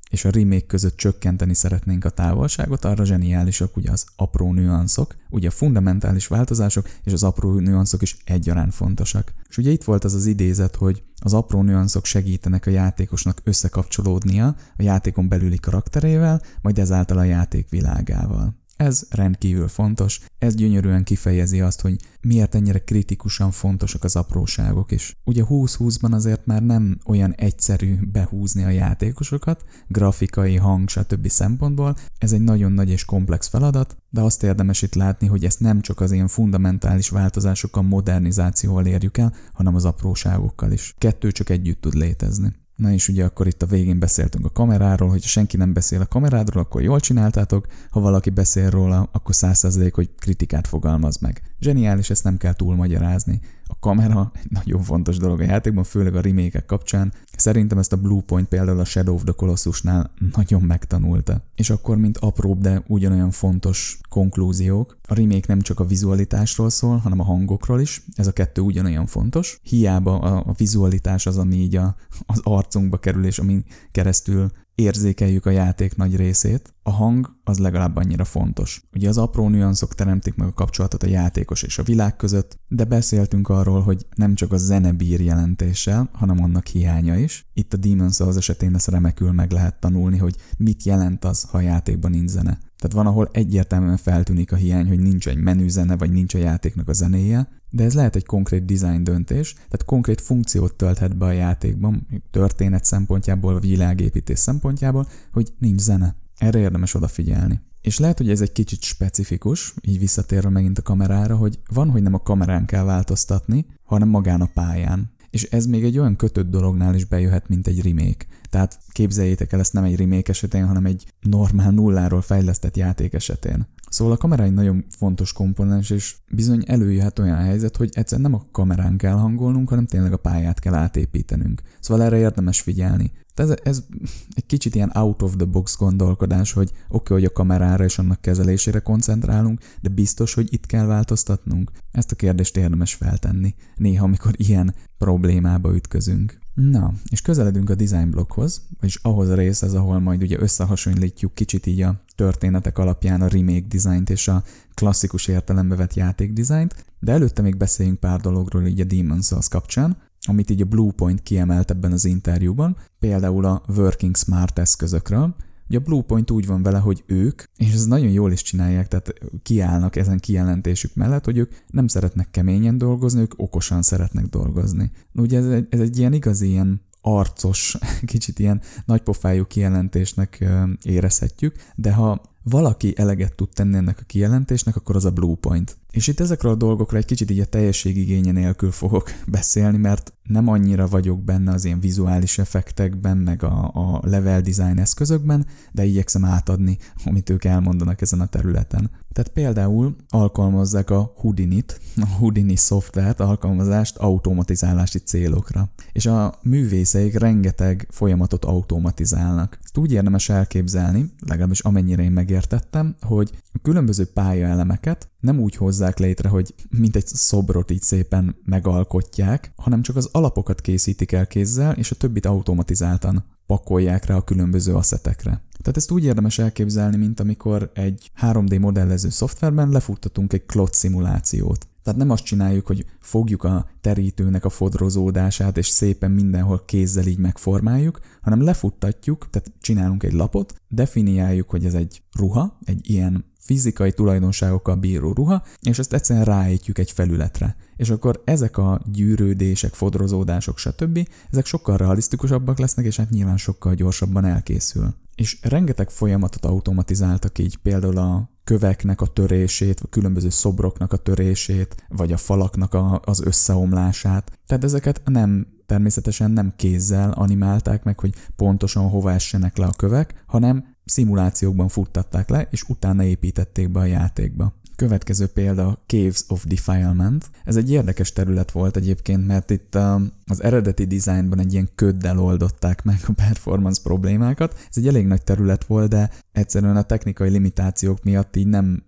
Speaker 1: és a remake között csökkenteni szeretnénk a távolságot, arra zseniálisak ugye az apró nüanszok, ugye a fundamentális változások és az apró nüanszok is egyaránt fontosak. És ugye itt volt az az idézet, hogy az apró nüanszok segítenek a játékosnak összekapcsolódnia a játékon belüli karakterével, majd ezáltal a játék világával. Ez rendkívül fontos, ez gyönyörűen kifejezi azt, hogy miért ennyire kritikusan fontosak az apróságok is. Ugye húsz húszban azért már nem olyan egyszerű behúzni a játékosokat, grafikai, hang, stb. Szempontból, ez egy nagyon nagy és komplex feladat, de azt érdemes itt látni, hogy ezt nem csak az ilyen fundamentális változásokkal, modernizációval érjük el, hanem az apróságokkal is. Kettő csak együtt tud létezni. Na és ugye akkor itt a végén beszéltünk a kameráról, hogyha senki nem beszél a kamerádról, akkor jól csináltátok, ha valaki beszél róla, akkor száz százalék, hogy kritikát fogalmaz meg. Zseniális, ezt nem kell túlmagyarázni. A kamera egy nagyon fontos dolog a játékban, főleg a remake-ek kapcsán. Szerintem ezt a Bluepoint például a Shadow of the Colossusnál nagyon megtanulta. És akkor, mint apróbb, de ugyanolyan fontos konklúziók, a remake nem csak a vizualitásról szól, hanem a hangokról is. Ez a kettő ugyanolyan fontos. Hiába a, a vizualitás az, ami így a, az arcunkba kerül, és amin keresztül érzékeljük a játék nagy részét, a hang az legalább annyira fontos. Ugye az apró nüanszok teremtik meg a kapcsolatot a játékos és a világ között, de beszéltünk arról, hogy nem csak a zene bír jelentéssel, hanem annak hiánya is. Itt a Demon's Souls esetén ezt remekül meg lehet tanulni, hogy mit jelent az, ha a játékban nincs zene. Tehát van, ahol egyértelműen feltűnik a hiány, hogy nincs egy menüzene, vagy nincs a játéknak a zenéje, de ez lehet egy konkrét design döntés, tehát konkrét funkciót tölthet be a játékban, történet szempontjából, vagy világépítés szempontjából, hogy nincs zene. Erre érdemes odafigyelni. És lehet, hogy ez egy kicsit specifikus, így visszatérve megint a kamerára, hogy van, hogy nem a kamerán kell változtatni, hanem magán a pályán. És ez még egy olyan kötött dolognál is bejöhet, mint egy remake. Tehát képzeljétek el ezt nem egy remake esetén, hanem egy normál nulláról fejlesztett játék esetén. Szóval a kamera egy nagyon fontos komponens, és bizony előjöhet olyan helyzet, hogy egyszerűen nem a kamerán kell hangolnunk, hanem tényleg a pályát kell átépítenünk. Szóval erre érdemes figyelni. Ez, ez egy kicsit ilyen out of the box gondolkodás, hogy oké, okay, hogy a kamerára és annak kezelésére koncentrálunk, de biztos, hogy itt kell változtatnunk? Ezt a kérdést érdemes feltenni, néha, amikor ilyen problémába ütközünk. Na, és közeledünk a design blokkhoz, vagyis ahhoz a részhez, ahol majd ugye összehasonlítjuk kicsit így a történetek alapján a remake dizájnt és a klasszikus értelembe vett játék dizájnt, de előtte még beszéljünk pár dologról így a Demon's Souls kapcsán, amit így a Bluepoint kiemelt ebben az interjúban, például a Working Smart eszközökről. Ugye a Bluepoint úgy van vele, hogy ők, és ez nagyon jól is csinálják, tehát kiállnak ezen kijelentésük mellett, hogy ők nem szeretnek keményen dolgozni, ők okosan szeretnek dolgozni. Ugye ez egy, ez egy ilyen igazi, ilyen arcos, kicsit ilyen nagypofájú kijelentésnek érezhetjük, de ha valaki eleget tud tenni ennek a kijelentésnek, akkor az a Bluepoint. És itt ezekről a dolgokra egy kicsit így a teljességigénye nélkül fogok beszélni, mert nem annyira vagyok benne az ilyen vizuális effektekben, meg a, a level design eszközökben, de igyekszem átadni, amit ők elmondanak ezen a területen. Tehát például alkalmazzák a Houdinit, a Houdini szoftvert, alkalmazást automatizálási célokra. És a művészeik rengeteg folyamatot automatizálnak. Ezt úgy érdemes elképzelni, legalábbis amennyire én megértettem, hogy a különböző pályaelemeket nem úgy hozzák létre, hogy mint egy szobrot így szépen megalkotják, hanem csak az alapokat készítik el kézzel, és a többit automatizáltan pakolják rá a különböző asszetekre. Tehát ezt úgy érdemes elképzelni, mint amikor egy három dé modellező szoftverben lefuttatunk egy klotz szimulációt. Tehát nem azt csináljuk, hogy fogjuk a terítőnek a fodrozódását, és szépen mindenhol kézzel így megformáljuk, hanem lefuttatjuk, tehát csinálunk egy lapot, definiáljuk, hogy ez egy ruha, egy ilyen fizikai tulajdonságokkal bíró ruha, és ezt egyszerűen ráejtjük egy felületre. És akkor ezek a gyűrődések, fodrozódások, stb. Ezek sokkal realisztikusabbak lesznek, és hát nyilván sokkal gyorsabban elkészül. És rengeteg folyamatot automatizáltak így, például a köveknek a törését, vagy különböző szobroknak a törését, vagy a falaknak a, az összeomlását. Tehát ezeket nem, természetesen nem kézzel animálták meg, hogy pontosan hova essenek le a kövek, hanem szimulációkban futtatták le, és utána építették be a játékba. Következő példa a Caves of Defilement. Ez egy érdekes terület volt egyébként, mert itt az eredeti dizájnban egy ilyen köddel oldották meg a performance problémákat. Ez egy elég nagy terület volt, de egyszerűen a technikai limitációk miatt így nem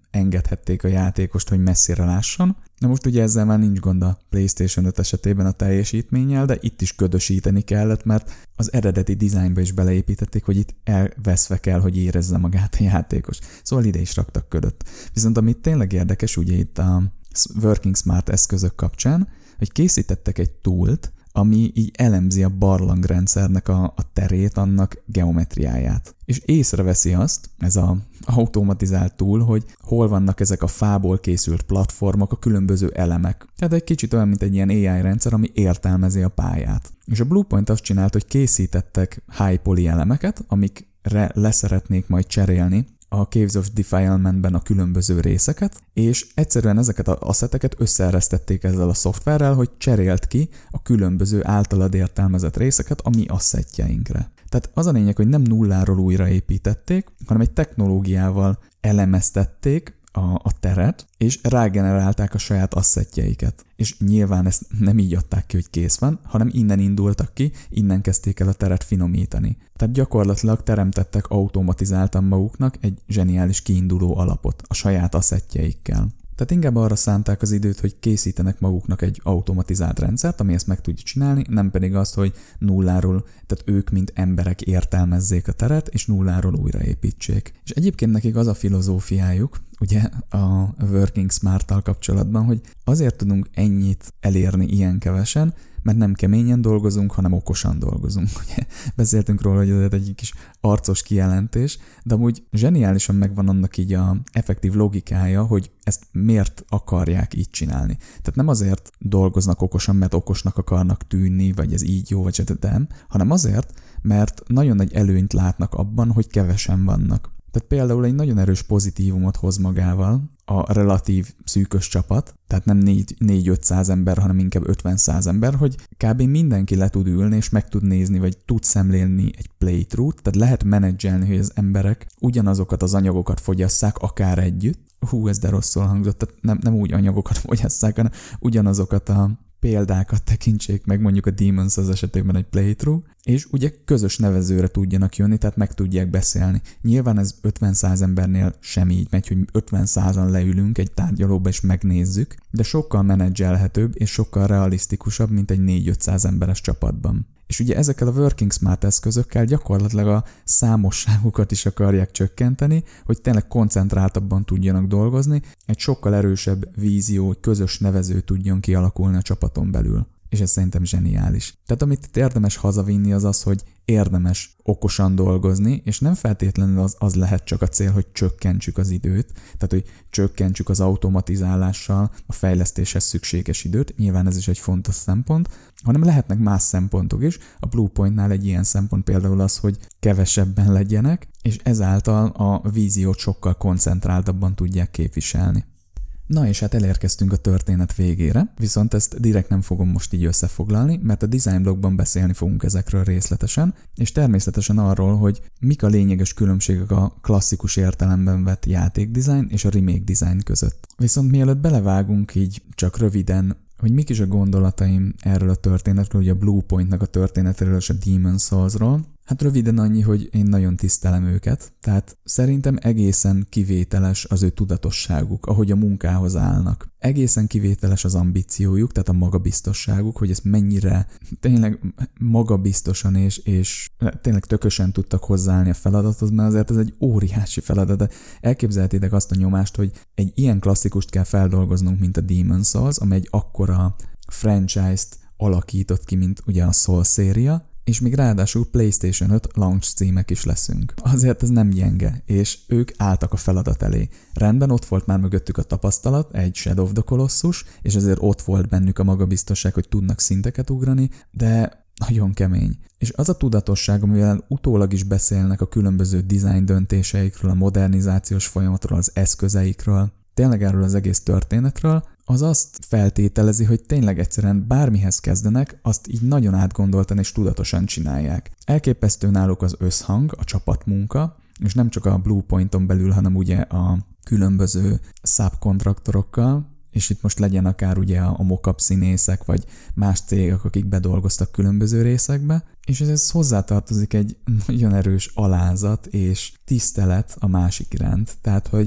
Speaker 1: engedhették a játékost, hogy messzire lásson. Na most ugye ezzel már nincs gond a PlayStation öt esetében a teljesítménnyel, de itt is ködösíteni kellett, mert az eredeti dizájnba is beleépítették, hogy itt elveszve kell, hogy érezze magát a játékos. Szóval ide is raktak ködöt. Viszont amit tényleg érdekes, ugye itt a Working Smart eszközök kapcsán, hogy készítettek egy toolt, ami így elemzi a barlangrendszernek a, a terét, annak geometriáját. És észreveszi azt, ez az automatizált tool, hogy hol vannak ezek a fából készült platformok, a különböző elemek. Tehát egy kicsit olyan, mint egy ilyen á i rendszer, ami értelmezi a pályát. És a Bluepoint azt csinált, hogy készítettek high poly elemeket, amikre leszeretnék majd cserélni a Caves of Defilementben a különböző részeket, és egyszerűen ezeket az asszeteket összeeresztették ezzel a szoftverrel, hogy cserélt ki a különböző általad értelmezett részeket a mi asszetjeinkre. Tehát az a lényeg, hogy nem nulláról újraépítették, hanem egy technológiával elemeztették a, a teret, és rágenerálták a saját asszetjeiket. És nyilván ezt nem így adták ki, hogy kész van, hanem innen indultak ki, innen kezdték el a teret finomítani. Tehát gyakorlatilag teremtettek automatizáltan maguknak egy zseniális kiinduló alapot a saját asszetjeikkel. Tehát inkább arra szánták az időt, hogy készítenek maguknak egy automatizált rendszert, ami ezt meg tudja csinálni, nem pedig azt, hogy nulláról, tehát ők, mint emberek értelmezzék a teret, és nulláról újraépítsék. És egyébként nekik az a filozófiájuk, ugye a Working Smart-tal kapcsolatban, hogy azért tudunk ennyit elérni ilyen kevesen, mert nem keményen dolgozunk, hanem okosan dolgozunk. Ugye beszéltünk róla, hogy ez egy kis arcos kijelentés, de amúgy zseniálisan megvan annak így a effektív logikája, hogy ezt miért akarják így csinálni. Tehát nem azért dolgoznak okosan, mert okosnak akarnak tűnni, vagy ez így jó, vagy nem, hanem azért, mert nagyon nagy előnyt látnak abban, hogy kevesen vannak. Tehát például egy nagyon erős pozitívumot hoz magával a relatív szűkös csapat, tehát nem négy-ötszáz ember, hanem inkább ötven-száz ember, hogy kb. Mindenki le tud ülni, és meg tud nézni, vagy tud szemlélni egy playthrough-t, tehát lehet menedzselni, hogy az emberek ugyanazokat az anyagokat fogyasszák, akár együtt. Hú, ez de rosszul hangzott, tehát nem, nem úgy anyagokat fogyasszák, hanem ugyanazokat a példákat tekintsék meg, mondjuk a Demons az esetében egy playthrough, és ugye közös nevezőre tudjanak jönni, tehát meg tudják beszélni. Nyilván ez ötven-száz embernél sem így megy, hogy ötven-százan leülünk egy tárgyalóba és megnézzük, de sokkal menedzselhetőbb és sokkal realisztikusabb, mint egy négy-ötszáz emberes csapatban. És ugye ezekkel a Working Smart eszközökkel gyakorlatilag a számosságukat is akarják csökkenteni, hogy tényleg koncentráltabban tudjanak dolgozni, egy sokkal erősebb vízió, közös nevező tudjon kialakulni a csapaton belül. És ez szerintem zseniális. Tehát amit itt érdemes hazavinni az az, hogy érdemes okosan dolgozni, és nem feltétlenül az, az lehet csak a cél, hogy csökkentsük az időt, tehát hogy csökkentsük az automatizálással a fejlesztéshez szükséges időt, nyilván ez is egy fontos szempont, hanem lehetnek más szempontok is. A Bluepointnál egy ilyen szempont például az, hogy kevesebben legyenek, és ezáltal a víziót sokkal koncentráltabban tudják képviselni. Na és hát elérkeztünk a történet végére, viszont ezt direkt nem fogom most így összefoglalni, mert a design blogban beszélni fogunk ezekről részletesen, és természetesen arról, hogy mik a lényeges különbségek a klasszikus értelemben vett játékdesign és a remake design között. Viszont mielőtt belevágunk így csak röviden, hogy mik is a gondolataim erről a történetről, ugye a Bluepointnak a történetéről és a Demon's Soulsról. Hát röviden annyi, hogy én nagyon tisztelem őket, tehát szerintem egészen kivételes az ő tudatosságuk, ahogy a munkához állnak. Egészen kivételes az ambíciójuk, tehát a magabiztosságuk, hogy ezt mennyire tényleg magabiztosan és, és tényleg tökösen tudtak hozzáállni a feladathoz, mert azért ez egy óriási feladat. De elképzelhetétek azt a nyomást, hogy egy ilyen klasszikust kell feldolgoznunk, mint a Demon's Souls, amely egy akkora franchise-t alakított ki, mint ugye a Soul széria, és még ráadásul PlayStation öt launch címek is leszünk. Azért ez nem gyenge, és ők álltak a feladat elé. Rendben, ott volt már mögöttük a tapasztalat, egy Shadow of the Colossus, és azért ott volt bennük a magabiztosság, hogy tudnak szinteket ugrani, de nagyon kemény. És az a tudatosság, amivel utólag is beszélnek a különböző design döntéseikről, a modernizációs folyamatról, az eszközeikről, tényleg erről az egész történetről, az azt feltételezi, hogy tényleg egyszerűen bármihez kezdenek, azt így nagyon átgondoltan és tudatosan csinálják. Elképesztő náluk az összhang, a csapatmunka, és nem csak a Bluepointon belül, hanem ugye a különböző subkontraktorokkal, és itt most legyen akár ugye a mock-up színészek, vagy más cégek, akik bedolgoztak különböző részekbe, és ez hozzátartozik egy nagyon erős alázat és tisztelet a másik iránt. Tehát, hogy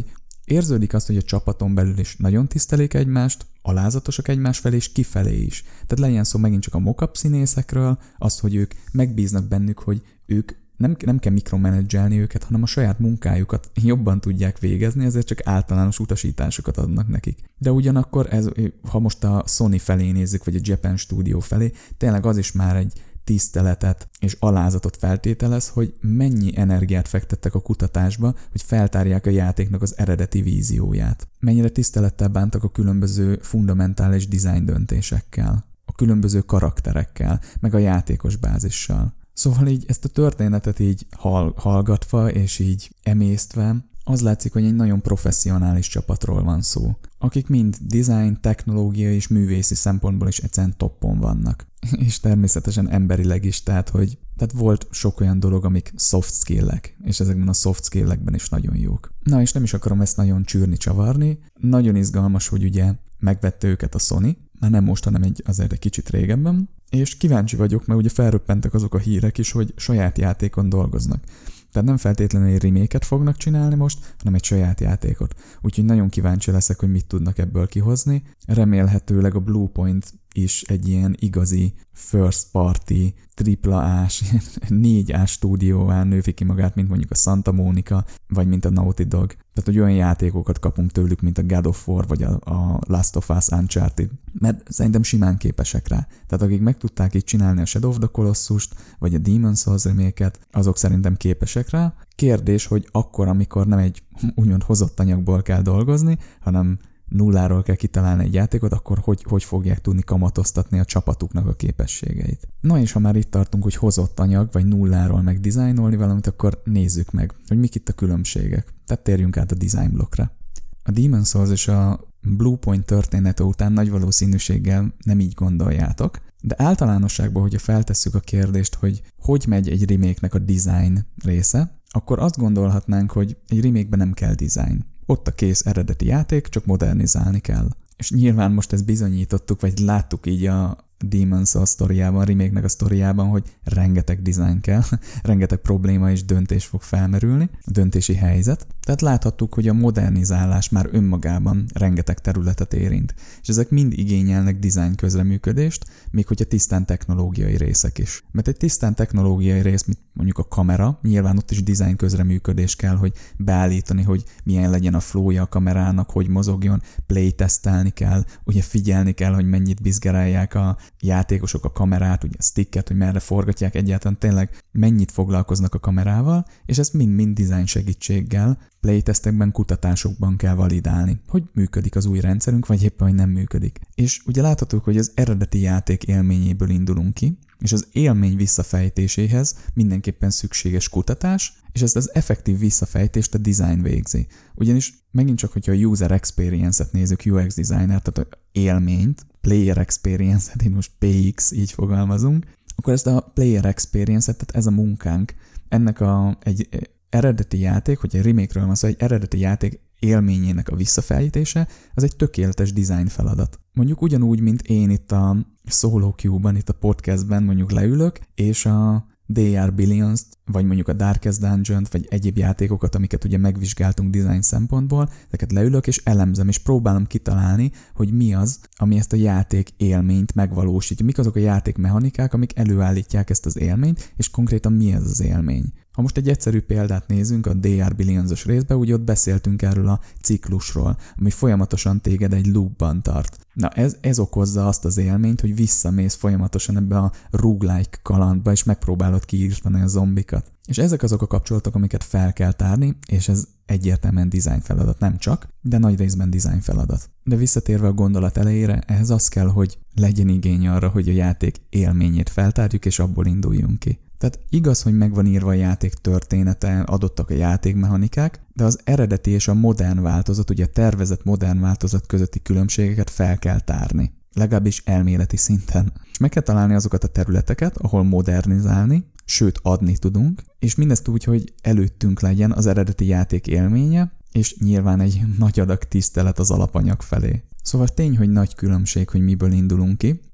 Speaker 1: Érződik azt, hogy a csapaton belül is nagyon tisztelik egymást, alázatosak egymás felé és kifelé is. Tehát legyen szó megint csak a mock-up színészekről, azt, hogy ők megbíznak bennük, hogy ők nem, nem kell mikromenedzselni őket, hanem a saját munkájukat jobban tudják végezni, ezért csak általános utasításokat adnak nekik. De ugyanakkor, ez, ha most a Sony felé nézzük, vagy a Japan Studio felé, tényleg az is már egy tiszteletet és alázatot feltételez, hogy mennyi energiát fektettek a kutatásba, hogy feltárják a játéknak az eredeti vízióját. Mennyire tisztelettel bántak a különböző fundamentális design döntésekkel, a különböző karakterekkel, meg a játékos bázissal. Szóval így ezt a történetet így hall, hallgatva és így emésztve, az látszik, hogy egy nagyon professzionális csapatról van szó, akik mind design, technológia és művészi szempontból is egyszerűen toppon vannak. És természetesen emberileg is, tehát, hogy tehát volt sok olyan dolog, amik soft skill-ek, és ezekben a soft skill-ekben is nagyon jók. Na, és nem is akarom ezt nagyon csűrni, csavarni. Nagyon izgalmas, hogy ugye megvette őket a Sony, már nem most, hanem egy, azért egy kicsit régebben, és kíváncsi vagyok, mert ugye felröppentek azok a hírek is, hogy saját játékon dolgoznak. Tehát nem feltétlenül egy remake-et fognak csinálni most, hanem egy saját játékot. Úgyhogy nagyon kíváncsi leszek, hogy mit tudnak ebből kihozni. Remélhetőleg a Bluepoint is egy ilyen igazi first party, tripla ás, négy ás stúdióvá nővi ki magát, mint mondjuk a Santa Monica, vagy mint a Naughty Dog. Tehát, hogy olyan játékokat kapunk tőlük, mint a God of War, vagy a, a Last of Us Uncharted. Mert szerintem simán képesek rá. Tehát akik meg tudták így csinálni a Shadow of the Colossus-t, vagy a Demon's Souls remake-et, azok szerintem képesek rá. Kérdés, hogy akkor, amikor nem egy úgymond hozott anyagból kell dolgozni, hanem nulláról kell kitalálni egy játékot, akkor hogy, hogy fogják tudni kamatoztatni a csapatuknak a képességeit. Na és ha már itt tartunk, hogy hozott anyag, vagy nulláról meg dizájnolni valamit, akkor nézzük meg, hogy mik itt a különbségek. Tehát térjünk át a design blokkra. A Demon's Souls és a Bluepoint története után nagy valószínűséggel nem így gondoljátok, de általánosságban, hogyha feltesszük a kérdést, hogy hogy megy egy remake-nek a design része, akkor azt gondolhatnánk, hogy egy remake-ben nem kell design. Ott a kész eredeti játék, csak modernizálni kell. És nyilván most ezt bizonyítottuk, vagy láttuk így a Demon's Souls sztoriában, remake-nek a sztoriában, hogy rengeteg design kell, rengeteg probléma és döntés fog felmerülni, döntési helyzet. Tehát láthattuk, hogy a modernizálás már önmagában rengeteg területet érint. És ezek mind igényelnek design közreműködést, még hogyha tisztán technológiai részek is. Mert egy tisztán technológiai rész, mint mondjuk a kamera, nyilván ott is design közreműködés kell, hogy beállítani, hogy milyen legyen a flowja a kamerának, hogy mozogjon, playtesztelni kell, ugye figyelni kell, hogy mennyit bizgerelják a játékosok a kamerát, ugye a sticket, hogy merre forgatják, egyáltalán tényleg mennyit foglalkoznak a kamerával, és ezt mind-mind design segítséggel, playtestekben, kutatásokban kell validálni, hogy működik az új rendszerünk, vagy éppen, hogy nem működik. És ugye láthatók, hogy az eredeti játék élményéből indulunk ki, és az élmény visszafejtéséhez mindenképpen szükséges kutatás, és ezt az effektív visszafejtést a design végzi. Ugyanis megint csak, hogyha a user experience-et nézzük, u iksz designer, tehát az élményt, player experience-et, én most pé iksz így fogalmazunk, akkor ezt a player experience-et, tehát ez a munkánk, ennek a, egy eredeti játék, hogy egy remake-ről van szó, egy eredeti játék élményének a visszafejtése, az egy tökéletes design feladat. Mondjuk ugyanúgy, mint én itt a Solo Queue-ban, itt a podcastben mondjuk leülök, és a dé er Billions-t, vagy mondjuk a Darkest Dungeon-t, vagy egyéb játékokat, amiket ugye megvizsgáltunk design szempontból, ezeket leülök és elemzem, és próbálom kitalálni, hogy mi az, ami ezt a játék élményt megvalósítja. Mik azok a játékmechanikák, amik előállítják ezt az élményt, és konkrétan mi ez az élmény. Ha most egy egyszerű példát nézünk a dé er Billions-os részben, ugye ott beszéltünk erről a ciklusról, ami folyamatosan téged egy loopban tart. Na ez, ez okozza azt az élményt, hogy visszamész folyamatosan ebbe a roguelike kalandba, és megpróbálod kiírtani a zombikat. És ezek azok a kapcsolatok, amiket fel kell tárni, és ez egyértelműen design feladat, nem csak, de nagy részben design feladat. De visszatérve a gondolat elejére, ehhez az kell, hogy legyen igény arra, hogy a játék élményét feltárjuk, és abból induljunk ki. Tehát igaz, hogy megvan írva a játék története, adottak a játékmechanikák, de az eredeti és a modern változat, ugye a tervezett modern változat közötti különbségeket fel kell tárni. Legalábbis elméleti szinten. És meg kell találni azokat a területeket, ahol modernizálni, sőt adni tudunk, és mindezt úgy, hogy előttünk legyen az eredeti játék élménye, és nyilván egy nagy adag tisztelet az alapanyag felé. Szóval tény, hogy nagy különbség, hogy miből indulunk ki,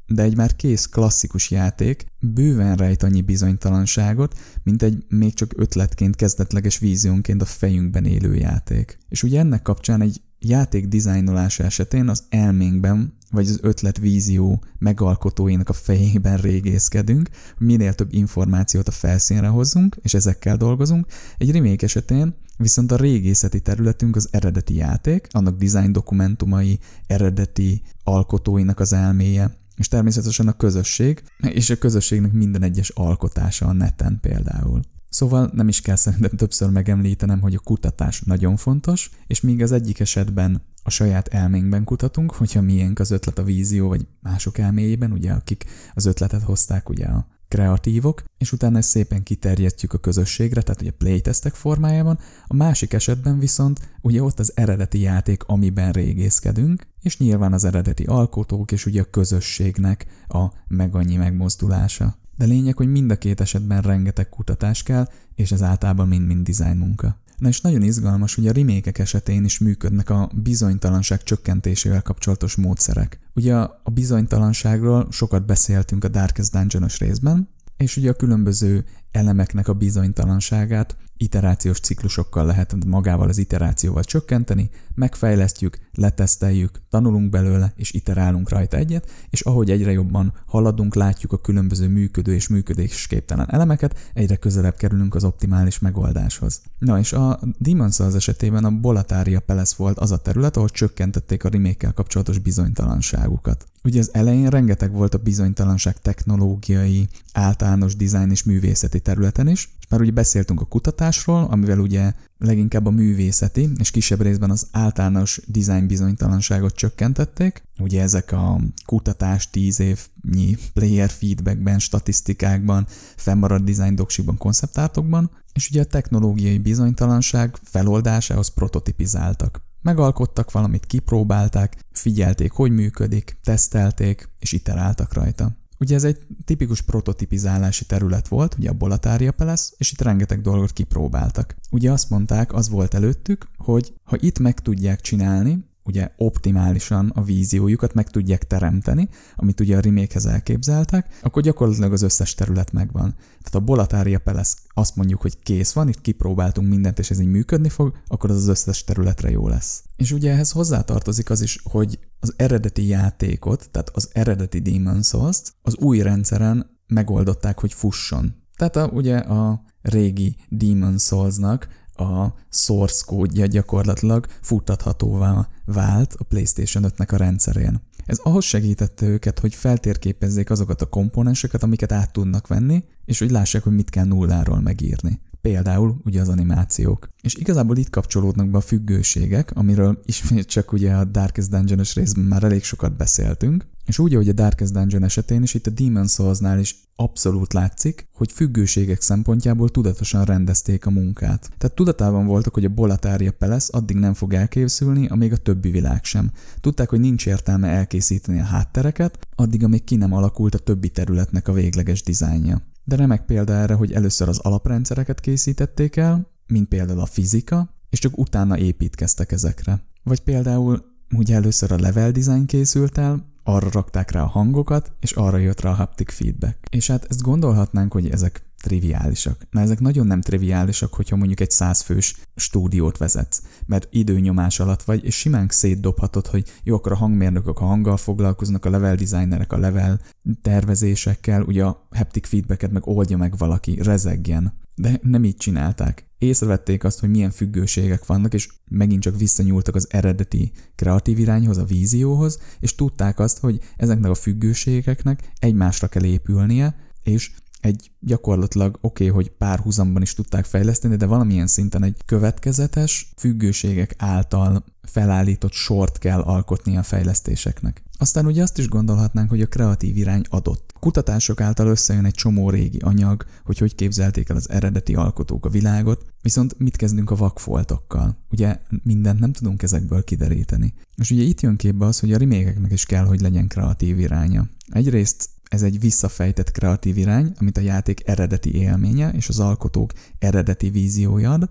Speaker 1: de egy már kész klasszikus játék bőven rejt annyi bizonytalanságot, mint egy még csak ötletként, kezdetleges víziónként a fejünkben élő játék. És ugye ennek kapcsán egy játék dizájnolása esetén az elménkben, vagy az ötletvízió megalkotóinak a fejében régészkedünk, minél több információt a felszínre hozzunk, és ezekkel dolgozunk. Egy remake esetén viszont a régészeti területünk az eredeti játék, annak design dokumentumai, eredeti alkotóinak az elméje, és természetesen a közösség, és a közösségnek minden egyes alkotása a neten például. Szóval nem is kell szerintem többször megemlítenem, hogy a kutatás nagyon fontos, és míg az egyik esetben a saját elménkben kutatunk, hogyha miénk az ötlet, a vízió, vagy mások elméjében, ugye akik az ötletet hozták, ugye a kreatívok, és utána ezt szépen kiterjesztjük a közösségre, tehát ugye playtestek formájában, a másik esetben viszont ugye ott az eredeti játék, amiben régészkedünk, és nyilván az eredeti alkotók, és ugye a közösségnek a meg annyi megmozdulása. De lényeg, hogy mind a két esetben rengeteg kutatás kell, és ez általában mind-mind design munka. Na és nagyon izgalmas, hogy a remake-ek esetén is működnek a bizonytalanság csökkentésével kapcsolatos módszerek. Ugye a bizonytalanságról sokat beszéltünk a Darkest Dungeon-os részben, és ugye a különböző elemeknek a bizonytalanságát iterációs ciklusokkal lehet magával az iterációval csökkenteni, megfejlesztjük, leteszteljük, tanulunk belőle, és iterálunk rajta egyet, és ahogy egyre jobban haladunk, látjuk a különböző működő és működésképtelen elemeket, egyre közelebb kerülünk az optimális megoldáshoz. Na és a Demon's Souls esetében a Boletaria Palace volt az a terület, ahol csökkentették a remake-kel kapcsolatos bizonytalanságukat. Ugye az elején rengeteg volt a bizonytalanság technológiai, általános dizájn és művészeti területen is, és már ugye beszéltünk a kutatásról, amivel ugye leginkább a művészeti és kisebb részben az általános dizájn bizonytalanságot csökkentették. Ugye ezek a kutatás tíz évnyi player feedbackben, statisztikákban, fennmaradt design doksikban, konceptártokban, és ugye a technológiai bizonytalanság feloldásához prototipizáltak. Megalkottak valamit, kipróbálták, figyelték, hogy működik, tesztelték, és iteráltak rajta. Ugye ez egy tipikus prototipizálási terület volt, ugye a Boletaria Palace, és itt rengeteg dolgot kipróbáltak. Ugye azt mondták, az volt előttük, hogy ha itt meg tudják csinálni, ugye optimálisan a víziójukat meg tudják teremteni, amit ugye a remake-hez elképzeltek, akkor gyakorlatilag az összes terület megvan. Tehát a Boletaria Palace azt mondjuk, hogy kész van, itt kipróbáltunk mindent, és ez így működni fog, akkor az az összes területre jó lesz. És ugye ehhez hozzátartozik az is, hogy az eredeti játékot, tehát az eredeti Demon's Souls-t az új rendszeren megoldották, hogy fusson. Tehát a, ugye a régi Demon's Souls-nak a source kódja gyakorlatilag futtathatóvá vált a PlayStation ötnek a rendszerén. Ez ahhoz segítette őket, hogy feltérképezzék azokat a komponenseket, amiket át tudnak venni, és hogy lássák, hogy mit kell nulláról megírni. Például ugye az animációk. És igazából itt kapcsolódnak be a függőségek, amiről ismét csak ugye a Darkest Dungeon-os részben már elég sokat beszéltünk, és úgy, ahogy a Darkest Dungeon esetén is, itt a Demon's Souls-nál is abszolút látszik, hogy függőségek szempontjából tudatosan rendezték a munkát. Tehát tudatában voltak, hogy a Boletaria Palace addig nem fog elkészülni, amíg a többi világ sem. Tudták, hogy nincs értelme elkészíteni a háttereket, addig, amíg ki nem alakult a többi területnek a végleges dizájnja. De remek példa erre, hogy először az alaprendszereket készítették el, mint például a fizika, és csak utána építkeztek ezekre. Vagy például ugye először a level design készült el, arra rakták rá a hangokat, és arra jött rá a haptic feedback. És hát ezt gondolhatnánk, hogy ezek triviálisak. Na ezek nagyon nem triviálisak, hogyha mondjuk egy százfős stúdiót vezetsz, mert időnyomás alatt vagy, és simán szétdobhatod, hogy jó, akkor a hangmérnökök a hanggal foglalkoznak, a level designerek a level tervezésekkel, ugye a haptic feedbacket meg oldja meg valaki, rezegjen. De nem így csinálták. Észrevették azt, hogy milyen függőségek vannak, és megint csak visszanyúltak az eredeti kreatív irányhoz, a vízióhoz, és tudták azt, hogy ezeknek a függőségeknek egymásra kell épülnie, és egy gyakorlatilag oké, okay, hogy párhuzamban is tudták fejleszteni, de valamilyen szinten egy következetes függőségek által felállított sort kell alkotni a fejlesztéseknek. Aztán ugye azt is gondolhatnánk, hogy a kreatív irány adott. Kutatások által összejön egy csomó régi anyag, hogy hogy képzelték el az eredeti alkotók a világot, viszont mit kezdünk a vakfoltokkal? Ugye mindent nem tudunk ezekből kideríteni. És ugye itt jön képbe az, hogy a remake-eknek is kell, hogy legyen kreatív iránya. Egyrészt ez egy visszafejtett kreatív irány, amit a játék eredeti élménye és az alkotók eredeti víziója ad.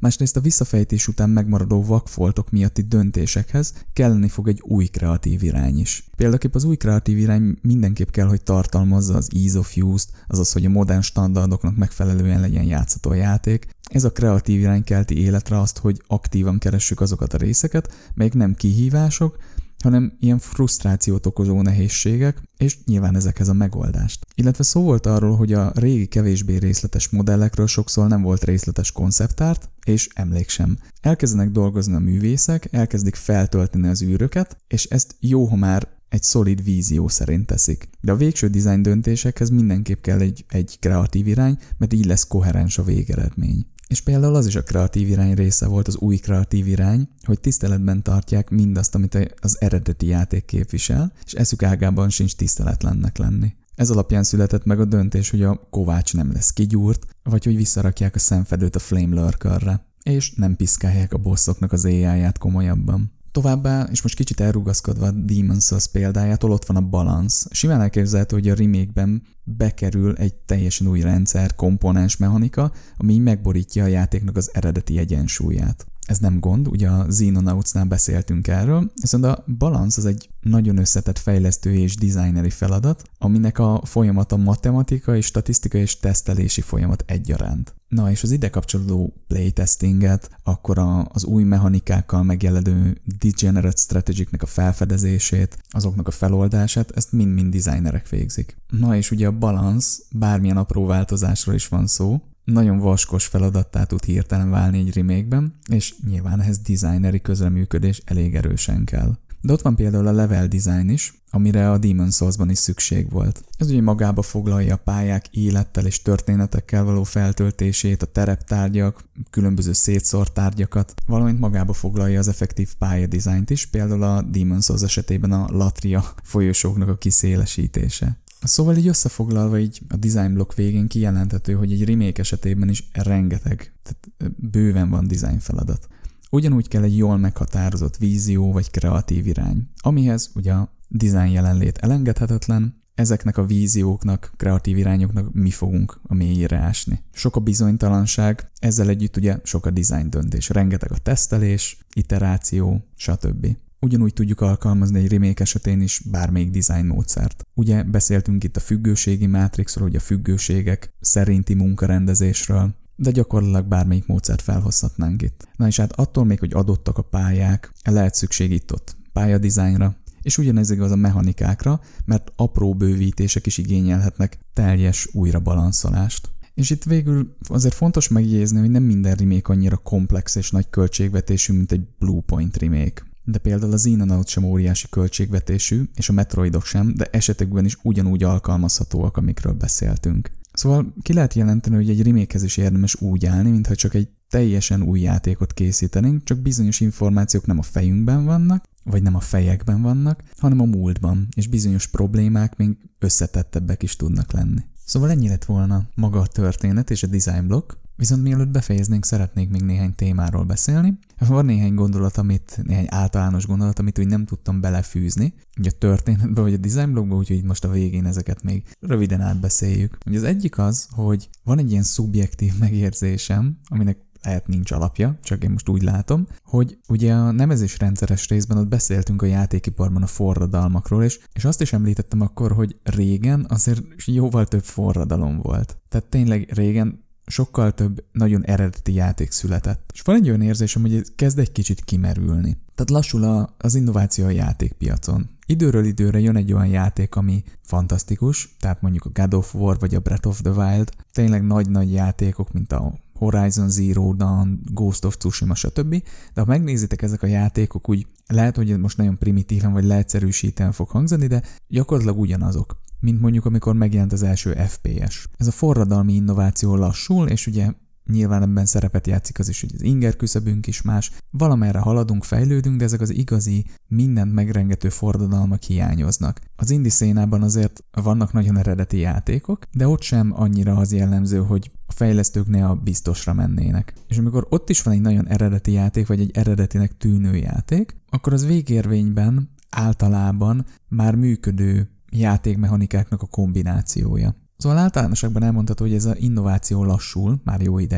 Speaker 1: Másrészt a visszafejtés után megmaradó vakfoltok miatti döntésekhez kelleni fog egy új kreatív irány is. Például az új kreatív irány mindenképp kell, hogy tartalmazza az ease of use-t, azaz, hogy a modern standardoknak megfelelően legyen játszható a játék. Ez a kreatív irány kelti életre azt, hogy aktívan keressük azokat a részeket, melyek nem kihívások, hanem ilyen frusztrációt okozó nehézségek, és nyilván ezekhez a megoldást. Illetve szó volt arról, hogy a régi kevésbé részletes modellekről sokszor nem volt részletes konceptárt, és emléksem. Elkezdenek dolgozni a művészek, elkezdik feltölteni az űröket, és ezt jó, ha már egy szolid vízió szerint teszik. De a végső design döntésekhez mindenképp kell egy, egy kreatív irány, mert így lesz koherens a végeredmény. És például az is a kreatív irány része volt, az új kreatív irány, hogy tiszteletben tartják mindazt, amit az eredeti játék képvisel, és eszük ágában sincs tiszteletlennek lenni. Ez alapján született meg a döntés, hogy a kovács nem lesz kigyúrt, vagy hogy visszarakják a szemfedőt a Flame Lurkerre, és nem piszkálják a bosszoknak az á í-ját komolyabban. Továbbá, és most kicsit elrugaszkodva a Demon's Souls példájától, ott van a balance. Simán elképzelhető, hogy a remake-ben bekerül egy teljesen új rendszer, komponens mechanika, ami megborítja a játéknak az eredeti egyensúlyát. Ez nem gond, ugye a Xenonautsnál beszéltünk erről, viszont a balance az egy nagyon összetett fejlesztői és designeri feladat, aminek a folyamata matematika és statisztika és tesztelési folyamat egyaránt. Na és az ide kapcsolódó playtestinget, akkor a, az új mechanikákkal megjelenő degenerate strategicnek a felfedezését, azoknak a feloldását, ezt mind-mind designerek végzik. Na és ugye a balance, bármilyen apró változásról is van szó, nagyon vaskos feladattá tud hirtelen válni egy remake-ben, és nyilván ehhez designeri közreműködés elég erősen kell. De ott van például a level design is, amire a Demon's Souls-ban is szükség volt. Ez ugye magába foglalja a pályák élettel és történetekkel való feltöltését, a tereptárgyak, különböző szétszórt tárgyakat, valamint magába foglalja az effektív pályadizájnt is, például a Demon's Souls esetében a Latria folyosóknak a kiszélesítése. Szóval így összefoglalva így a design block végén kijelenthető, hogy egy remake esetében is rengeteg, tehát bőven van design feladat. Ugyanúgy kell egy jól meghatározott vízió vagy kreatív irány, amihez ugye a design jelenlét elengedhetetlen, ezeknek a vízióknak, kreatív irányoknak mi fogunk a mélyére ásni. Sok a bizonytalanság, ezzel együtt ugye sok a design döntés, rengeteg a tesztelés, iteráció, stb. Ugyanúgy tudjuk alkalmazni egy remake esetén is bármelyik design módszert. Ugye beszéltünk itt a függőségi mátrixról, ugye a függőségek szerinti munkarendezésről, de gyakorlatilag bármelyik módszert felhozhatnánk itt. Na és hát attól még, hogy adottak a pályák, lehet szükség itt-ott pályadizájnra, és ugyanez igaz a mechanikákra, mert apró bővítések is igényelhetnek teljes újrabalanszolást. És itt végül azért fontos megjegyezni, hogy nem minden remake annyira komplex és nagy költségvetésű, mint egy Bluepoint remake. De például a Xenonauts sem óriási költségvetésű, és a Metroidok sem, de esetekben is ugyanúgy alkalmazhatóak, amikről beszéltünk. Szóval ki lehet jelenteni, hogy egy remékhez is érdemes úgy állni, mintha csak egy teljesen új játékot készítenénk, csak bizonyos információk nem a fejünkben vannak, vagy nem a fejekben vannak, hanem a múltban, és bizonyos problémák még összetettebbek is tudnak lenni. Szóval ennyi lett volna maga a történet és a design block, viszont mielőtt befejeznénk, szeretnék még néhány témáról beszélni. Van néhány gondolat, amit, néhány általános gondolat, amit úgy nem tudtam belefűzni, ugye a történetbe vagy a design blockba, úgyhogy most a végén ezeket még röviden átbeszéljük. Ugye az egyik az, hogy van egy ilyen szubjektív megérzésem, aminek lehet nincs alapja, csak én most úgy látom, hogy ugye a nevezésrendszeres részben ott beszéltünk a játékiparban a forradalmakról, és, és azt is említettem akkor, hogy régen azért jóval több forradalom volt. Tehát tényleg régen sokkal több nagyon eredeti játék született. És van egy olyan érzésem, hogy ez kezd egy kicsit kimerülni. Tehát lassul a, az innováció a játékpiacon. Időről időre jön egy olyan játék, ami fantasztikus, tehát mondjuk a God of War vagy a Breath of the Wild, tényleg nagy-nagy játékok, mint a Horizon Zero Dawn, Ghost of Tsushima, stb. De ha megnézitek, ezek a játékok úgy, lehet, hogy most nagyon primitíven vagy leegyszerűsítően fog hangzani, de gyakorlatilag ugyanazok, mint mondjuk amikor megjelent az első ef pé es. Ez a forradalmi innováció lassul, és ugye nyilván ebben szerepet játszik az is, hogy az inger küszöbünk is más, valamerre haladunk, fejlődünk, de ezek az igazi, mindent megrengető forradalmak hiányoznak. Az indie szénában azért vannak nagyon eredeti játékok, de ott sem annyira az jellemző, hogy a fejlesztők ne a biztosra mennének. És amikor ott is van egy nagyon eredeti játék, vagy egy eredetinek tűnő játék, akkor az végérvényben általában már működő játékmechanikáknak a kombinációja. Szóval általánosakban elmondható, hogy ez az innováció lassul, már jó ideje,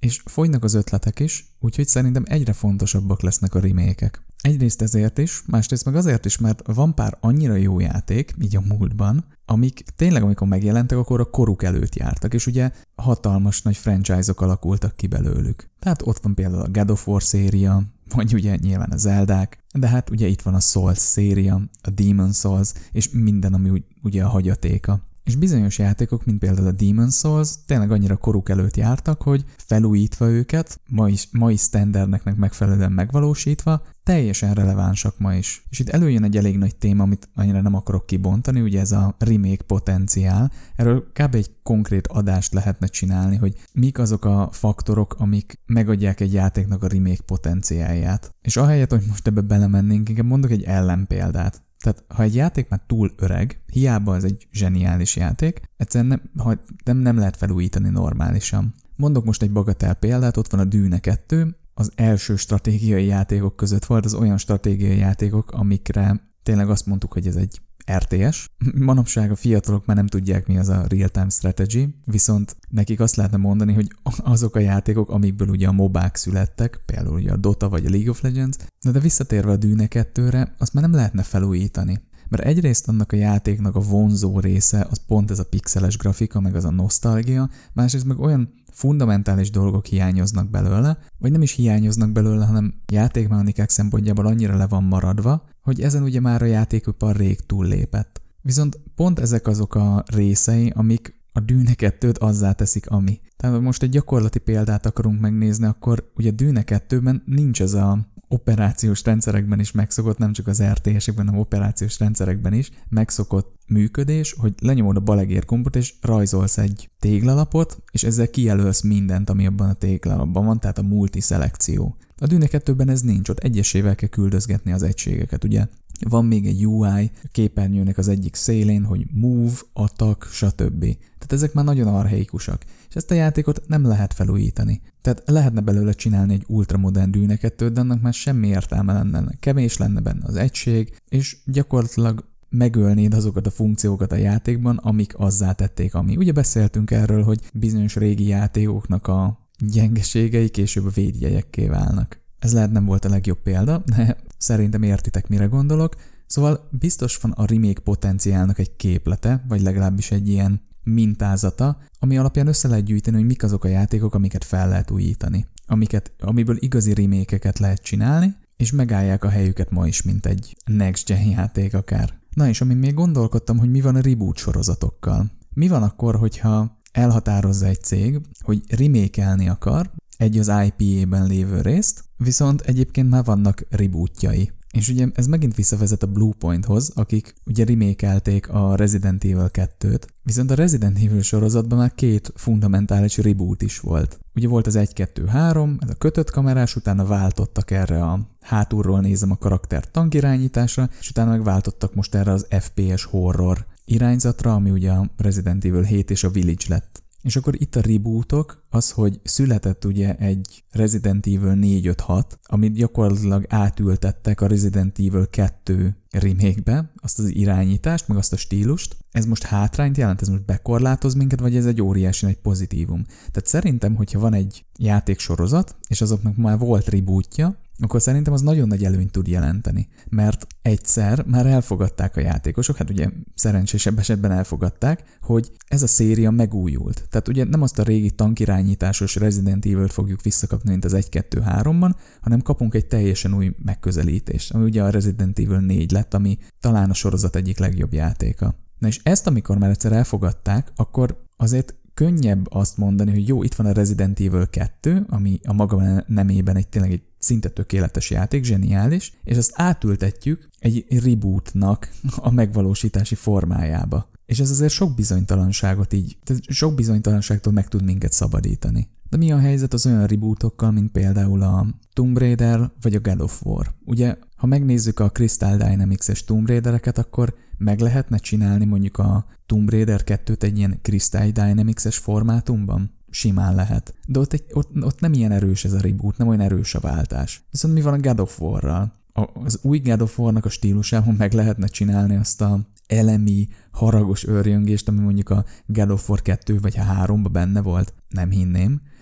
Speaker 1: és fogynak az ötletek is, úgyhogy szerintem egyre fontosabbak lesznek a remake-ek. Egyrészt ezért is, másrészt meg azért is, mert van pár annyira jó játék, így a múltban, amik tényleg, amikor megjelentek, akkor a koruk előtt jártak, és ugye hatalmas nagy franchise-ok alakultak ki belőlük. Tehát ott van például a God of War széria, vagy ugye nyilván a Zeldák, de hát ugye itt van a Souls széria, a Demon's Souls, és minden, ami úgy, ugye a hagyatéka. És bizonyos játékok, mint például a Demon's Souls, tényleg annyira koruk előtt jártak, hogy felújítva őket, mai, mai sztenderdeknek megfelelően megvalósítva, teljesen relevánsak ma is. És itt előjön egy elég nagy téma, amit annyira nem akarok kibontani, ugye ez a remake potenciál. Erről kb. Egy konkrét adást lehetne csinálni, hogy mik azok a faktorok, amik megadják egy játéknak a remake potenciálját. És ahelyett, hogy most ebbe belemennénk, inkább mondok egy ellenpéldát. Tehát, ha egy játék már túl öreg, hiába az egy zseniális játék, egyszerűen nem, ha nem, nem lehet felújítani normálisan. Mondok most egy bagatell példát, ott van a Dune kettő, az első stratégiai játékok között volt az olyan stratégiai játékok, amikre tényleg azt mondtuk, hogy ez egy er té es. Manapság a fiatalok már nem tudják, mi az a real-time strategy, viszont nekik azt lehetne mondani, hogy azok a játékok, amikből ugye a mobák születtek, például ugye a Dota vagy a League of Legends, de, de visszatérve a Dune kettőre, azt már nem lehetne felújítani. Mert egyrészt annak a játéknak a vonzó része, az pont ez a pixeles grafika, meg az a nosztalgia, másrészt meg olyan fundamentális dolgok hiányoznak belőle, vagy nem is hiányoznak belőle, hanem játékmechanikák szempontjából annyira le van maradva, hogy ezen ugye már a játékipar rég túllépett. Viszont pont ezek azok a részei, amik a Dune kettőt azzá teszik, ami. Tehát most egy gyakorlati példát akarunk megnézni, akkor ugye Dune kettőben nincs ez a operációs rendszerekben is megszokott, nem csak az er té esekben, hanem operációs rendszerekben is megszokott működés, hogy lenyomod a balegér gombot, és rajzolsz egy téglalapot, és ezzel kijelölsz mindent, ami abban a téglalapban van, tehát a multiszelekció. A Dune kettőben ez nincs, ott egyesével kell küldözgetni az egységeket, ugye? Van még egy u i a képernyőnek az egyik szélén, hogy move, attack, stb. Tehát ezek már nagyon archaikusak, és ezt a játékot nem lehet felújítani. Tehát lehetne belőle csinálni egy ultramodern Dune kettőt, de annak már semmi értelme lenne, kevés lenne benne az egység, és gyakorlatilag megölnéd azokat a funkciókat a játékban, amik azzá tették, ami. Ugye beszéltünk erről, hogy bizonyos régi játékoknak a gyengeségei később a védjegyekké válnak. Ez lehet nem volt a legjobb példa, de szerintem értitek, mire gondolok. Szóval biztos van a remake potenciálnak egy képlete, vagy legalábbis egy ilyen mintázata, ami alapján össze lehet gyűjteni, hogy mik azok a játékok, amiket fel lehet újítani. Amiket, amiből igazi remake-eket lehet csinálni, és megállják a helyüket ma is, mint egy next-gen játék akár. Na és amin még gondolkodtam, hogy mi van a reboot sorozatokkal. Mi van akkor, hogyha elhatározza egy cég, hogy remake-elni akar egy az i pé á-ben lévő részt, viszont egyébként már vannak rebootjai. És ugye ez megint visszavezet a Bluepointhoz, akik ugye remake-elték a Resident Evil kettőt, viszont a Resident Evil sorozatban már két fundamentális reboot is volt. Ugye volt az egy kettő három, ez a kötött kamerás, utána váltottak erre a hátulról nézem a karakter tankirányításra, és utána megváltottak most erre az ef pé es horror irányzatra, ami ugye a Resident Evil hét és a Village lett. És akkor itt a rebootok az, hogy született ugye egy Resident Evil négy öt hat, amit gyakorlatilag átültettek a Resident Evil kettő remake-be, azt az irányítást, meg azt a stílust. Ez most hátrányt jelent, ez most bekorlátoz minket, vagy ez egy óriási nagy pozitívum. Tehát szerintem, hogyha van egy játéksorozat, és azoknak már volt rebootja, akkor szerintem az nagyon nagy előnyt tud jelenteni. Mert egyszer már elfogadták a játékosok, hát ugye szerencsésebb esetben elfogadták, hogy ez a széria megújult. Tehát ugye nem azt a régi tankirányításos Resident Evil-t fogjuk visszakapni, mint az egy kettő háromban, hanem kapunk egy teljesen új megközelítést, ami ugye a Resident Evil négy lett, ami talán a sorozat egyik legjobb játéka. Na és ezt, amikor már egyszer elfogadták, akkor azért könnyebb azt mondani, hogy jó, itt van a Resident Evil kettő, ami a maga nemében egy tényleg egy szinte tökéletes játék, zseniális, és azt átültetjük egy rebootnak a megvalósítási formájába. És ez azért sok bizonytalanságot így, tehát sok bizonytalanságtól meg tud minket szabadítani. De mi a helyzet az olyan rebootokkal, mint például a Tomb Raider vagy a God of War? Ugye, ha megnézzük a Crystal Dynamics-es Tomb Raidereket, akkor meg lehetne csinálni mondjuk a Tomb Raider kettőt egy ilyen Crystal Dynamics-es formátumban? Simán lehet. De ott, egy, ott, ott nem ilyen erős ez a reboot, nem olyan erős a váltás. Viszont mi van a God of War-ral? Az új God of War-nak a stílusában meg lehetne csinálni azt a elemi, haragos őrjöngést, ami mondjuk a God of War kettő vagy háromban benne volt. Nem hinném.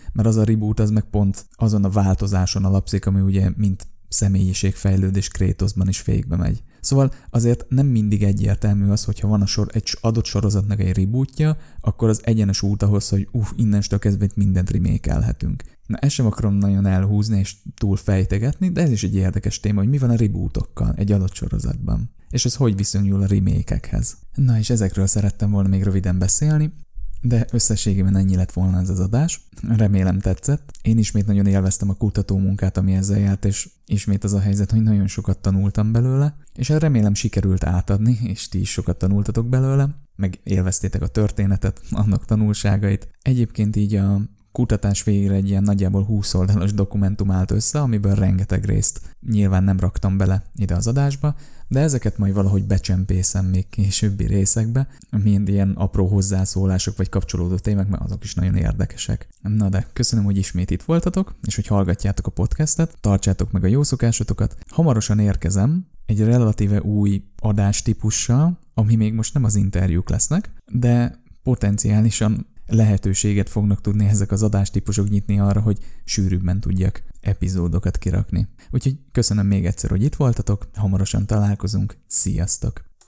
Speaker 1: mert az a reboot az meg pont azon a változáson alapszik, ami ugye mint személyiségfejlődés Kratosban is végbe megy. Szóval azért nem mindig egyértelmű az, hogyha van a sor, egy adott sorozatnak egy rebootja, akkor az egyenes út ahhoz, hogy uff, innenstől kezdve mindent remake-elhetünk. Na, ezt sem akarom nagyon elhúzni és túl fejtegetni, de ez is egy érdekes téma, hogy mi van a rebootokkal egy adott sorozatban. És ez hogy viszonyul a remake-ekhez. Na és ezekről szerettem volna még röviden beszélni, de összességében ennyi lett volna ez az adás. Remélem tetszett. Én ismét nagyon élveztem a kutatómunkát, ami ezzel járt, és ismét az a helyzet, hogy nagyon sokat tanultam belőle, és remélem sikerült átadni, és ti is sokat tanultatok belőle, meg élveztétek a történetet, annak tanulságait. Egyébként így a kutatás végére egy ilyen nagyjából húsz oldalas dokumentum állt össze, amiből rengeteg részt nyilván nem raktam bele ide az adásba, de ezeket majd valahogy becsempészem még későbbi részekbe, mind ilyen apró hozzászólások vagy kapcsolódó témák, mert azok is nagyon érdekesek. Na de köszönöm, hogy ismét itt voltatok, és hogy hallgatjátok a podcastet, tartsátok meg a jó szokásotokat. Hamarosan érkezem egy relatíve új adástípussal, ami még most nem az interjúk lesznek, de potenciálisan lehetőséget fognak tudni ezek az adástípusok nyitni arra, hogy sűrűbben tudjak epizódokat kirakni. Úgyhogy köszönöm még egyszer, hogy itt voltatok, hamarosan találkozunk, sziasztok!